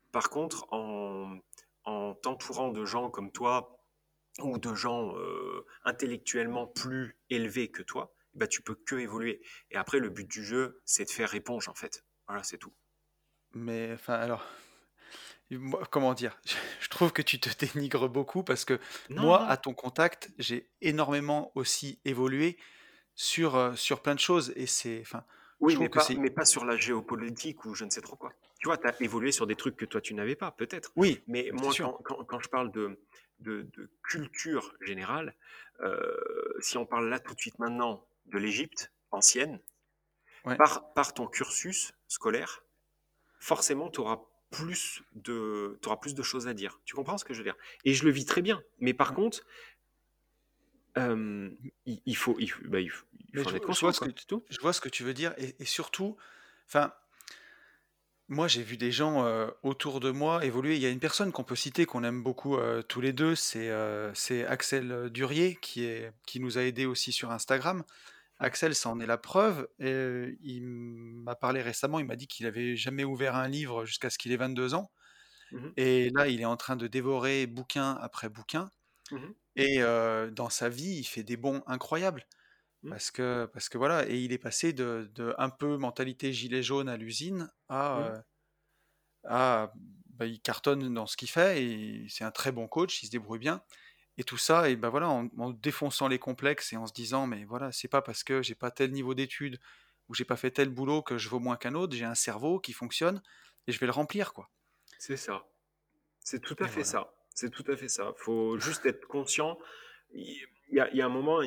en t'entourant de gens comme toi ou de gens intellectuellement plus élevés que toi, bah, tu peux que évoluer. Et après, le but du jeu, c'est de faire éponge, en fait. Voilà, c'est tout. Mais enfin, alors, moi, comment dire? Je trouve que tu te dénigres beaucoup parce que Non, moi, non. à ton contact, j'ai énormément aussi évolué sur plein de choses et c'est enfin, je Oui, trouve que c'est mais pas sur la géopolitique ou je ne sais trop quoi. Tu vois, tu as évolué sur des trucs que toi tu n'avais pas, peut-être. oui, Mais c'est moi, sûr. quand je parle de culture générale, si on parle là tout de suite maintenant de l'Égypte ancienne, Ouais. par ton cursus scolaire, forcément, t'auras plus de choses à dire. Tu comprends ce que je veux dire? Et je le vis très bien. Mais par Ouais. contre, euh, il Mais faut en être je vois conscient, ce que quoi. C'est tout. je vois ce que tu veux dire et surtout, enfin, moi, j'ai vu des gens, autour de moi évoluer. Il y a une personne qu'on peut citer, qu'on aime beaucoup, tous les 2, c'est Axel, Durier qui nous a aidés aussi sur Instagram. Mhm, Axel, ça en est la preuve et il m'a parlé récemment, il m'a dit qu'il avait jamais ouvert un livre jusqu'à ce qu'il ait 22 ans mhm, et là, il est en train de dévorer bouquin après bouquin mhm, et dans sa vie, il fait des bonds incroyables mhm, parce que voilà et il est passé de un peu mentalité gilet jaune à l'usine mhm. à bah, il cartonne dans ce qu'il fait et c'est un très bon coach, il se débrouille bien et tout ça et bah, voilà, en défonçant les complexes et en se disant: «Mais voilà, c'est pas parce que j'ai pas tel niveau d'études ou j'ai pas fait tel boulot que je vaux moins qu'un autre, j'ai un cerveau qui fonctionne et je vais le remplir, quoi» C'est ça. C'est tout à et fait voilà. ça. C'est tout à fait ça. Faut juste être conscient. Il y a un moment,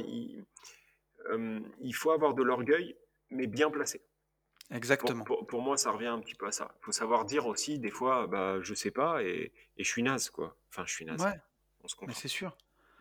il faut avoir de l'orgueil, mais bien placé. Exactement. Pour moi, ça revient un petit peu à ça. Il faut savoir dire aussi, des fois, bah, je sais pas et je suis naze, quoi. Enfin, je suis naze. Ouais, On se mais comprend. c'est sûr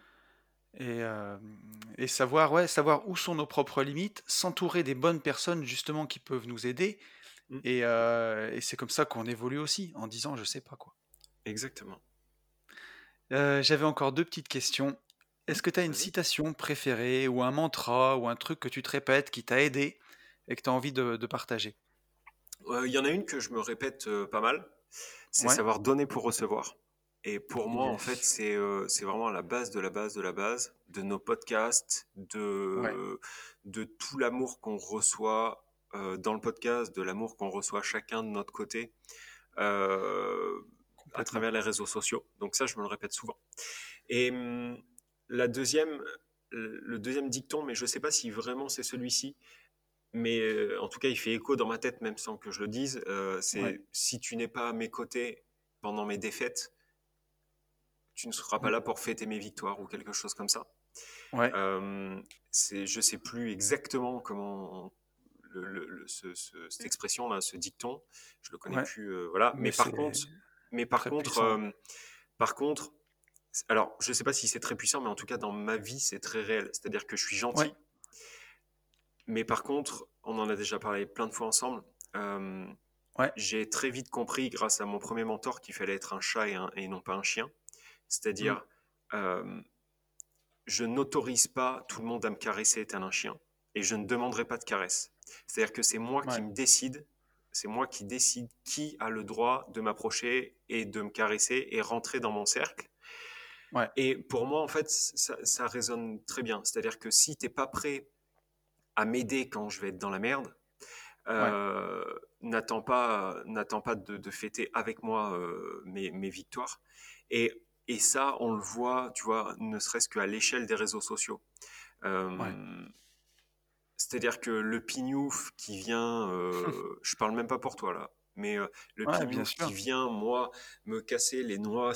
et savoir, ouais, savoir où sont nos propres limites, s'entourer des bonnes personnes justement qui peuvent nous aider Mm, et c'est comme ça qu'on évolue aussi, en disant: «Je sais pas», quoi. exactement. J'avais encore 2 petites questions. Mm, Est-ce que tu as une vas-y. citation préférée ou un mantra ou un truc que tu te répètes qui t'a aidé et que tu as envie de partager? Il y en a une que je me répète pas mal. C'est Ouais? savoir donner pour recevoir. Et pour moi, en fait, Yes. c'est vraiment la base de la base de la base de nos podcasts, Ouais, de tout l'amour qu'on reçoit dans le podcast, de l'amour qu'on reçoit chacun de notre côté euh, à complètement. travers les réseaux sociaux. Donc ça, je me le répète souvent. Et la deuxième, le deuxième dicton, mais je ne sais pas si vraiment c'est celui-ci, mais en tout cas, il fait écho dans ma tête, même sans que je le dise. Ouais. C'est si tu n'es pas à mes côtés pendant mes défaites, tu ne seras pas Mmh. là pour fêter mes victoires ou quelque chose comme ça. Ouais, Je sais plus exactement comment cette expression-là, ce dicton, je le connais ouais, plus, voilà. mais c'est Mais par très contre, puissant. par contre, alors je sais pas si c'est très puissant, mais en tout cas dans ma vie, c'est très réel. C'est-à-dire que je suis Ouais, gentil, mais par contre, on en a déjà parlé plein de fois ensemble. euh, ouais, j'ai très vite compris, grâce à mon premier mentor, qu'il fallait être un chat et non pas un chien. mm, C'est-à-dire, euh, je n'autorise pas tout le monde à me caresser tel un chien et je ne demanderai pas de caresse. C'est-à-dire que ouais, c'est moi qui décide qui a le droit de m'approcher et de me caresser et rentrer dans mon cercle. ouais, Et pour moi, en fait, ça résonne très bien. C'est-à-dire que si t'es pas prêt à m'aider quand je vais être dans la merde, ouais. euh, n'attends pas de fêter avec moi mes victoires. Et ça, on le voit, tu vois, ne serait-ce qu'à l'échelle des réseaux sociaux. Ouais. Euh, C'est-à-dire que le pignouf qui vient, je parle même pas pour toi là, mais le Ouais, bien pignouf qui sûr. vient, moi, me casser les noix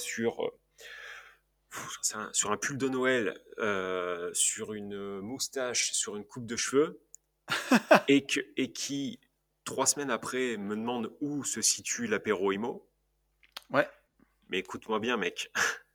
sur un pull de Noël, sur une moustache, sur une coupe de cheveux, et qui, 3 semaines après, me demande où se situe l'apéro IMO. Ouais. Mais écoute-moi bien, mec,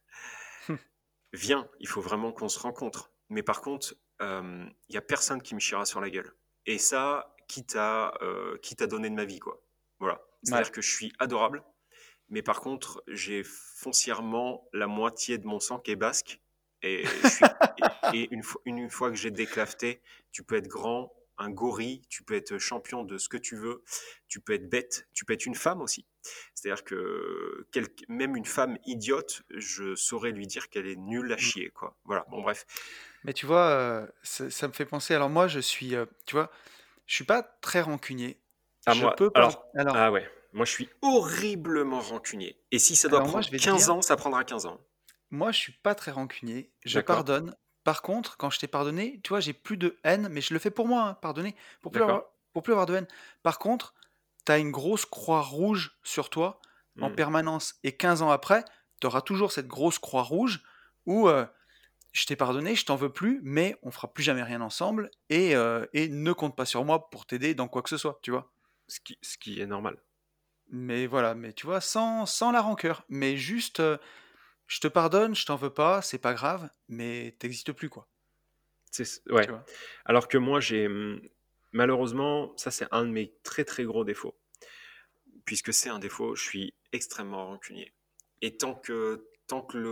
viens, il faut vraiment qu'on se rencontre. Mais par contre, il y a personne qui me chiera sur la gueule. Et ça, quitte à donner de ma vie, quoi. Voilà. Ouais. C'est-à-dire que je suis adorable, mais par contre, j'ai foncièrement la moitié de mon sang qui est basque. Et, je suis, et une fois que j'ai déclafté, tu peux être grand, un gorille, tu peux être champion de ce que tu veux, tu peux être bête, tu peux être une femme aussi. C'est-à-dire que même une femme idiote, je saurais lui dire qu'elle est nulle à Mm. chier, quoi. Voilà, bon bref. Mais tu vois, ça me fait penser. Alors moi, je suis, tu vois, je suis pas très rancunier. À Je moi, peux pas. Alors, ah ouais, moi je suis horriblement rancunier. Et si ça doit alors moi, je prendre vais te 15 dire, ans, ça prendra 15 ans. moi, je suis pas très rancunier. Je D'accord, pardonne. Par contre, quand je t'ai pardonné, tu vois, j'ai plus de haine, mais je le fais pour moi, hein, pardonner, d'accord. pour plus avoir de haine. Par contre, t'as une grosse croix rouge sur toi en Hmm. permanence. Et 15 ans après, t'auras toujours cette grosse croix rouge où je t'ai pardonné, je t'en veux plus, mais on fera plus jamais rien ensemble et ne compte pas sur moi pour t'aider dans quoi que ce soit, tu vois. Ce qui est normal. Mais voilà, mais tu vois, sans la rancœur. Mais juste, je te pardonne, je t'en veux pas, c'est pas grave, mais t'existes plus, quoi. Ouais. Tu vois. Alors que moi, malheureusement, ça c'est un de mes très très gros défauts. Puisque c'est un défaut, je suis extrêmement rancunier. Et tant que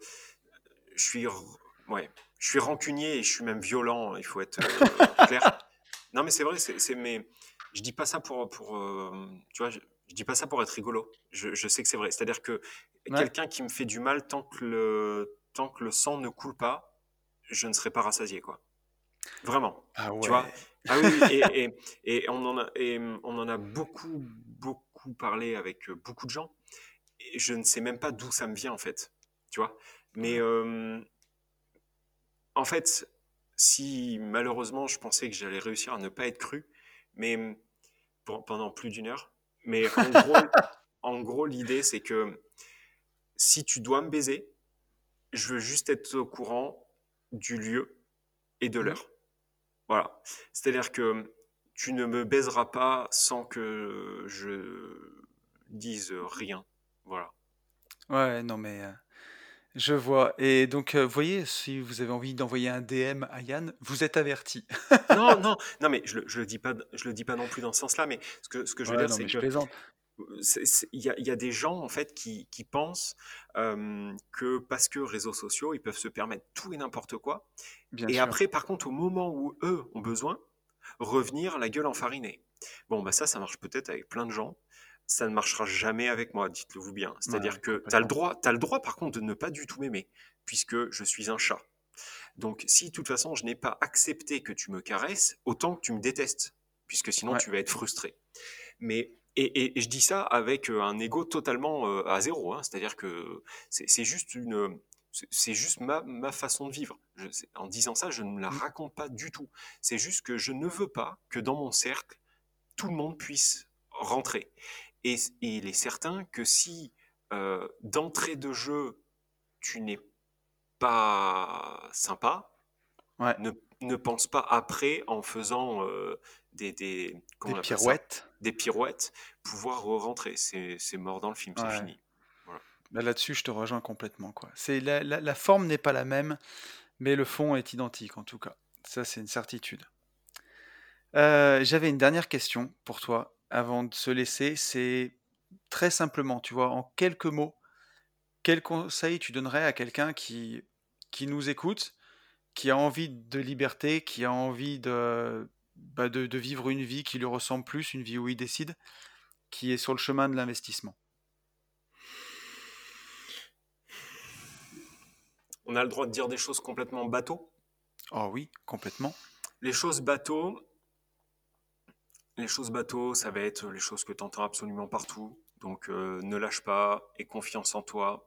je suis, ouais, je suis rancunier et je suis même violent, il faut être clair. Non, mais c'est vrai, mais je dis pas ça tu vois, je dis pas ça pour être rigolo. Je sais que c'est vrai. C'est-à-dire que Ouais. quelqu'un qui me fait du mal, tant que le sang ne coule pas, je ne serai pas rassasié, quoi. Vraiment. Ah Tu vois? ouais. Ah oui, oui, et on en a beaucoup parlé avec beaucoup de gens. Et je ne sais même pas d'où ça me vient, en fait. Tu vois? Mais en fait, si malheureusement je pensais que j'allais réussir à ne pas être cru, mais pendant plus d'une heure. Mais en gros, l'idée, c'est que si tu dois me baiser, je veux juste être au courant du lieu et de Mm. l'heure. Voilà. C'est-à-dire que tu ne me baiseras pas sans que je dise rien. Voilà. Ouais, non mais je vois. Et donc, vous voyez, si vous avez envie d'envoyer un DM à Yann, vous êtes averti. Non, non, non, mais je le dis pas non plus dans ce sens-là, mais ce que je veux Ouais, dire, non c'est mais je que plaisante. il y a des gens en fait qui pensent que parce que réseaux sociaux, ils peuvent se permettre tout et n'importe quoi. Bien Et sûr. après, par contre, au moment où eux ont besoin, revenir la gueule enfarinée. Bon, bah ça marche peut-être avec plein de gens. Ça ne marchera jamais avec moi, dites-le vous bien. Ouais, C'est-à-dire que complètement. t'as le droit par contre de ne pas du tout m'aimer, puisque je suis un chat. Donc si de toute façon je n'ai pas accepté que tu me caresses, autant que tu me détestes, puisque sinon Ouais. tu vas être frustré. Et je dis ça avec un ego totalement à zéro, hein. C'est-à-dire que c'est juste c'est juste ma façon de vivre. En disant ça, je ne me la Mm. raconte pas du tout. C'est juste que je ne veux pas que dans mon cercle, tout le monde puisse rentrer. Et il est certain que si d'entrée de jeu, tu n'es pas sympa, Ouais. Ne, ne pense pas après en faisant comment Des on appelle ça? pirouettes. Des pirouettes, pouvoir rentrer. C'est mort dans le film, c'est Ouais. fini. Voilà. Bah, là-dessus, je te rejoins complètement, quoi. C'est la forme n'est pas la même, mais le fond est identique, en tout cas. Ça, c'est une certitude. J'avais une dernière question pour toi, avant de se laisser. C'est très simplement, tu vois, en quelques mots, quel conseil tu donnerais à quelqu'un qui nous écoute, qui a envie de liberté, qui a envie de vivre une vie qui lui ressemble plus, une vie où il décide, qui est sur le chemin de l'investissement? On a le droit de dire des choses complètement bateau. Oh oui, complètement. Les choses bateau, les choses bateau, ça va être les choses que tu entends absolument partout. Donc ne lâche pas, aie confiance en toi.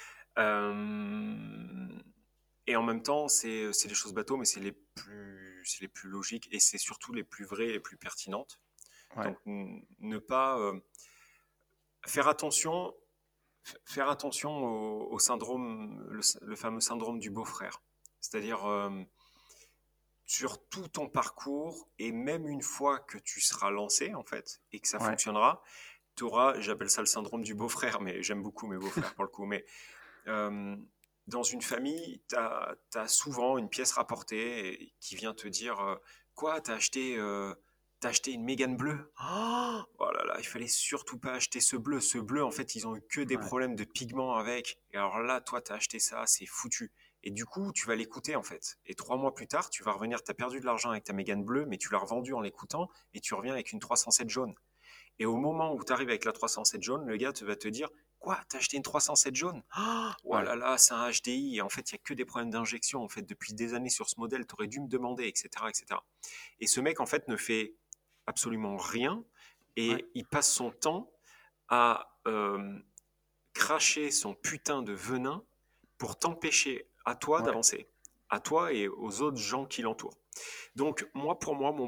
Euh, et en même temps, c'est les choses bateau, mais c'est les plus logiques et c'est surtout les plus vraies et les plus pertinentes. Ouais, Donc ne pas faire attention, faire attention au syndrome, le fameux syndrome du beau-frère. C'est-à-dire sur tout ton parcours et même une fois que tu seras lancé en fait et que ça ouais, fonctionnera, tu auras, j'appelle ça le syndrome du beau-frère, mais j'aime beaucoup mes beaux-frères pour le coup, mais euh, dans une famille, tu as souvent une pièce rapportée qui vient te dire quoi, t'as acheté une Mégane bleue. Oh là là, il fallait surtout pas acheter ce bleu. Ce bleu, en fait, ils ont eu que des ouais, problèmes de pigments avec. Et alors là, toi, t'as acheté ça, c'est foutu. Et du coup, tu vas l'écouter en fait. Et 3 mois plus tard, tu vas revenir, t'as perdu de l'argent avec ta Mégane bleue, mais tu l'as revendue en l'écoutant et tu reviens avec une 307 jaune. Et au moment où tu arrives avec la 307 jaune, le gars va te dire quoi, t'as acheté une 307 jaune? Oh ouais, là là, c'est un HDI. Et en fait, il n'y a que des problèmes d'injection. En fait, depuis des années sur ce modèle, tu aurais dû me demander, etc., etc. Et ce mec, en fait, ne fait absolument rien. ouais, Et il passe son temps à cracher son putain de venin pour t'empêcher à toi ouais. d'avancer. À toi et aux autres gens qui l'entourent. Donc, moi, pour moi,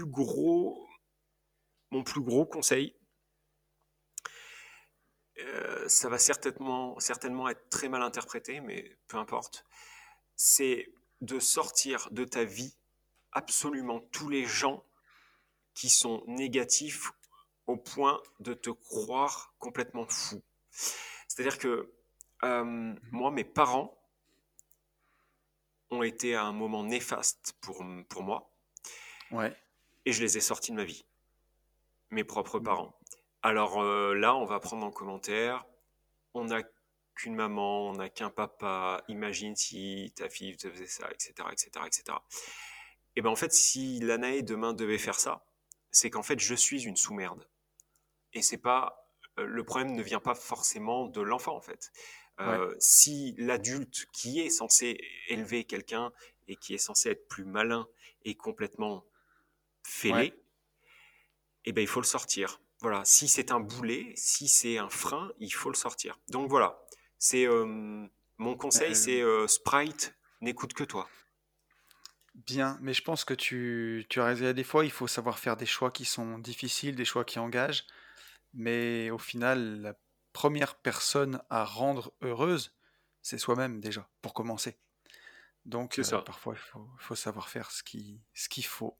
mon plus gros conseil, ça va certainement être très mal interprété, mais peu importe. C'est de sortir de ta vie absolument tous les gens qui sont négatifs au point de te croire complètement fou. C'est-à-dire que Mhm. moi, mes parents ont été à un moment néfaste pour moi Ouais. et je les ai sortis de ma vie, mes propres Mhm. parents. Alors là, on va prendre en commentaire, on n'a qu'une maman, on n'a qu'un papa, imagine si ta fille te faisait ça, etc., etc., etc. Et ben en fait, si Lanae demain devait faire ça, c'est qu'en fait, je suis une sous-merde. Et c'est pas le problème ne vient pas forcément de l'enfant en fait. Ouais, Si l'adulte qui est censé élever quelqu'un et qui est censé être plus malin est complètement ouais. fêlé, eh ben il faut le sortir. Voilà, si c'est un boulet, si c'est un frein, il faut le sortir. Donc voilà, c'est mon conseil, Euh, c'est Sprite, n'écoute que toi. Bien, mais je pense que tu as raison. Il y a des fois, il faut savoir faire des choix qui sont difficiles, des choix qui engagent, mais au final, la première personne à rendre heureuse, c'est soi-même déjà, pour commencer. Donc, C'est ça. parfois, il faut savoir faire ce qu'il faut,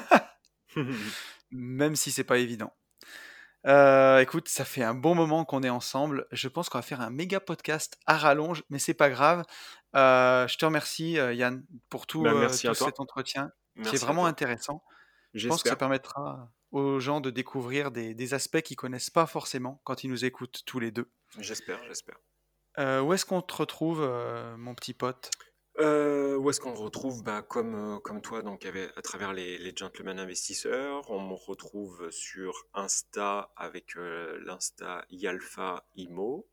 même si c'est pas évident. Écoute, ça fait un bon moment qu'on est ensemble. Je pense qu'on va faire un méga podcast à rallonge, mais c'est pas grave. Je te remercie, Yann, pour Ben, tout merci à cet toi. entretien qui est Merci à vraiment toi. intéressant. Je pense que ça J'espère. permettra aux gens de découvrir des aspects qu'ils connaissent pas forcément quand ils nous écoutent tous les deux. J'espère. Où est-ce qu'on te retrouve, mon petit pote? Où est-ce qu'on me retrouve? Bah, comme toi, donc à travers les Gentlemen Investisseurs. On me retrouve sur Insta avec l'Insta Yalfa Imo.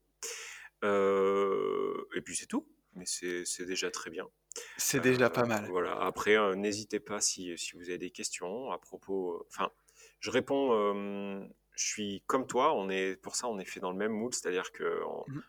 Et puis c'est tout. Mais c'est déjà très bien. C'est déjà pas mal. Voilà. Après, n'hésitez pas si vous avez des questions à propos. Enfin, je réponds. Je suis comme toi. Pour ça, on est fait dans le même moule. C'est-à-dire que Mmh.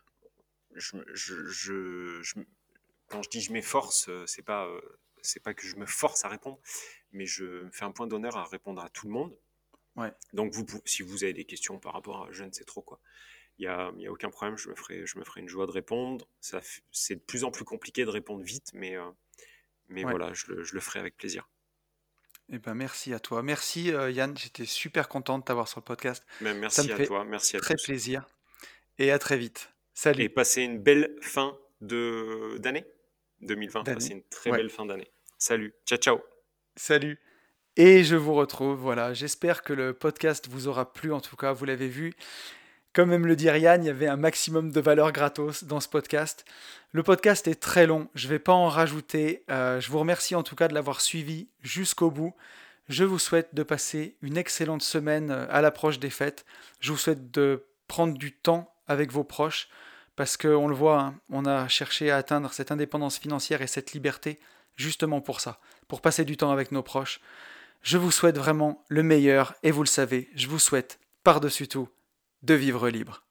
quand je dis je m'efforce, c'est pas que je me force à répondre, mais je me fais un point d'honneur à répondre à tout le monde. Ouais. Donc si vous avez des questions par rapport à je ne sais trop quoi, il y a aucun problème, je me ferai une joie de répondre. C'est de plus en plus compliqué de répondre vite, mais mais Ouais. voilà, je le ferai avec plaisir. Eh ben, merci à toi. Merci Yann, j'étais super content de t'avoir sur le podcast. Mais Ça me merci à fait toi, merci à très tous. plaisir et à très vite. Et Salut, passez une belle fin d'année 2020. Passez Dany. une très Ouais, belle fin d'année. Salut, ciao, ciao. salut. Et je vous retrouve, voilà. J'espère que le podcast vous aura plu, en tout cas, vous l'avez vu. Comme aime le dire Yann, il y avait un maximum de valeur gratos dans ce podcast. Le podcast est très long, je ne vais pas en rajouter. Je vous remercie en tout cas de l'avoir suivi jusqu'au bout. Je vous souhaite de passer une excellente semaine à l'approche des fêtes. Je vous souhaite de prendre du temps avec vos proches parce qu'on le voit, hein, on a cherché à atteindre cette indépendance financière et cette liberté justement pour ça, pour passer du temps avec nos proches. Je vous souhaite vraiment le meilleur et vous le savez, je vous souhaite par-dessus tout de vivre libre.